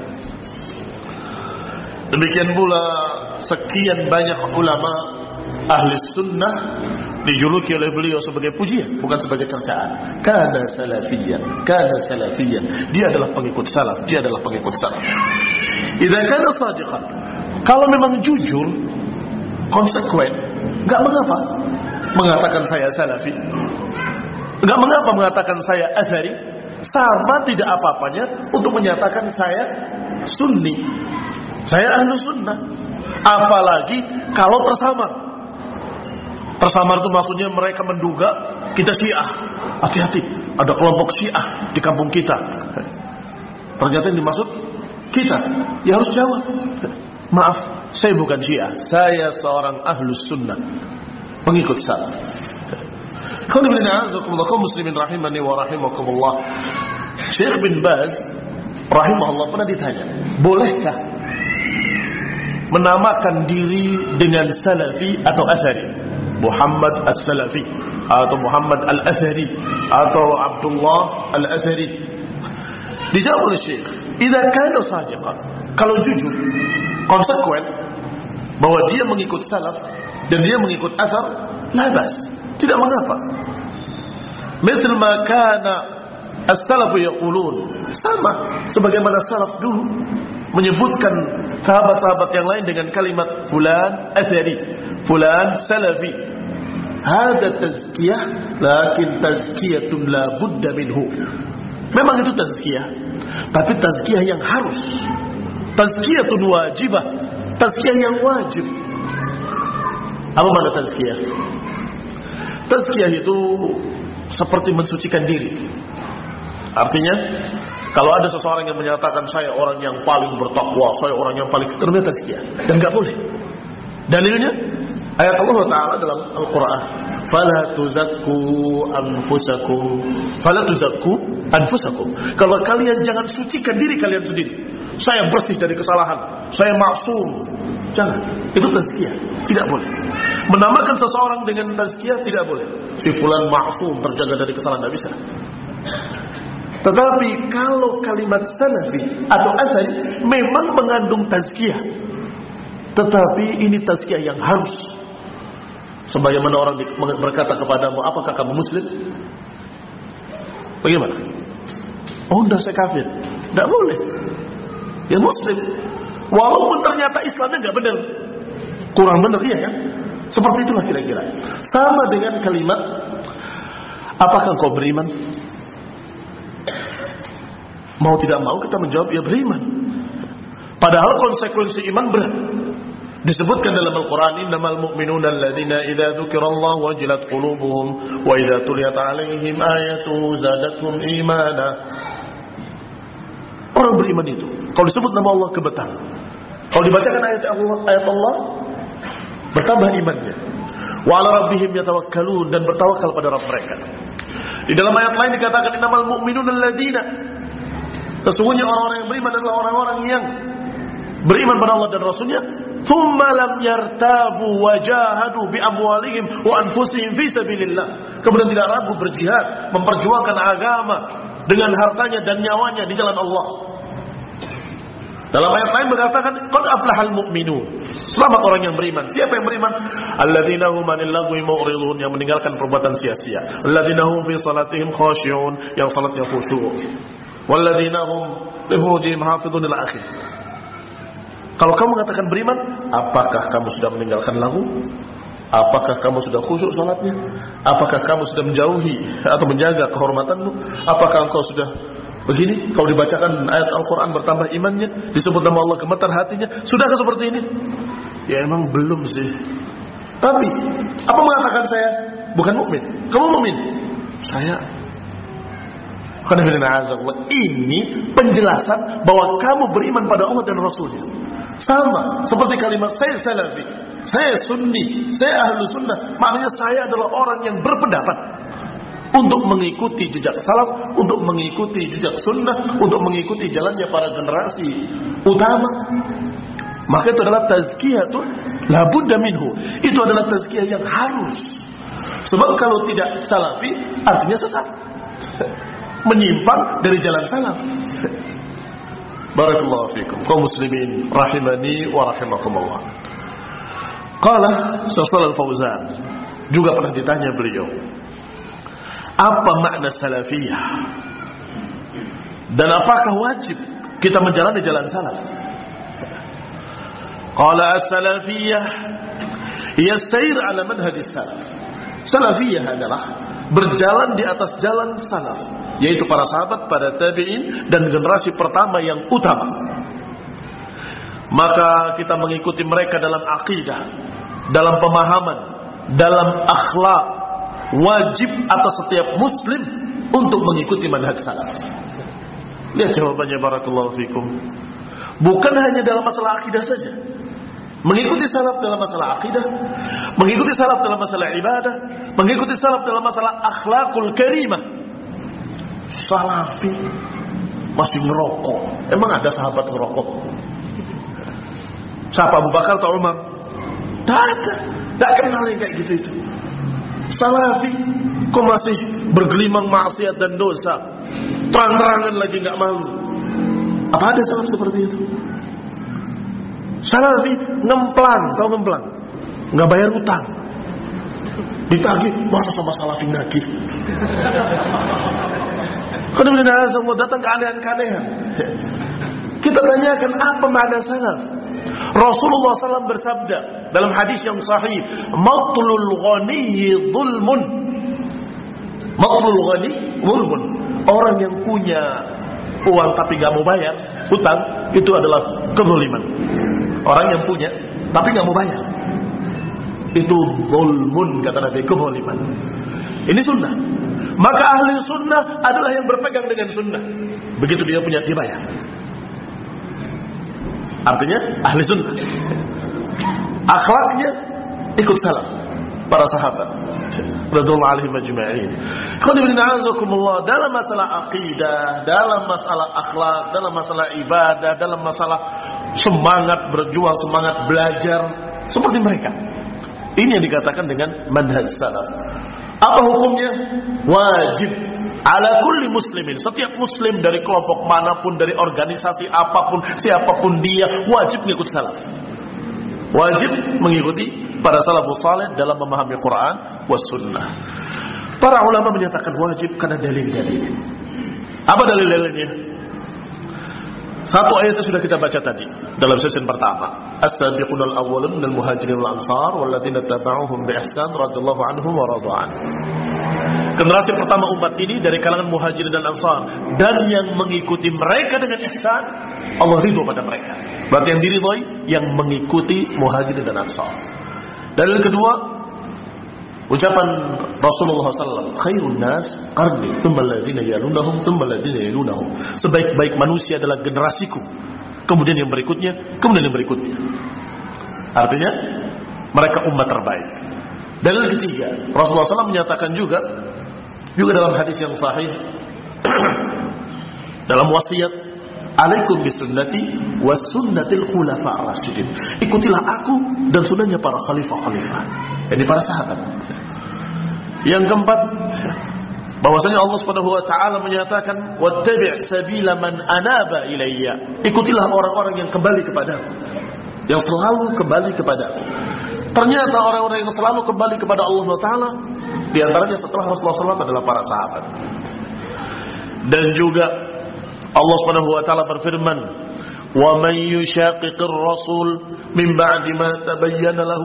Demikian pula sekian banyak ulama ahli sunnah dijuluki oleh beliau sebagai pujian, bukan sebagai cercaan. Kana salafiyan, kana salafiyan. Dia adalah pengikut salaf, dia adalah pengikut salaf. Idza kana sadiqan, kalau memang jujur, konsekuen, enggak mengapa mengatakan saya salafi, enggak mengapa mengatakan saya azhari, sama tidak apa-apanya untuk menyatakan saya sunni, saya ahlu sunnah. Apalagi kalau tersamar. Tersamar itu maksudnya mereka menduga kita Syiah. Hati-hati, ada kelompok Syiah di kampung kita. Ternyata yang dimaksud kita. Ya harus jawab, maaf, saya bukan Syiah, saya seorang ahlus sunnah, pengikut salaf. Kaum muslimin rahimani wa rahimakumullah. Syekh bin Baz rahimahullah pernah ditanya, bolehkah menamakan diri dengan salafi atau azhari? Muhammad as-Salafi atau Muhammad al-Azhari atau Abdullah al-Azhari. Dijawab oleh Syekh, idza kana sadiqan, kalau jujur, konsekuen bahwa dia mengikut salaf dan dia mengikut azhar, la bas, tidak mengapa. Misal ma kana as-salafu yaqulun, sama sebagaimana salaf dulu menyebutkan sahabat-sahabat yang lain dengan kalimat fulan azhari, fulan salafi. Hada tazkiyah, lakin tazkiyatun la budda minhu. Memang itu tazkiyah, tapi tazkiyah yang harus, tazkiyatun wajibah, tazkiyah yang wajib. Apa makna tazkiyah? Tazkiyah itu seperti mensucikan diri. Artinya, kalau ada seseorang yang menyatakan saya orang yang paling bertakwa, saya orang yang paling, ternyata tazkiyah, dan enggak boleh. Dalilnya ayat Allah Ta'ala dalam Al-Quran, fala tuzakku anfusakum. Kalau kalian jangan sucikan diri kalian sendiri. Saya bersih dari kesalahan, saya maksum. Jangan, itu tazkiyah, tidak boleh. Menamakan seseorang dengan tazkiyah tidak boleh. Si fulan maksum, terjaga dari kesalahan, tidak bisa. Tetapi kalau kalimat salafi atau azhari memang mengandung tazkiyah, tetapi ini tazkiyah yang harus. Sebagaimana orang berkata kepadamu, apakah kamu muslim? Bagaimana? Oh, enggak, saya kafir. Tidak boleh. Ya muslim. Walaupun ternyata Islamnya enggak benar, kurang benar, iya ya. Seperti itulah kira-kira. Sama dengan kalimat, apakah kau beriman? Mau tidak mau kita menjawab, ya beriman. Padahal konsekuensi iman berat. Disebutkan dalam Al-Quran, innamal mu'minuna alladzina idza dzukirallahu wajilat qulubuhum wa idza tuliyat 'alaihim ayatuhu zadatuhum imana. Orang beriman itu kalau disebut nama Allah gemetar. Kalau dibacakan ayat Allah bertambah imannya. Wa 'ala rabbihim yatawakkalun, dan bertawakal pada Rabb mereka. Di dalam ayat lain dikatakan innamal mu'minuna alladzina, sesungguhnya orang-orang yang beriman adalah orang-orang yang beriman pada Allah dan Rasulnya, thumma lam yartabu wa jahadu bi amwalihim wa anfusihim fi sabilillah, kemudian tidak ragu berjihad, memperjuangkan agama dengan hartanya dan nyawanya di jalan Allah. Dalam ayat lain berkatakan qad aflahal mu'minun, selamat orang yang beriman. Siapa yang beriman? Alladzina hum 'anil lagwi mu'ridun, yang meninggalkan perbuatan sia-sia. Alladzina hum fi salatihim khashi'un, yang salatnya khusyuk. Walladzina hum li furujihim hafizun ila akhir. Kalau kamu mengatakan beriman, apakah kamu sudah meninggalkan lagu? Apakah kamu sudah khusyuk salatnya? Apakah kamu sudah menjauhi atau menjaga kehormatanmu? Apakah engkau sudah begini? Kalau dibacakan ayat Al-Quran bertambah imannya, disebut nama Allah gemetar hatinya. Sudahkah seperti ini? Ya emang belum sih. Tapi apa mengatakan saya bukan mukmin? Kamu mukmin? Saya. Ini penjelasan bahwa kamu beriman pada Allah dan Rasulnya. Sama seperti kalimat saya salafi, saya sunni, saya ahlu sunnah. Maknanya saya adalah orang yang berpendapat untuk mengikuti jejak salaf, untuk mengikuti jejak sunnah, untuk mengikuti jalannya para generasi utama. Maka itu adalah tazkiyatun la budda minhu. Itu adalah tazkiyah yang harus. Sebab kalau tidak salafi artinya sesat, menyimpang dari jalan salaf. Barakallahu fikum kaum muslimin rahimani wa rahimakumullah. Qala Shalal Fauzan, juga pernah ditanya beliau, apa makna salafiyah dan apakah wajib kita menjalani jalan salaf? Qala as-salafiyah yastair ala manhaj salaf. Salafiyah adalah berjalan di atas jalan salaf, yaitu para sahabat, para tabi'in, dan generasi pertama yang utama. Maka kita mengikuti mereka dalam akidah, dalam pemahaman, dalam akhlak. Wajib atas setiap muslim untuk mengikuti manhaj salaf. Lihat jawabannya barakallahu fikum. Bukan hanya dalam masalah akidah saja. Mengikuti salaf dalam masalah akidah, mengikuti salaf dalam masalah ibadah, mengikuti salaf dalam masalah akhlakul karimah. Salafi masih ngerokok. Emang ada sahabat ngerokok? Siapa, Abu Bakar atau Umar? Tak kenal yang kayak gitu itu. Salafi kok masih bergelimang maksiat dan dosa, terang-terangan lagi nggak malu. Apa ada salaf seperti itu? Salafi ngemplang, tahu ngemplang? Nggak bayar utang, ditagih, masa sama salafi nagih? Kadang-kadang semua datang keanehan-keanehan. Kita tanyakan apa makna salaf. Rasulullah SAW bersabda dalam hadis yang sahih, matlul ghani zulmun. Matlul ghani zulmun. Orang yang punya uang tapi gak mau bayar hutang, itu adalah kezaliman. Orang yang punya tapi gak mau bayar, itu zulmun, kata Nabi, kezaliman. Ini sunnah. Maka ahli sunnah adalah yang berpegang dengan sunnah. Begitu dia punya, dia bayar. Artinya ahli sunnah. Akhlaknya ikut salaf, para sahabat radhiyallahu alaihim ajma'in. Dalam masalah akidah, dalam masalah akhlak, dalam masalah ibadah, dalam masalah semangat berjuang, semangat belajar, seperti mereka. Ini yang dikatakan dengan manhaj salaf. Apa hukumnya? Wajib ala kulli muslimin, setiap muslim dari kelompok manapun, dari organisasi apapun, siapapun dia, wajib mengikut salaf. Wajib mengikuti para salafus saleh dalam memahami Quran was sunnah. Para ulama menyatakan wajib karena dalil-dalil. Apa dalil-dalilnya? Satu ayat yang sudah kita baca tadi dalam sesi pertama. As-sabiqunal awwalun minal muhajirin wal ansar walladzina tabauhum bi ihsan radhiyallahu anhum wa radwan. Generasi pertama umat ini dari kalangan muhajirin dan ansar, dan yang mengikuti mereka dengan ihsan, Allah ridho pada mereka. Berarti yang diridhoi yang mengikuti muhajirin dan ansar. Dalil kedua, ucapan Rasulullah SAW, khairun nas qarni, thumma alladhina yalunahum, thumma alladhina yalunahum. Sebaik-baik manusia adalah generasiku, kemudian yang berikutnya, kemudian yang berikutnya. Artinya mereka umat terbaik. Dalil ketiga, Rasulullah SAW menyatakan juga Juga dalam hadis yang sahih dalam wasiat, alaikum bisunnati was sunnatil khulafa ar-rasyidin. Ikutilah aku dan sunnahnya para khalifah-khalifah. Ini para sahabat. Yang keempat, bahwasanya Allah Subhanahu wa taala menyatakan, wattabi' sabila man anaba ilayya. Ikutilah orang-orang yang kembali kepadaku, yang selalu kembali kepadaku. Ternyata orang-orang yang selalu kembali kepada Allah Subhanahu wa taala, di antaranya setelah Rasulullah SAW adalah para sahabat. Dan juga Allah Subhanahu wa taala berfirman, "Wa man yushaqiqir rasul min ba'di ma tabayyana lahu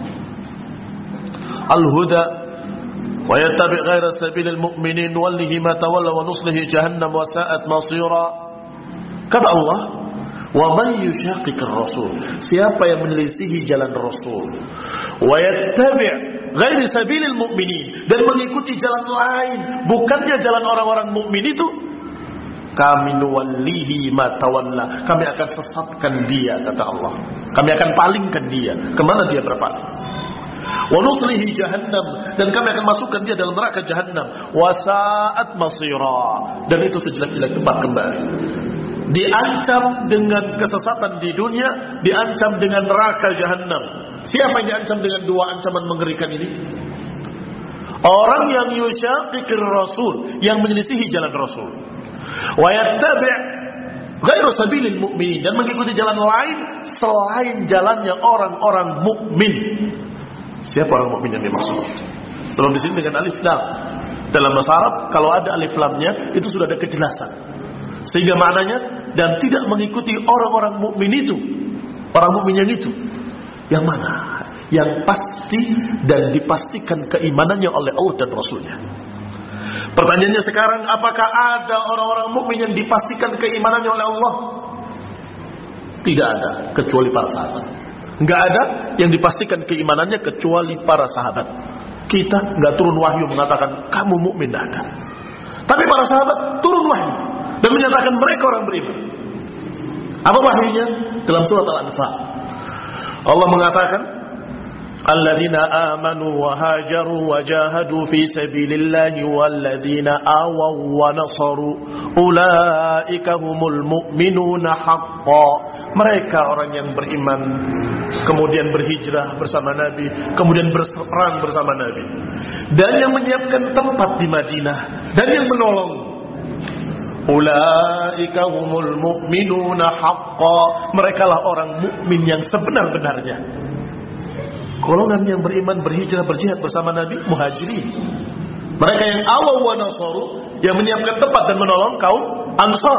al-huda wa yattabi' ghayra sabilil mu'minin nuwallihi ma tawalla wa nuslihi jahannam wa sa'at masira." Kata Allah, "Wa man yushaqiqir rasul." Siapa yang menyelisihi jalan Rasul, wa yattabi' ghayra sabilil mu'minin, dan mengikuti jalan lain bukannya jalan orang-orang mukmin itu, kami nuwallihi ma tawalla, kami akan sesatkan dia, kata Allah. Kami akan palingkan dia. Kemana dia berpaling? Wa nuslihi jahannam, dan kami akan masukkan dia dalam neraka jahannam. Wa sa'at masira, dan itu sejelek-jelek tempat kembali. Diancam dengan kesesatan di dunia, diancam dengan neraka jahannam. Siapa yang diancam dengan dua ancaman mengerikan ini? Orang yang yushaqiqir rasul, yang menyelisihi jalan Rasul, wa yattabi' ghairu sabilil mu'minin, dan mengikuti jalan lain selain jalannya orang-orang mukmin. Siapa orang mukmin yang dimaksud? Sebab di sini dengan alif lam. Dalam bahasa Arab kalau ada alif lamnya itu sudah ada kejelasan. Sehingga maknanya, dan tidak mengikuti orang-orang mukmin itu. Orang mukmin yang itu yang mana? Yang pasti dan dipastikan keimanannya oleh Allah dan Rasulnya. Pertanyaannya sekarang, apakah ada orang-orang mukmin yang dipastikan keimanannya oleh Allah? Tidak ada, kecuali para sahabat. Enggak ada yang dipastikan keimanannya kecuali para sahabat. Kita enggak turun wahyu mengatakan kamu mukmin, enggak ada. Tapi para sahabat turun wahyu dan menyatakan mereka orang beriman. Apa wahyunya? Dalam surat Al-Anfal Allah mengatakan, alladzina amanu wa hajaru wa jahadu fi sabilillahi walladzina awaw wa nasaru ulaika humul mu'minuna haqqan. Mereka orang yang beriman, kemudian berhijrah bersama Nabi, kemudian berperang bersama Nabi, dan yang menyiapkan tempat di Madinah, dan yang menolong. Ulaika humul mu'minuna haqqan. Merekalah orang mukmin yang sebenar-benarnya. Golongan yang beriman, berhijrah, berjihad bersama Nabi, muhajirin. Mereka yang awaw wa nasaru, yang menyiapkan tempat dan menolong kaum Ansar.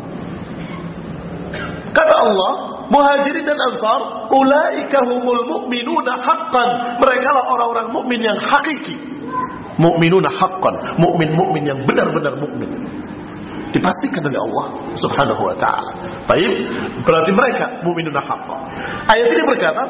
Kata Allah, muhajirin dan Ansar, ulaika humul mu'minuna haqqan. Merekalah orang-orang mukmin yang hakiki. Mu'minuna haqqan, mukmin-mukmin yang benar-benar mukmin. Dipastikan oleh Allah Subhanahu wa taala. Baik, berarti mereka mukminuna haqqan. Ayat ini berkata,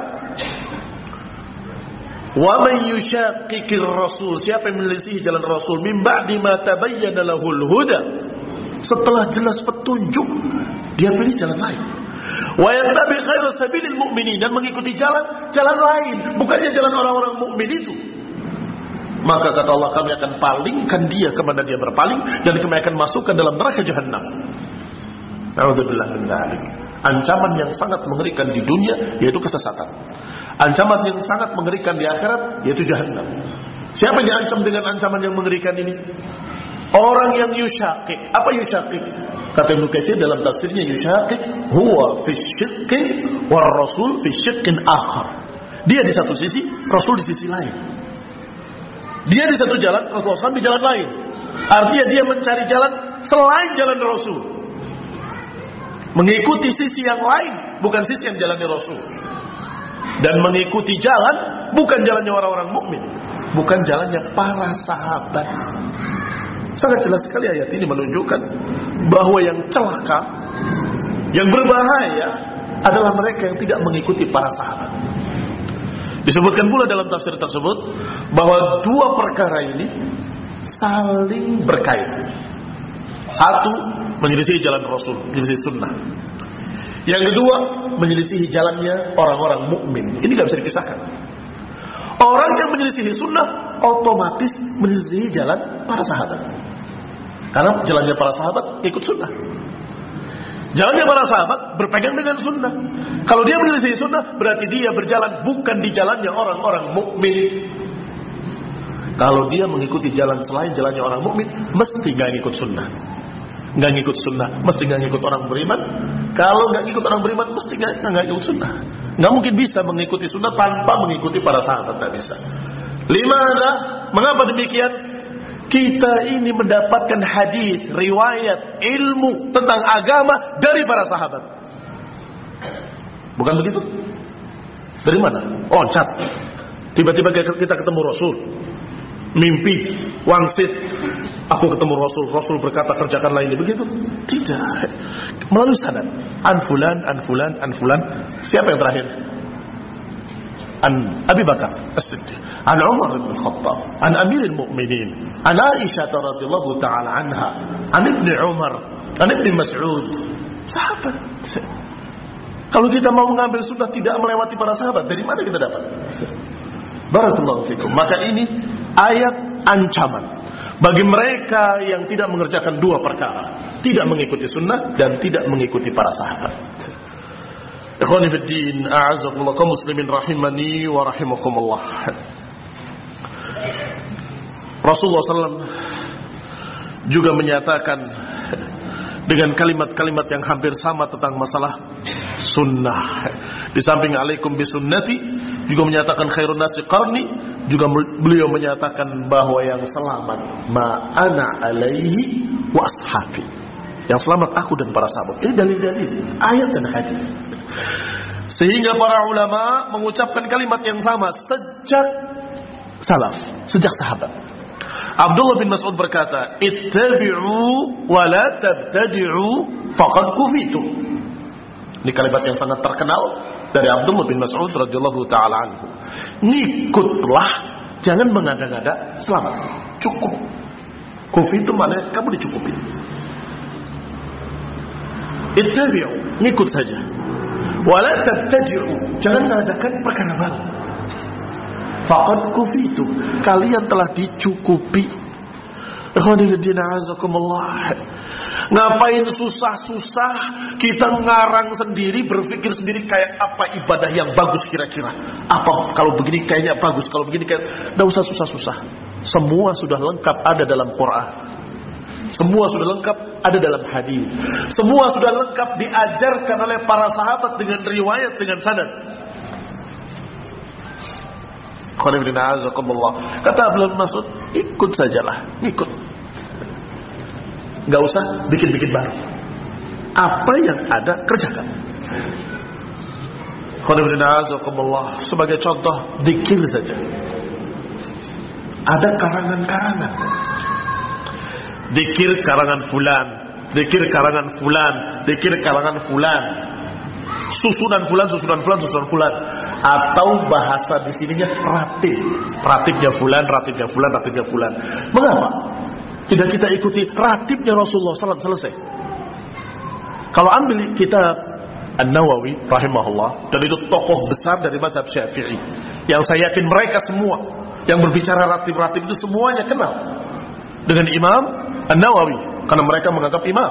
wa man yushaqiqir rasul, siapa yang menyelisihi jalan Rasul min ba'di ma tabayyana lahul huda, setelah jelas petunjuk dia pilih jalan lain. Wa yattabi' ghairu sabilil mu'minin, dan mengikuti jalan lain bukannya jalan orang-orang mukmin itu, maka kata Allah, kami akan palingkan dia kemana dia berpaling, dan kami akan masukkan dalam neraka jahannam. Na'udzubillah min dzalik. Ancaman yang sangat mengerikan di dunia yaitu kesesatan. Ancaman yang sangat mengerikan di akhirat yaitu jahannam. Siapa yang diancam dengan ancaman yang mengerikan ini? Orang yang yushaqiq. Apa yushaqiq? Kata Ibnu Katsir dalam tafsirnya, yushaqiq huwa fi syiqqin war rasul fi syiqqin akhar. Dia di satu sisi, Rasul di sisi lain. Dia di satu jalan, Rasulullah SAW di jalan lain. Artinya dia mencari jalan selain jalan Rasul, mengikuti sisi yang lain, bukan sisi yang jalannya Rasul. Dan mengikuti jalan bukan jalannya orang-orang mukmin, bukan jalannya para sahabat. Sangat jelas sekali ayat ini menunjukkan bahwa yang celaka, yang berbahaya adalah mereka yang tidak mengikuti para sahabat. Disebutkan pula dalam tafsir tersebut bahwa dua perkara ini saling berkaitan. Satu, menyelisihi jalan Rasul, menyelisihi sunnah. Yang kedua, menyelisihi jalannya orang-orang mukmin. Ini tidak bisa dipisahkan. Orang yang menyelisihi sunnah otomatis menyelisihi jalan para sahabat. Karena jalannya para sahabat ikut sunnah. Jalannya para sahabat berpegang dengan sunnah. Kalau dia menyelisih sunnah, berarti dia berjalan bukan di jalannya orang-orang mukmin. Kalau dia mengikuti jalan selain jalannya orang mukmin, mesti nggak ngikut sunnah. Nggak ngikut sunnah, mesti nggak ngikut orang beriman. Kalau nggak ngikut orang beriman, mesti nggak ngikut sunnah. Nggak mungkin bisa mengikuti sunnah tanpa mengikuti para sahabat, nggak bisa. Limana? Mengapa demikian? Kita ini mendapatkan hadis, riwayat, ilmu tentang agama dari para sahabat. Bukan begitu? Dari mana? Oh, cat. Tiba-tiba kita ketemu Rasul. Mimpi, wangsit. Aku ketemu Rasul. Rasul berkata kerjakanlah ini. Begitu? Tidak. Melalui sanad. An fulan. Siapa yang terakhir? An Abi Bakar As-Siddiq, an Umar bin Khattab, an Amirul Mukminin, an Aisyah radhiyallahu taala anha, an Ibnu Umar, an Ibnu Mas'ud. Sahabat. Kalau kita mau mengambil sunnah tidak melewati para sahabat, dari mana kita dapat? Barakallahu fikum. Maka ini ayat ancaman bagi mereka yang tidak mengerjakan dua perkara, tidak mengikuti sunnah dan tidak mengikuti para sahabat. Ikhwani fid din, a'azzakumullah kaum muslimin rahimani wa rahimakumullah. Rasulullah SAW juga menyatakan dengan kalimat-kalimat yang hampir sama tentang masalah sunnah. Di samping alaikum bisunnati, juga menyatakan khairun nasi qarni, juga beliau menyatakan bahwa yang selamat ma'ana alaihi wa ashabi, yang selamat aku dan para sahabat. Ini dalil-dalil ayat dan hadis. Sehingga para ulama mengucapkan kalimat yang sama sejak salaf, sejak sahabat. Abdullah bin Mas'ud berkata, "Ittabi'u wa la tabtadi'u faqad kufitu." Ini kalimat yang sangat terkenal dari Abdullah bin Mas'ud radhiyallahu taala anhu. Ngikutlah, jangan mengada-ngada, selamat. Cukup. Kufitu maknanya kamu dicukupi. Ittabi'u, ngikut saja. Wala tabtadi'u, jangan mengadakan perkara baru. Faqad kufitu, kalian telah dicukupi. Khairuddin azakumullah. Ngapain susah-susah kita ngarang sendiri, berpikir sendiri kayak apa ibadah yang bagus kira-kira. Apa kalau begini kayaknya bagus, kalau begini kayak enggak usah susah-susah. Semua sudah lengkap ada dalam Quran. Semua sudah lengkap ada dalam hadis. Semua sudah lengkap diajarkan oleh para sahabat dengan riwayat, dengan sanad. Kata Abdullah bin Mas'ud, ikut sajalah, ikut. Gak usah bikin-bikin baru. Apa yang ada kerjakan. Sebagai contoh, zikir saja. Ada karangan-karangan. Zikir karangan fulan, zikir karangan fulan, zikir karangan fulan, susunan fulan, susunan fulan, susunan fulan. Atau bahasa di sininya ratib, ratibnya fulan, ratibnya fulan, ratibnya fulan. Mengapa tidak kita ikuti ratibnya Rasulullah SAW selesai? Kalau ambil kitab An-Nawawi rahimahullah, dan itu tokoh besar dari mazhab Syafi'i, yang saya yakin mereka semua yang berbicara ratib-ratib itu semuanya kenal dengan Imam An-Nawawi, karena mereka menganggap imam.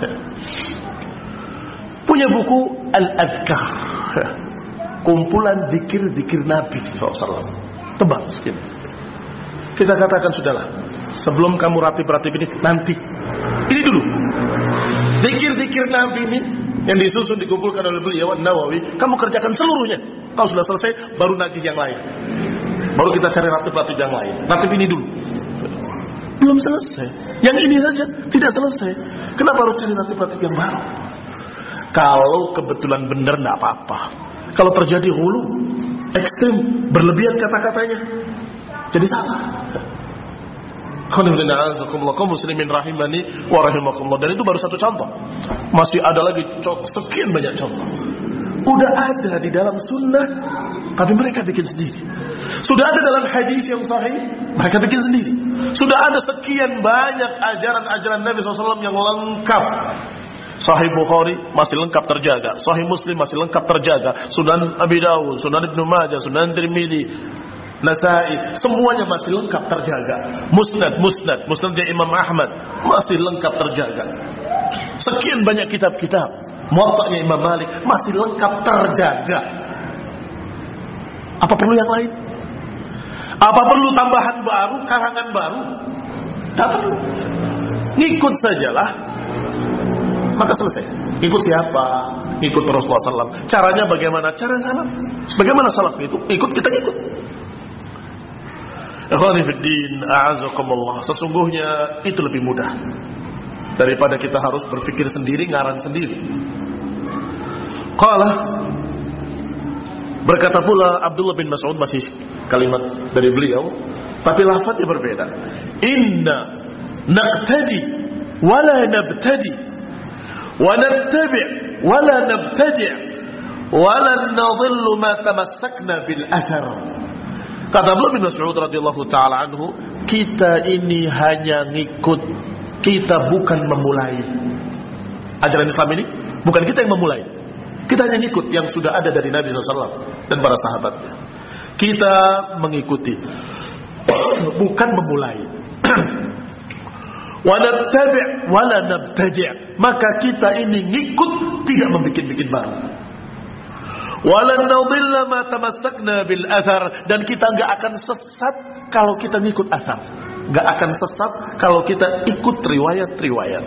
Punya buku Al-Adhkar, kumpulan zikir-zikir Nabi SAW. Tebal sekali. Kita katakan sudahlah, sebelum kamu ratib-ratib ini, nanti ini dulu zikir-zikir Nabi ini yang disusun dikumpulkan oleh beliau An-Nawawi, kamu kerjakan seluruhnya. Kalau sudah selesai, baru nanti yang lain. Baru kita cari ratib-ratib yang lain. Ratib ini dulu. Belum selesai. Yang ini saja tidak selesai. Kenapa harus cari ratib-ratib yang baru? Kalau kebetulan benar tidak apa-apa. Kalau terjadi hulu, ekstrim, berlebihan kata-katanya, jadi salah. Kaum muslimin rahimani wa rahimakumullah. Dan itu baru satu contoh. Masih ada lagi sekian banyak contoh. Udah ada di dalam sunnah, tapi mereka bikin sendiri. Sudah ada dalam hadis yang sahih, mereka bikin sendiri. Sudah ada sekian banyak ajaran-ajaran Nabi SAW yang lengkap. Sahih Bukhari masih lengkap terjaga, Sahih Muslim masih lengkap terjaga, Sunan Abi Dawud, Sunan Ibnu Majah, Sunan Tirmidzi, Nasai, semuanya masih lengkap terjaga. Musnadnya Imam Ahmad masih lengkap terjaga. Sekian banyak kitab-kitab. Muwatta'nya Imam Malik masih lengkap terjaga. Apa perlu yang lain? Apa perlu tambahan baru, karangan baru? Tak perlu. Ngikut sajalah, maka selesai. Ikut siapa? Ikut Rasulullah SAW. Caranya bagaimana? Cara salaf. Bagaimana salaf itu? Ikut, kita ikut. Ikhwani fiddin, a'azakumullah. Sesungguhnya itu lebih mudah daripada kita harus berpikir sendiri, ngarang sendiri. Qala, berkata pula Abdullah bin Mas'ud, masih kalimat dari beliau, tapi lafadznya berbeda. Inna naqtadi wala nabtadi wa nattabi' wala nabtadi' wala nadhillu ma tamassakna bil athar. Kata Abdullah bin Mas'ud radhiyallahu taala anhu, kita ini hanya ngikut, kita bukan memulai. Ajaran Islam ini bukan kita yang memulai. Kita hanya ngikut yang sudah ada dari Nabi SAW dan para sahabatnya. Kita mengikuti, bukan memulai. Wa nattabi' wa la nabtadi'. Maka kita ini ngikut, tidak membikin-bikin baru. Wa lan nadhilla ma tamassakna bil athar, dan kita enggak akan sesat kalau kita ngikut athar. Enggak akan sesat kalau kita ikut riwayat-riwayat.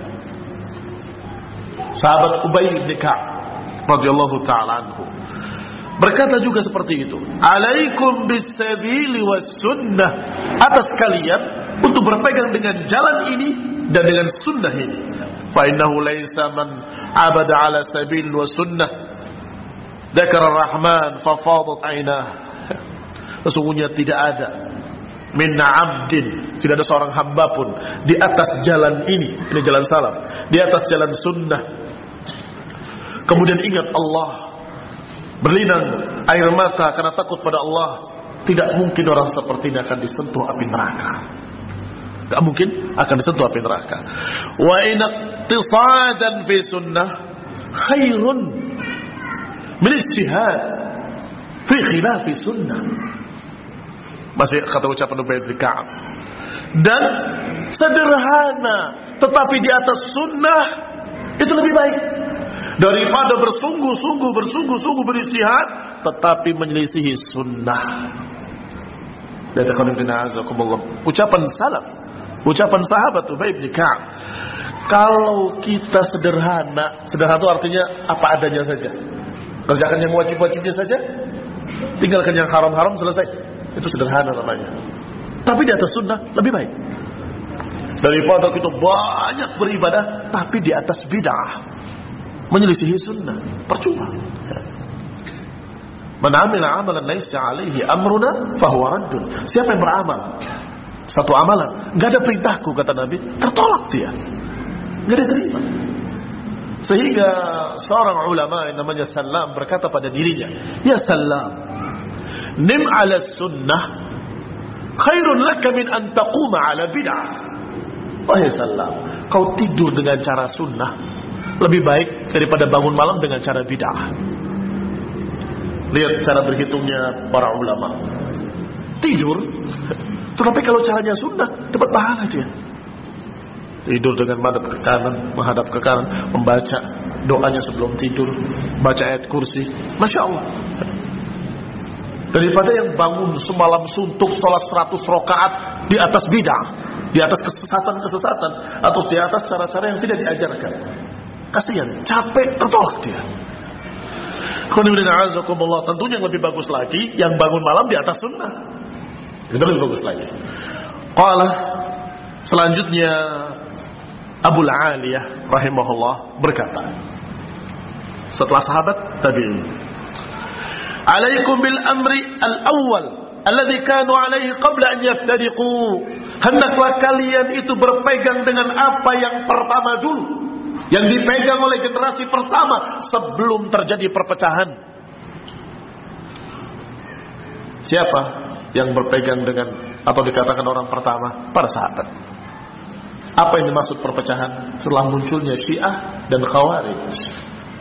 Sahabat Ubay bin Ka'ab radhiyallahu ta'ala anhu berkata juga seperti itu. Alaikum bis-sabili was-sunnah. Atas kalian untuk berpegang dengan jalan ini dan dengan sunnah ini. Fa innahu laysa man abada ala sabil wa sunnah dzakara ar-rahman fa fadat aynah. Sesungguhnya tidak ada minna abdin, tidak ada seorang hamba pun di atas jalan ini jalan salaf, di atas jalan sunnah, kemudian ingat Allah, berlinang air mata karena takut pada Allah, tidak mungkin orang seperti ini akan disentuh api neraka. Tidak mungkin akan disentuh api neraka. Wa in iqtisadan fi sunnah khairun min ijtihad fi khilaf sunnah. Masih kata ucapan Ubay bin Ka'ab. Dan sederhana tetapi di atas sunnah itu lebih baik daripada bersungguh-sungguh beristihad tetapi menyelisihi sunnah. Ucapan salaf, ucapan sahabat Ubay bin Ka'ab. Kalau kita sederhana itu artinya apa adanya saja. Kerjakan yang wajib-wajibnya saja, tinggalkan yang haram-haram, selesai. Itu sederhana namanya. Tapi di atas sunnah lebih baik daripada kita banyak beribadah tapi di atas bid'ah, menyelisihi sunnah, percuma. Man 'amila 'amalan laisa 'alaihi amruna fahuwa raddun. Siapa yang beramal satu amalan enggak ada perintahku, kata Nabi, tertolak dia, enggak diterima. Sehingga seorang ulama yang namanya Salam berkata pada dirinya, ya Salam, nim 'ala sunnah khairun laka min an taquma 'ala bid'ah. Wahai Salam, kau tidur dengan cara sunnah lebih baik daripada bangun malam dengan cara bid'ah. Lihat cara berhitungnya para ulama. Tidur, tetapi kalau caranya sunnah dapat pahala dia. Tidur dengan menghadap ke kanan, membaca doanya sebelum tidur, baca ayat kursi, Masya Allah. Daripada yang bangun semalam suntuk sholat 100 rakaat di atas bid'ah, di atas kesesatan atau di atas cara-cara yang tidak diajarkan. Kasihan, capek, tertolak dia. Tentunya yang lebih bagus lagi yang bangun malam di atas sunnah. Itu lebih bagus lagi. Qala, selanjutnya Abu Aliyah rahimahullah berkata setelah sahabat tabi'in, alaikum bil amri al-awwal alladhi kanu alaihi qabla an yaftariqu. Hendaklah kalian itu berpegang dengan apa yang pertama dulu, yang dipegang oleh generasi pertama sebelum terjadi perpecahan. Siapa yang berpegang dengan atau dikatakan orang pertama? Para sahabat. Apa yang dimaksud perpecahan? Setelah munculnya Syiah dan Khawarij.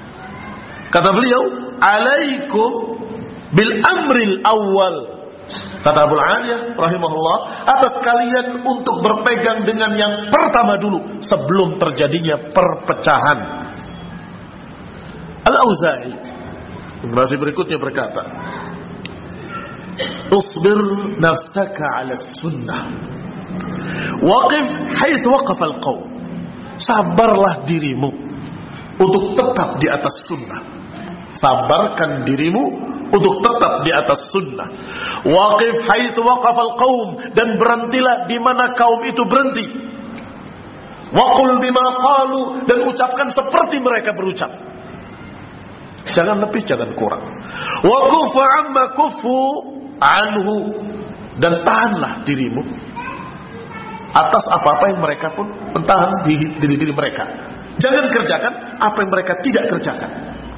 Kata beliau, alaikum bil amril awal. Kata Abu Aliyah rahimahullah, atas kalian untuk berpegang dengan yang pertama dulu sebelum terjadinya perpecahan. Al-Auza'i generasi berikutnya berkata, "Usbir nafsaka 'ala sunnah. Waqif haitsu waqafa al-qaum." Sabarlah dirimu untuk tetap di atas sunnah. Sabarkan dirimu untuk tetap di atas sunnah. Waqif haitsu waqafa al-qaum, dan berhentilah di mana kaum itu berhenti. Waqul bima qalu, dan ucapkan seperti mereka berucap. Jangan lebih, jangan kurang. Wa kufu amma kufu anhu, dan tahanlah dirimu atas apa-apa yang mereka pun tahan di diri mereka. Jangan kerjakan apa yang mereka tidak kerjakan.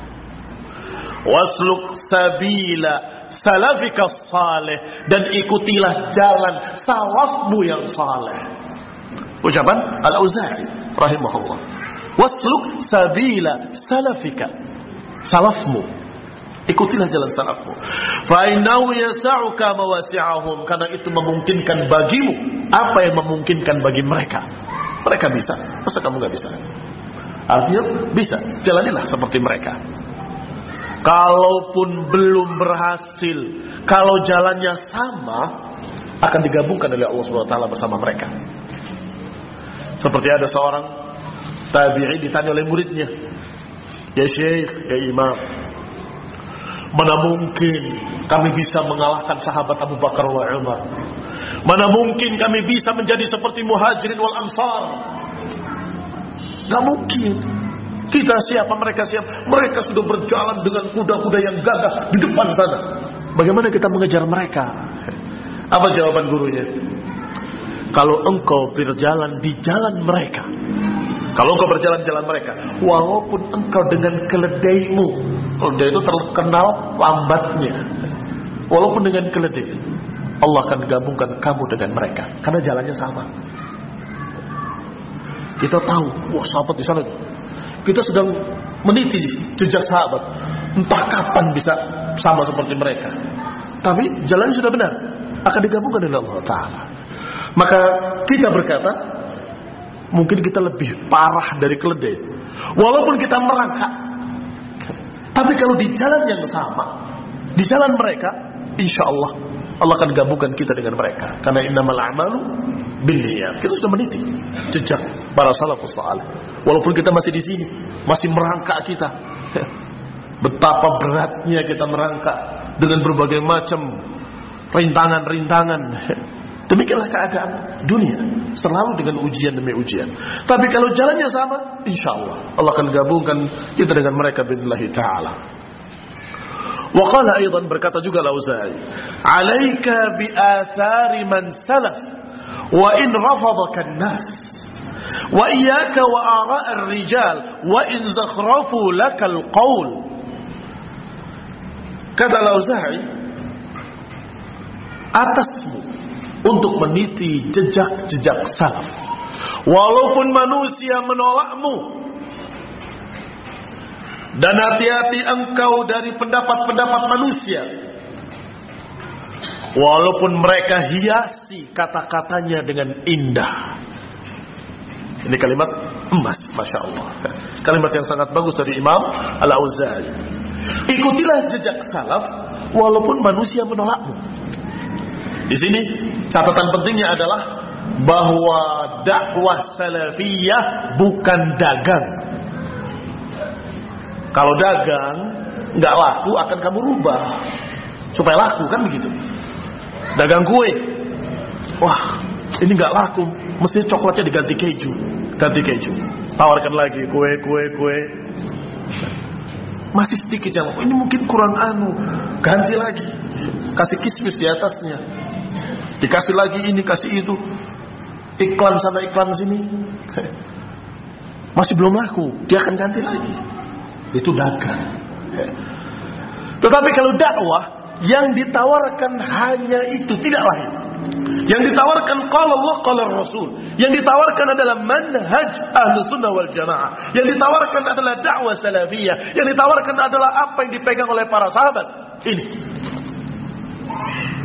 Wasluk sabila salafika salih, dan ikutilah jalan salafmu yang saleh. Ucapan Al-Auza'i rahimahullah. Wasluk sabila salafika, salafmu, ikutilah jalan salafmu. Fa innahu yas'uka mawasi'ahum, karena itu memungkinkan bagimu apa yang memungkinkan bagi mereka. Mereka bisa, masa kamu enggak bisa? Artinya bisa, jalanilah seperti mereka. Kalaupun belum berhasil, kalau jalannya sama, akan digabungkan oleh Allah SWT bersama mereka. Seperti ada seorang tabi'i ditanya oleh muridnya, "Ya Syekh, ya Imam, mana mungkin kami bisa mengalahkan sahabat Abu Bakar wa Umar? Mana mungkin kami bisa menjadi seperti Muhajirin wal Ansar? Gak mungkin. Kita siapa, mereka siapa? Mereka sudah berjalan dengan kuda-kuda yang gagah di depan sana. Bagaimana kita mengejar mereka?" Apa jawaban gurunya? Kalau engkau berjalan di jalan mereka, kalau engkau berjalan jalan mereka, walaupun engkau dengan keledaimu, keledai itu terkenal lambatnya, walaupun dengan keledai, Allah akan gabungkan kamu dengan mereka, karena jalannya sama. Kita tahu, wah sahabat di sana, kita sedang meniti jejak sahabat, entah kapan bisa sama seperti mereka, tapi jalannya sudah benar, akan digabungkan dengan Allah Ta'ala. Maka kita berkata, mungkin kita lebih parah dari keledai, walaupun kita merangkak, tapi kalau di jalan yang sama, di jalan mereka, insya Allah Allah akan gabungkan kita dengan mereka. Karena innamal a'malu binniyat. Kita sudah meniti jejak para salafus saleh. Walaupun kita masih di sini, masih merangkak kita. Betapa beratnya kita merangkak dengan berbagai macam rintangan-rintangan. Demikianlah keadaan dunia, selalu dengan ujian demi ujian. Tapi kalau jalannya sama, insya Allah Allah akan gabungkan kita dengan mereka billahi ta'ala. Wa qala aidan, berkata juga Al-Auza'i, "'Alaika bi athari man salaf wa in rafadaka an-nas wa iyyaka wa ara' ar-rijal wa in zakhrafu laka al-qawl." Kata Al-Auza'i, atasmu untuk meniti jejak-jejak salaf, walaupun manusia menolakmu. Dan hati-hati engkau dari pendapat-pendapat manusia, walaupun mereka hiasi kata-katanya dengan indah. Ini kalimat emas, Masya Allah. Kalimat yang sangat bagus dari Imam Al-Auza'i. Ikutilah jejak salaf walaupun manusia menolakmu. Di sini catatan pentingnya adalah bahwa dakwah salafiyah bukan dagang. Kalau dagang nggak laku, akan kamu rubah supaya laku, kan begitu. Dagang kue, wah ini nggak laku, mesti coklatnya diganti keju, ganti keju. Tawarkan lagi kue. Masih sedikit yang ini mungkin kurang ganti lagi, kasih kismis di atasnya, dikasih lagi ini, kasih itu, iklan sana iklan sini, masih belum laku, dia akan ganti lagi. Itu dagang. Tetapi kalau dakwah, yang ditawarkan hanya itu, tidak lain. Yang ditawarkan qala Allah qala Rasul. Yang ditawarkan adalah manhaj Ahlus Sunnah wal Jamaah. Yang ditawarkan adalah dakwah salafiyah. Yang ditawarkan adalah apa yang dipegang oleh para sahabat. Ini.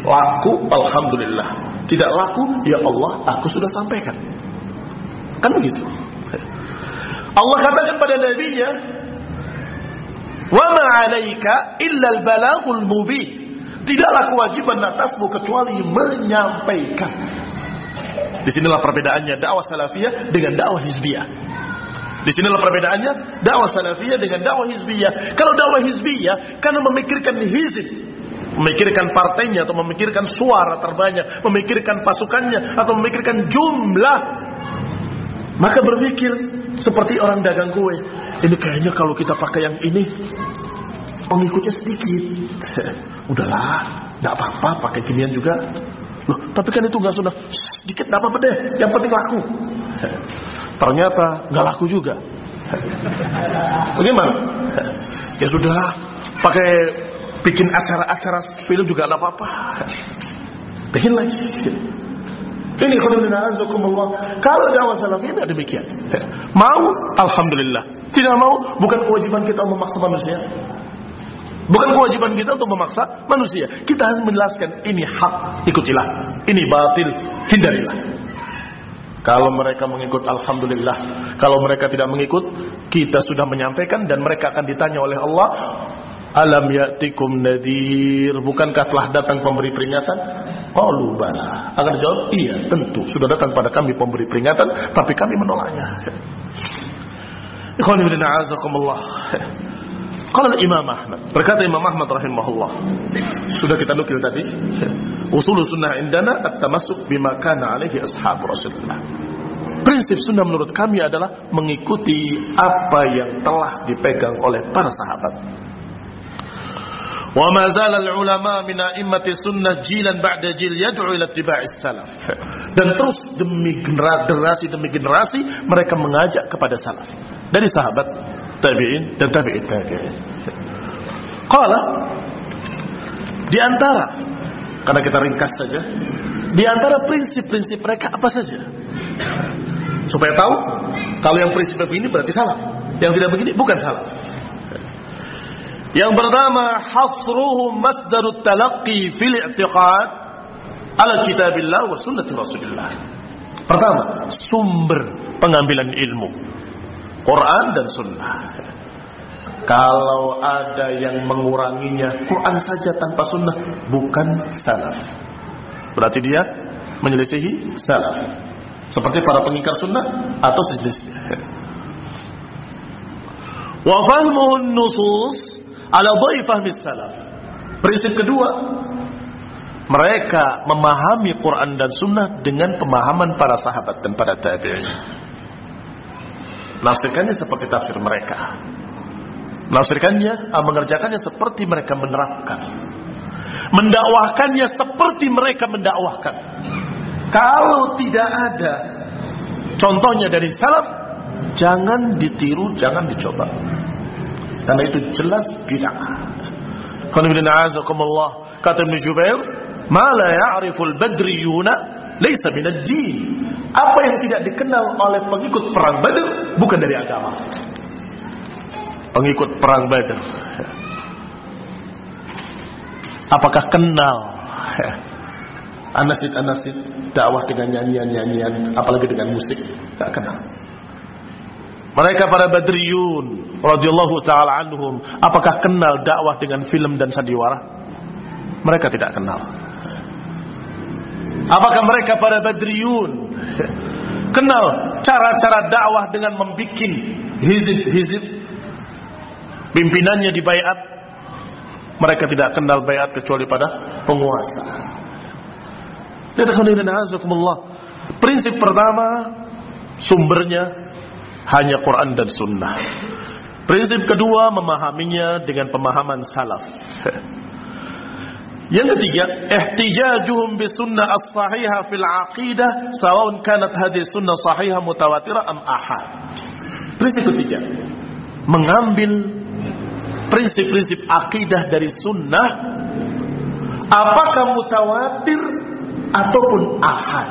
Laku, alhamdulillah. Tidak laku, ya Allah, aku sudah sampaikan. Kan begitu. Allah katakan pada Nabi-Nya, "Wa ma 'alaika illa al-balaghul mubin." Tidaklah kewajiban atasmu kecuali menyampaikan. Disinilah perbedaannya dakwah salafiyah dengan dakwah hizbiyah. Disinilah perbedaannya dakwah salafiyah dengan dakwah hizbiyah. Kalau dakwah hizbiyah karena memikirkan hizb, memikirkan partainya atau memikirkan suara terbanyak, memikirkan pasukannya atau memikirkan jumlah, maka berpikir seperti orang dagang kue. Ini kayaknya kalau kita pakai yang ini pengikutnya sedikit. Udahlah, nggak apa-apa pakai ginian juga. Loh, tapi kan itu nggak sunnah. Sedikit nggak apa-apa deh, yang penting laku. Ternyata nggak laku juga. Bagaimana? Ya sudah, pakai bikin acara-acara film juga nggak apa-apa. Bikin lagi. Ini kalau dakwah salafi tidak demikian. Mau, alhamdulillah. Tidak mau, bukan kewajiban kita memaksa manusia. Bukan kewajiban kita untuk memaksa manusia. Kita harus menjelaskan ini hak, ikutilah. Ini batil, hindarilah. Kalau mereka mengikut, alhamdulillah. Kalau mereka tidak mengikut, kita sudah menyampaikan dan mereka akan ditanya oleh Allah, alam ya'tikum nadhir, bukankah telah datang pemberi peringatan? Qalu bala. Akan dijawab, iya, tentu sudah datang pada kami pemberi peringatan, tapi kami menolaknya. Ikhwan fillah, a'azakumullah. Qala Imam Ahmad, berkata Imam Ahmad rahimahullah, sudah kita nukil tadi, usul sunnah indana at-tamassuk bima kana alaihi ashab Rasulullah. Prinsip sunnah menurut kami adalah mengikuti apa yang telah dipegang oleh para sahabat. Wa ma zala al-ulama min a'immati sunnah jilan ba'da jil yad'u ila ittiba'is salaf. Dan terus demi generasi demi generasi mereka mengajak kepada salaf. Dari sahabat, tabi'in dan tabi'in tabi'in. Qala, di antara, karena kita ringkas saja, di antara prinsip-prinsip mereka apa saja? Supaya tahu kalau yang prinsip begini berarti salah, yang tidak begini bukan salah. Yang pertama, hasruhum masdarut talaqqi fil i'tiqad ala kitabillah wa sunnati Rasulillah. Pertama, sumber pengambilan ilmu Quran dan sunnah. Kalau ada yang menguranginya Quran saja tanpa sunnah, bukan salaf. Berarti dia menyelisihi salaf, seperti para pengingkar sunnah atau sejenisnya. Wa fahmuhun nusus ala dhai fahmi salaf. Prinsip kedua, mereka memahami Quran dan sunnah dengan pemahaman para sahabat dan para tabi'in. Menafsirkannya seperti tafsir mereka. Menafsirkannya, mengerjakannya seperti mereka menerapkan. Mendakwahkannya seperti mereka mendakwahkan. Kalau tidak ada contohnya dari salaf, jangan ditiru, jangan dicoba. Karena itu jelas bid'ah. Qul a'azakumullah, kata Ibnu Jubair, ma la ya'riful badriyuna laysa minad din. Apa yang tidak dikenal oleh pengikut perang Badar bukan dari agama. Pengikut perang Badar, apakah kenal anasid-anasid dakwah dengan nyanyian-nyanyian, apalagi dengan musik? Tak kenal. Mereka para Badriyun radhiyallahu taala anhum, apakah kenal dakwah dengan film dan sandiwara? Mereka tidak kenal. Apakah mereka para Badriyun kenal cara-cara dakwah dengan membuat hizib-hizib, pimpinannya di baiat? Mereka tidak kenal baiat kecuali pada penguasa. Prinsip pertama, sumbernya hanya Quran dan sunnah. Prinsip kedua, memahaminya dengan pemahaman salaf. Yang ketiga, ihtijajuhum bisunnah as-sahihah fil aqidah sawaun kanat hadhihi sunnah sahihah mutawatirah am ahad. Prinsip ketiga, mengambil prinsip-prinsip akidah dari sunnah, apakah mutawatir ataupun ahad.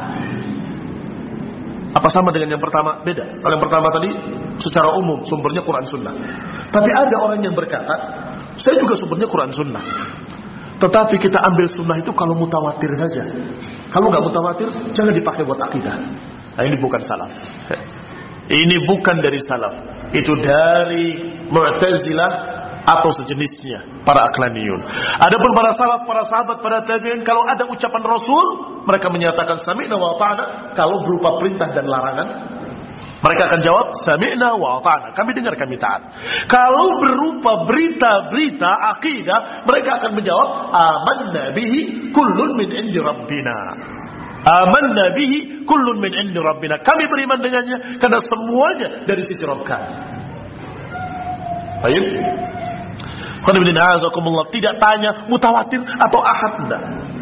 Apa sama dengan yang pertama? Beda. Kalau yang pertama tadi secara umum sumbernya Quran sunnah. Tapi ada orang yang berkata, saya juga sumbernya Quran sunnah. Tetapi kita ambil sunnah itu kalau mutawatir saja. Kalau nggak mutawatir, jangan dipakai buat akidah. Nah, ini bukan salaf. Ini bukan dari salaf. Itu dari Mu'tazilah atau sejenisnya, para aklaniyun. Adapun para salaf, para sahabat, para tabi'in, kalau ada ucapan Rasul, mereka menyatakan sami'na wa ata'na. Kalau berupa perintah dan larangan, mereka akan jawab sami'na wa ata'na. Kami dengar, kami taat. Kalau berupa berita-berita akidah, mereka akan menjawab amanna bihi kullun min indi rabbina. Amanna bihi kullun min indi rabbina. Kami beriman dengannya karena semuanya dari sisi Rabb kami. Baik. Tidak tanya mutawatir atau ahad, enggak.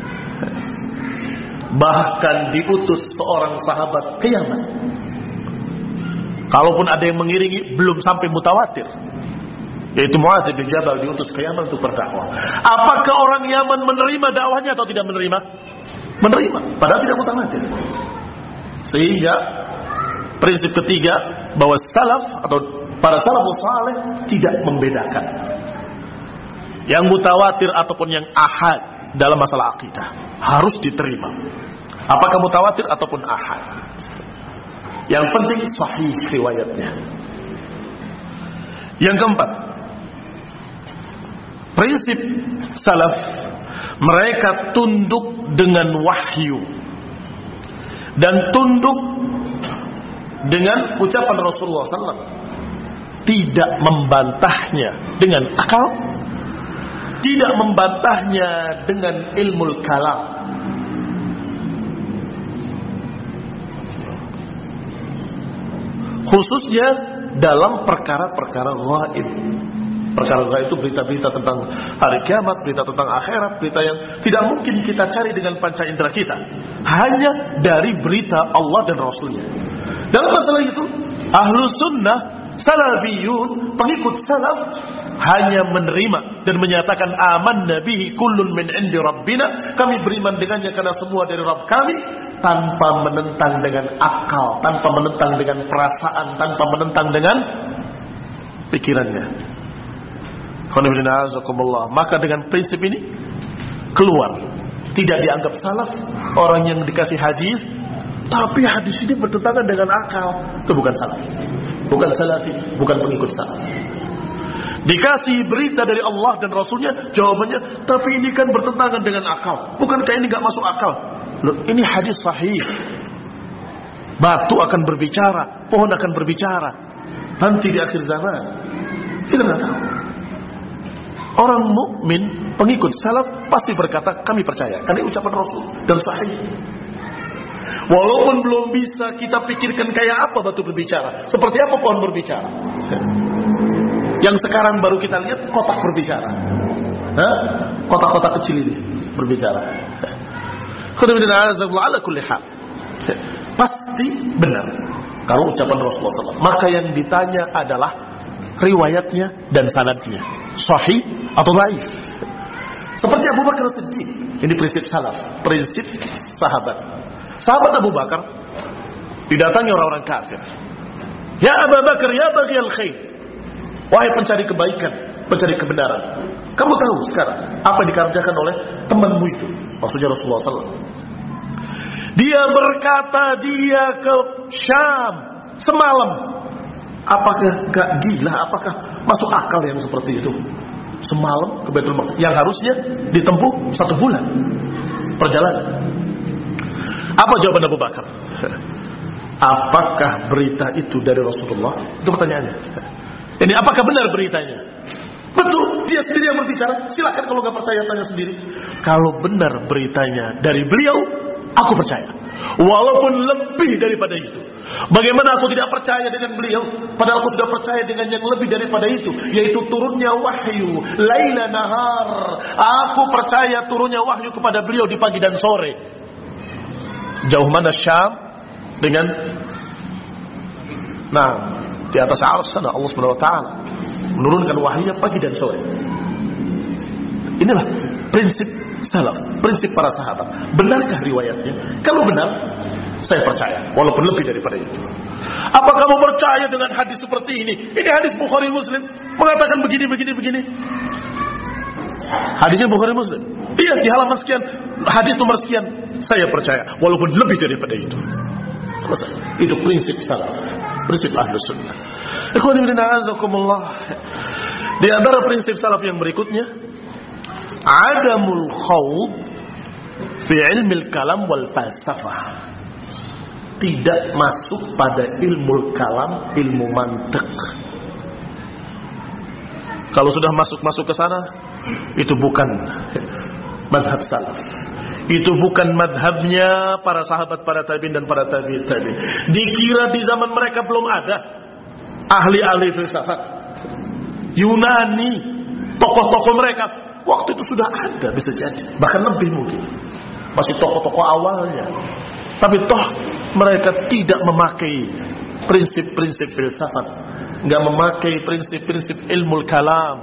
Bahkan diutus seorang sahabat ke Yaman. Kalaupun ada yang mengiringi, belum sampai mutawatir, yaitu Mu'adz bin Jabal diutus ke Yaman untuk berdakwah. Apakah orang Yaman menerima dakwahnya atau tidak menerima? Menerima, padahal tidak mutawatir. Sehingga prinsip ketiga, bahwa salaf atau para salafus saleh tidak membedakan yang mutawatir ataupun yang ahad dalam masalah akidah, harus diterima. Apakah mutawatir ataupun ahad, yang penting sahih riwayatnya. Yang keempat, prinsip salaf, mereka tunduk dengan wahyu dan tunduk dengan ucapan Rasulullah SAW, tidak membantahnya dengan akal, tidak membantahnya dengan ilmu kalam. Khususnya dalam perkara-perkara ghaib. Perkara ghaib itu berita-berita tentang hari kiamat, berita tentang akhirat, berita yang tidak mungkin kita cari dengan panca indera kita, hanya dari berita Allah dan Rasulnya. Dalam masalah itu, ahlu sunnah, salafiyun, pengikut salaf, hanya menerima dan menyatakan amanna bihi kullun min indi rabbina. Kami beriman dengannya karena semua dari Rabb kami, tanpa menentang dengan akal, tanpa menentang dengan perasaan, tanpa menentang dengan pikirannya. Maka dengan prinsip ini keluar, tidak dianggap salaf orang yang dikasih hadis, tapi hadis ini bertentangan dengan akal. Itu bukan salaf, bukan salafi, bukan pengikut salaf. Dikasih berita dari Allah dan Rasulnya, jawabannya, tapi ini kan bertentangan dengan akal. Bukankah ini gak masuk akal? Loh, ini hadis sahih. Batu akan berbicara, pohon akan berbicara nanti di akhir zaman. Kita nggak tahu. Orang mukmin, pengikut salaf pasti berkata kami percaya karena ucapan Rasul dan sahih. Walaupun belum bisa kita pikirkan kayak apa batu berbicara, seperti apa pohon berbicara. Yang sekarang baru kita lihat kotak berbicara. Kotak-kotak kecil ini berbicara. Pasti benar kalau ucapan Rasulullah SAW. Maka yang ditanya adalah riwayatnya dan sanadnya, sahih atau dhaif. Seperti Abu Bakar Siddiq. Ini prinsip salaf, prinsip sahabat. Sahabat Abu Bakar didatangi orang-orang kafir. Ya Abu Bakar, ya baghiyal khair, wahai pencari kebaikan, pencari kebenaran, kamu tahu sekarang apa yang dikerjakan oleh temanmu itu, maksudnya Rasulullah SAW. Dia berkata dia ke Syam semalam. Apakah gak gila? Apakah masuk akal yang seperti itu? Semalam ke Baitul Maqdis yang harusnya ditempuh 1 bulan perjalanan. Apa jawaban Abu Bakar? Apakah berita itu dari Rasulullah? Itu pertanyaannya. Ini apakah benar beritanya? Betul, dia sendiri yang berbicara. Silakan kalau nggak percaya tanya sendiri. Kalau benar beritanya dari beliau, aku percaya. Walaupun lebih daripada itu. Bagaimana aku tidak percaya dengan beliau? Padahal aku sudah percaya dengan yang lebih daripada itu, yaitu turunnya wahyu laila nahar. Aku percaya turunnya wahyu kepada beliau di pagi dan sore. Jauh mana Syam dengan di atas arsy sana Allah Subhanahu wa taala menurunkan wahyunya pagi dan sore. Inilah prinsip salaf, prinsip para sahabat. Benarkah riwayatnya? Kalau benar, saya percaya, walaupun lebih daripada itu. Apa kamu percaya dengan hadis seperti ini? Ini hadis Bukhari Muslim mengatakan begini. Hadisnya Bukhari Muslim. Iya, di halaman sekian, hadis nomor sekian, saya percaya, walaupun lebih daripada itu. Selesai. Itu prinsip salaf, prinsip Ahlus Sunnah. Ikhwani fillah, a'azakumullah. Di antara prinsip salaf yang berikutnya, adamul khawd fi ilmil kalam wal falsafah. Tidak masuk pada ilmu kalam, ilmu mantik. Kalau sudah masuk ke sana, itu bukan madhab salaf. Itu bukan madhabnya para sahabat, para tabi'in dan para tabi'in. Dikira di zaman mereka belum ada ahli-ahli filsafat Yunani, tokoh-tokoh mereka waktu itu sudah ada, bisa jadi, bahkan lebih mungkin. Masih tokoh-tokoh awalnya. Tapi toh mereka tidak memakai prinsip-prinsip filsafat, nggak memakai prinsip-prinsip ilmu kalam.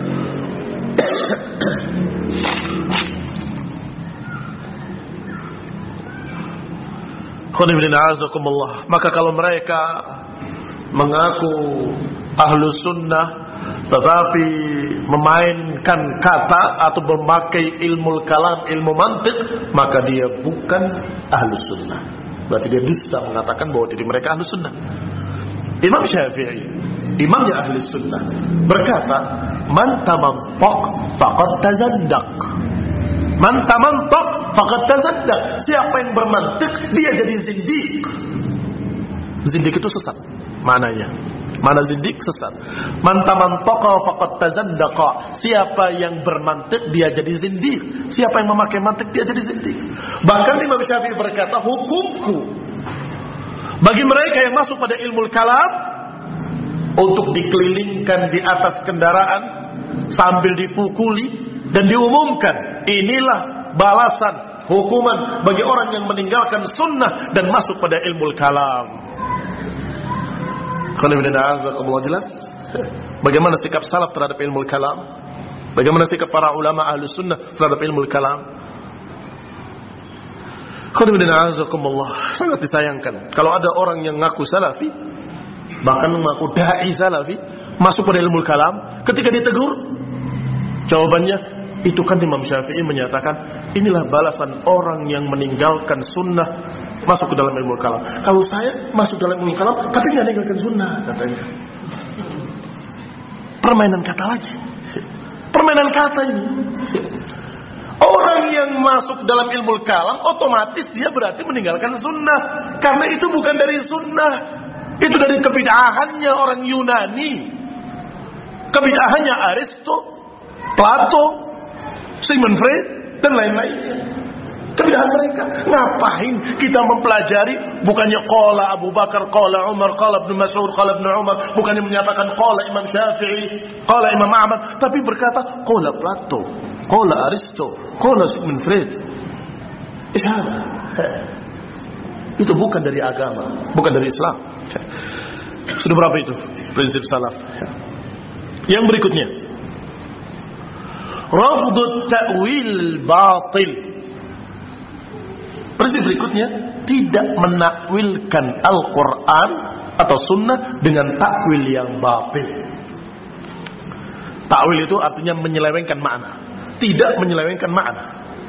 Maka kalau mereka mengaku ahlu sunnah tetapi memainkan kata atau memakai ilmu kalam, ilmu mantik, maka dia bukan ahlu sunnah. Berarti dia dusta mengatakan bahwa diri mereka ahlu sunnah. Imam Syafi'i, imamnya ahli sunnah, berkata, man tamantak faqad tazandaq. Man tamantak faqad tazandaq. Siapa yang bermantik, dia jadi zindiq. Zindiq itu sesat maknanya. Mana zindiq? Sesat. Man tamantaqa faqad tazandaqa. Siapa yang bermantik, dia jadi zindiq. Siapa yang memakai mantik, dia jadi zindiq. Bahkan Imam Syafi'i berkata, hukumku bagi mereka yang masuk pada ilmu kalam untuk dikelilingkan di atas kendaraan sambil dipukuli dan diumumkan, inilah balasan hukuman bagi orang yang meninggalkan sunnah dan masuk pada ilmu kalam. Jelas? Bagaimana sikap salaf terhadap ilmu kalam? Bagaimana sikap para ulama ahli sunnah terhadap ilmu kalam? Sangat disayangkan kalau ada orang yang ngaku salafi, bahkan mengaku da'i salafi, masuk pada ilmu kalam. Ketika ditegur, jawabannya, itu kan Imam Syafi'i menyatakan, inilah balasan orang yang meninggalkan sunnah masuk ke dalam ilmu kalam. Kalau saya masuk dalam ilmu kalam tapi nggak meninggalkan sunnah, katanya. Permainan kata lagi. Permainan kata ini. Orang yang masuk dalam ilmu kalam otomatis dia berarti meninggalkan sunnah, karena itu bukan dari sunnah, itu dari kebid'ahannya orang Yunani, kebid'ahannya Aristo, Plato, Sigmund Freud dan lain-lainnya. Kebid'ahan mereka. Ngapain kita mempelajari? Bukannya qala Abu Bakar, qala Umar, qala Ibnu Mas'ud, qala Ibnu Umar, bukannya menyatakan qala Imam Syafi'i, qala Imam Ahmad, tapi berkata qala Plato, qala Aristo, qala Sigmund Freud. Itu bukan dari agama, bukan dari Islam. Sudah berapa itu prinsip salaf? Yang berikutnya, rafdut ta'wil batil. Prinsip berikutnya, tidak menakwilkan Al-Quran atau Sunnah dengan takwil yang batil. Takwil itu artinya menyelewengkan makna, tidak menyelewengkan makna.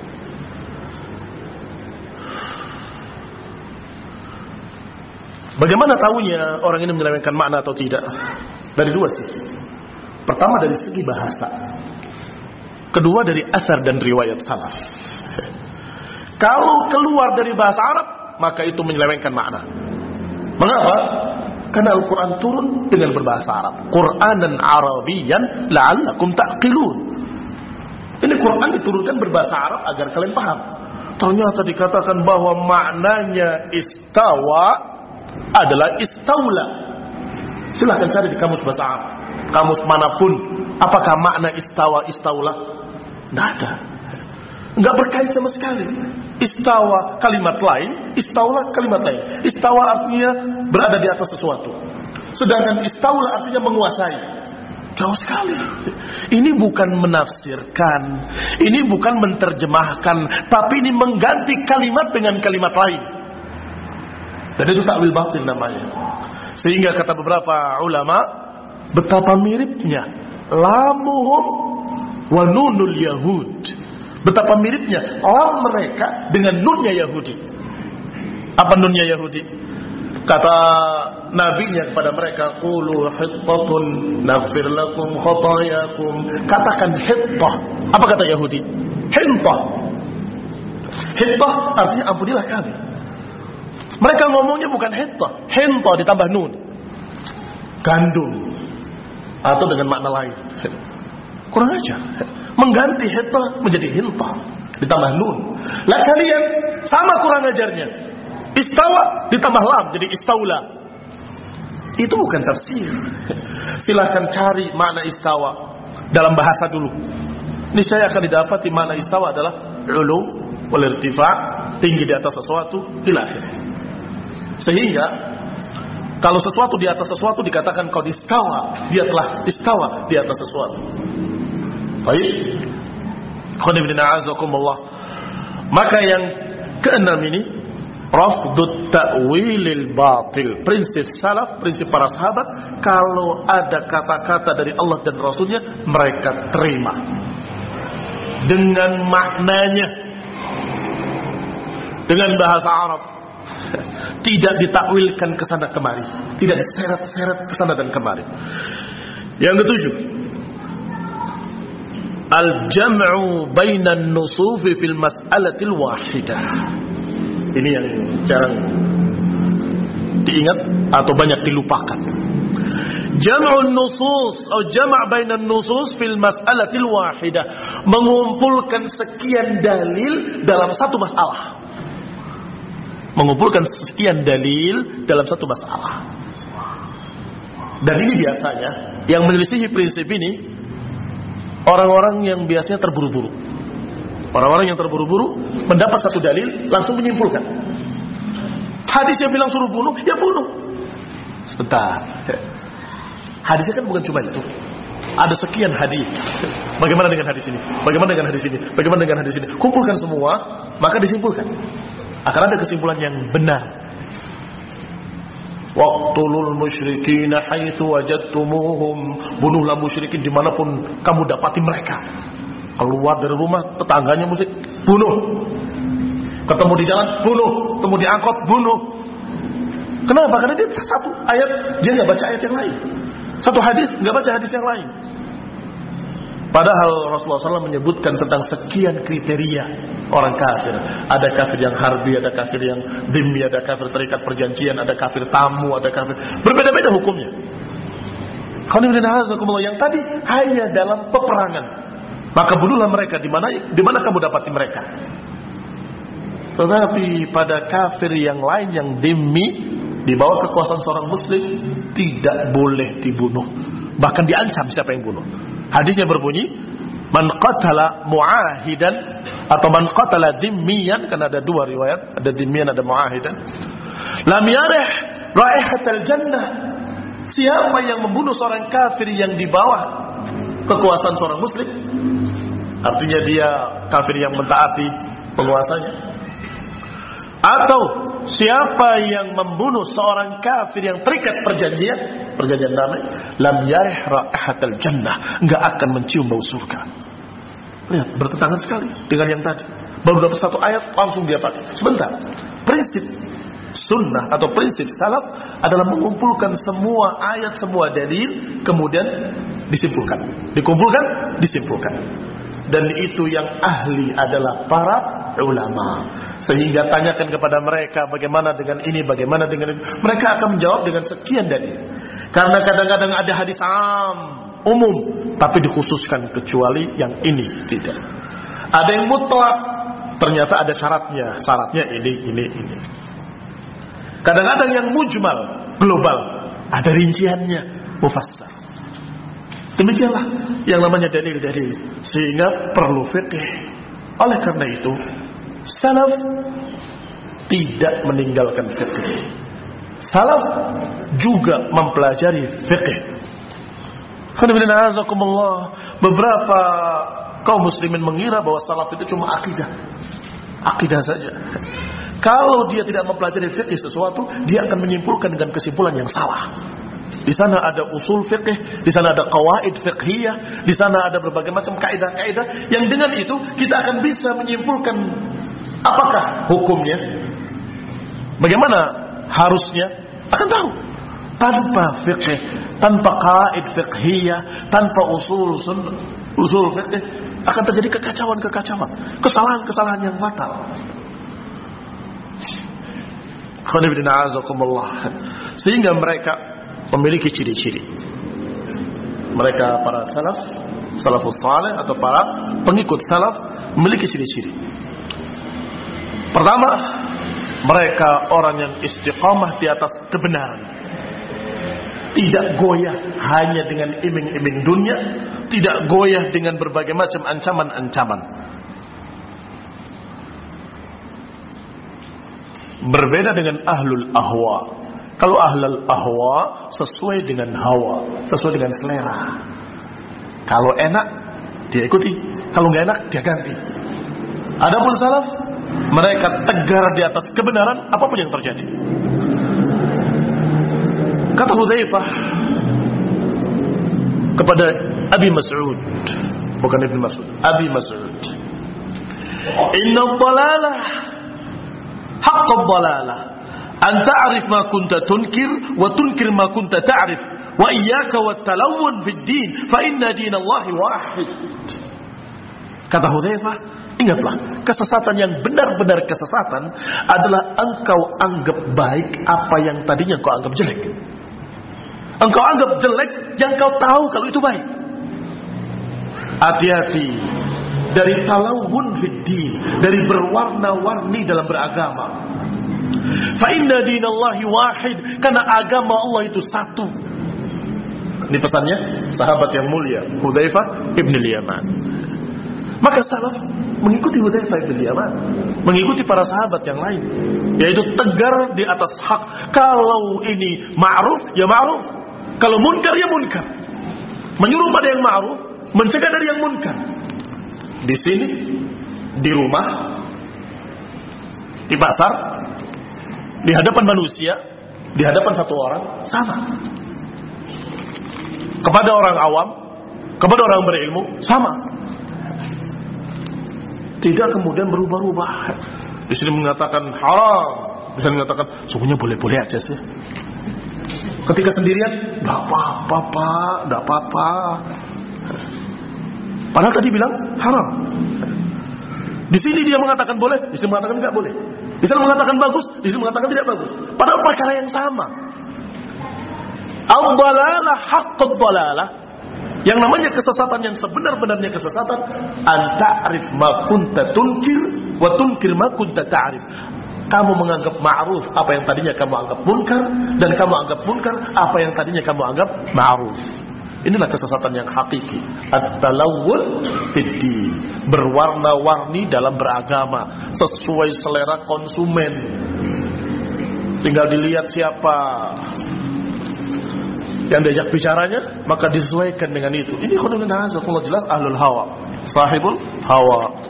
Bagaimana tahunya orang ini menyelewengkan makna atau tidak? Dari dua sisi. Pertama dari segi bahasa, kedua dari asar dan riwayat salaf. Kalau keluar dari bahasa Arab, maka itu menyelewengkan makna. Mengapa? Karena Al-Quran turun dengan berbahasa Arab. Qur'anan Arabiyan la'allakum ta'qilun. Ini Quran diturunkan berbahasa Arab agar kalian paham. Ternyata dikatakan bahwa maknanya istawa adalah istaula. Silahkan cari di kamus bahasa Arab, kamus manapun, apakah makna istawa, istaula? Tidak ada. Enggak berkait sama sekali. Istawa kalimat lain, istaula kalimat lain. Istawa artinya berada di atas sesuatu, sedangkan istaula artinya menguasai. Jauh sekali. Ini bukan menafsirkan, ini bukan menerjemahkan, tapi ini mengganti kalimat dengan kalimat lain. Dan itu takwil batil namanya. Sehingga kata beberapa ulama, betapa miripnya lamuhum wa nunul Yahud. Betapa miripnya lam mereka dengan nunnya Yahudi. Apa nunnya Yahudi? Kata nabinya kepada mereka, qulu hittatun naghfir lakum khatayakum. Katakan hittah. Apa kata Yahudi? Hittah. Hittah artinya ampunilah kami. Mereka ngomongnya bukan hittah. Hittah ditambah nun, gandum, atau dengan makna lain. Kurang ajar. Mengganti hittah menjadi hintah ditambah nun. Lah kalian sama kurang ajarnya. Istawa ditambah lam jadi istaula. Itu bukan tafsir. Silahkan cari makna istawa dalam bahasa dulu. Niscaya akan didapati makna istawa adalah ulu wal irtifa', tinggi di atas sesuatu, ila akhir. Sehingga kalau sesuatu di atas sesuatu dikatakan qad istawa, dia telah istawa di atas sesuatu. Baik. Khonibina azakumullah. Maka yang keenam ini rafdut ta'wilil batil. Prinsip salaf, prinsip para sahabat, kalau ada kata-kata dari Allah dan Rasulnya, mereka terima dengan maknanya, dengan bahasa Arab, tidak ditakwilkan ke sana kemari, tidak diseret-seret ke sana dan kemari. Yang ketujuh, al-jam'u bainan nusufi fil mas'alatil wahidah. Ini yang jarang diingat atau banyak dilupakan. Jam'un nusus atau jama' bainan nusus fil mas'alatil wahidah, mengumpulkan sekian dalil dalam satu masalah. Mengumpulkan sekian dalil dalam satu masalah. Dan ini biasanya yang menyelisihi prinsip ini orang-orang yang biasanya terburu-buru. Orang-orang yang terburu-buru mendapat satu dalil langsung menyimpulkan. Hadis yang bilang suruh bunuh, ya bunuh. Sebentar. Hadisnya kan bukan cuma itu. Ada sekian hadis. Bagaimana dengan hadis ini? Bagaimana dengan hadis ini? Bagaimana dengan hadis ini? Kumpulkan semua, maka disimpulkan. Akan ada kesimpulan yang benar. Waqtulul musyrikina haitsu wajadtumuhum. Bunuhlah musyrikin dimanapun kamu dapati mereka. Keluar dari rumah, tetangganya musik, bunuh. Ketemu di jalan, bunuh. Ketemu di angkot, bunuh. Kenapa? Karena dia satu ayat, dia nggak baca ayat yang lain. Satu hadis, nggak baca hadis yang lain. Padahal Rasulullah SAW menyebutkan tentang sekian kriteria orang kafir. Ada kafir yang harbi, ada kafir yang dhimmi, ada kafir terikat perjanjian, ada kafir tamu, ada kafir. Berbeda-beda hukumnya. Yang tadi hanya dalam peperangan. Maka bunuhlah mereka di mana kamu dapati mereka. Tetapi pada kafir yang lain yang dhimmi, di bawah kekuasaan seorang muslim, tidak boleh dibunuh. Bahkan diancam siapa yang bunuh. Hadisnya berbunyi, man qatala mu'ahidan atau man qatala dhimmiyan, karena ada dua riwayat, ada dhimmiyan, ada mu'ahidan, lam yarih raihatal jannah. Siapa yang membunuh seorang kafir yang di bawah kekuasaan seorang muslim, artinya dia kafir yang mentaati penguasanya, atau siapa yang membunuh seorang kafir yang terikat perjanjian damai, lam yarih raihatal jannah, enggak akan mencium bau surga. Lihat, bertentangan sekali dengan yang tadi. Baru dapat satu ayat langsung dia pakai. Sebentar. Prinsip sunnah atau prinsip salaf adalah mengumpulkan semua ayat, semua dalil, kemudian disimpulkan. Dikumpulkan, disimpulkan. Dan itu yang ahli adalah para ulama. Sehingga tanyakan kepada mereka bagaimana dengan ini, bagaimana dengan ini. Mereka akan menjawab dengan sekian dalil. Karena kadang-kadang ada hadis umum, tapi dikhususkan kecuali yang ini tidak. Ada yang mutlak, ternyata ada syaratnya. Syaratnya ini. Kadang-kadang yang mujmal, global, ada rinciannya, mufassar. Demikianlah yang namanya dalil-dalil. Sehingga perlu fiqh. Oleh karena itu, salaf tidak meninggalkan fiqh. Salaf juga mempelajari fiqh. Beberapa kaum muslimin mengira bahwa salaf itu cuma akidah saja. Kalau dia tidak mempelajari fiqh sesuatu, dia akan menyimpulkan dengan kesimpulan yang salah. Di sana ada usul fiqh, di sana ada qawaid fiqhiyah, di sana ada berbagai macam kaidah-kaidah yang dengan itu kita akan bisa menyimpulkan apakah hukumnya, bagaimana harusnya, akan tahu. Tanpa fiqh, tanpa qaid fiqhiyah, tanpa usul fiqh, akan terjadi kekacauan, kesalahan yang fatal. Sehingga mereka memiliki ciri-ciri. Mereka para salafus saleh atau para pengikut salaf memiliki ciri-ciri. Pertama, mereka orang yang istiqamah di atas kebenaran. Tidak goyah hanya dengan iming-iming dunia, tidak goyah dengan berbagai macam ancaman-ancaman. Berbeda dengan ahlul ahwa. Kalau ahlul ahwa sesuai dengan hawa, sesuai dengan selera. Kalau enak dia ikuti, kalau nggak enak dia ganti. Adapun salaf, mereka tegar di atas kebenaran apapun yang terjadi. Kata Hudzaifah kepada Abi Mas'ud, bukan Ibn Mas'ud, Abi Mas'ud, "Inna dhalalah haqqad dhalalah, an ta'rif ma kunta tunkir wa tunkir ma kunta ta'rif, wa iyyaka wat talawun fid din, fa inna dinallahi wahid." Kata Hudzaifah, ingatlah, kesesatan yang benar-benar kesesatan adalah engkau anggap baik apa yang tadinya kau anggap jelek. Engkau anggap jelek yang kau tahu kalau itu baik. Hati-hati dari talawun fid din, dari berwarna-warni dalam beragama. Fa inna dinallahi wahid, karena agama Allah itu satu. Ini pesannya sahabat yang mulia Hudzaifah ibn al-Yaman. Maka salaf mengikuti Hudzaifah ibn al-Yaman, mengikuti para sahabat yang lain, yaitu tegar di atas hak. Kalau ini ma'ruf ya ma'ruf, kalau munkar ya munkar. Menyuruh pada yang ma'ruf, mencegah dari yang munkar. Di sini, di rumah, di pasar, di hadapan manusia, di hadapan satu orang, sama. Kepada orang awam, kepada orang berilmu, sama. Tidak kemudian berubah-ubah. Di sini mengatakan haram, di sini mengatakan sungguhnya boleh-boleh aja sih. Ketika sendirian, enggak apa-apa, Pak, enggak apa-apa. Padahal tadi bilang haram. Di sini dia mengatakan boleh, di sini mengatakan enggak boleh. Di sini mengatakan bagus, di sini mengatakan tidak bagus. Padahal perkara yang sama. Al-dhalalah haqqad dhalalah. Yang namanya kesesatan yang sebenar-benarnya kesesatan, an ta'rif ma kunta tunkir wa tunkir ma kunta ta'rif. Kamu menganggap ma'ruf apa yang tadinya kamu anggap munkar, dan kamu anggap munkar apa yang tadinya kamu anggap ma'ruf. Inilah kesesatan yang hakiki. At-talawwun fid-din, berwarna-warni dalam beragama sesuai selera konsumen. Tinggal dilihat siapa yang diajak bicaranya, maka disesuaikan dengan itu. Ini khonungan Allah jelas ahlul hawa, sahibul hawa.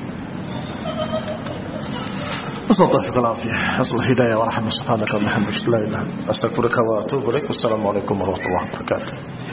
Asal hidayah wa rahmah subhanaka wa bihamdika, astaghfiruka wa atubu ilaik. Wassalamualaikum warahmatullahi wabarakatuh.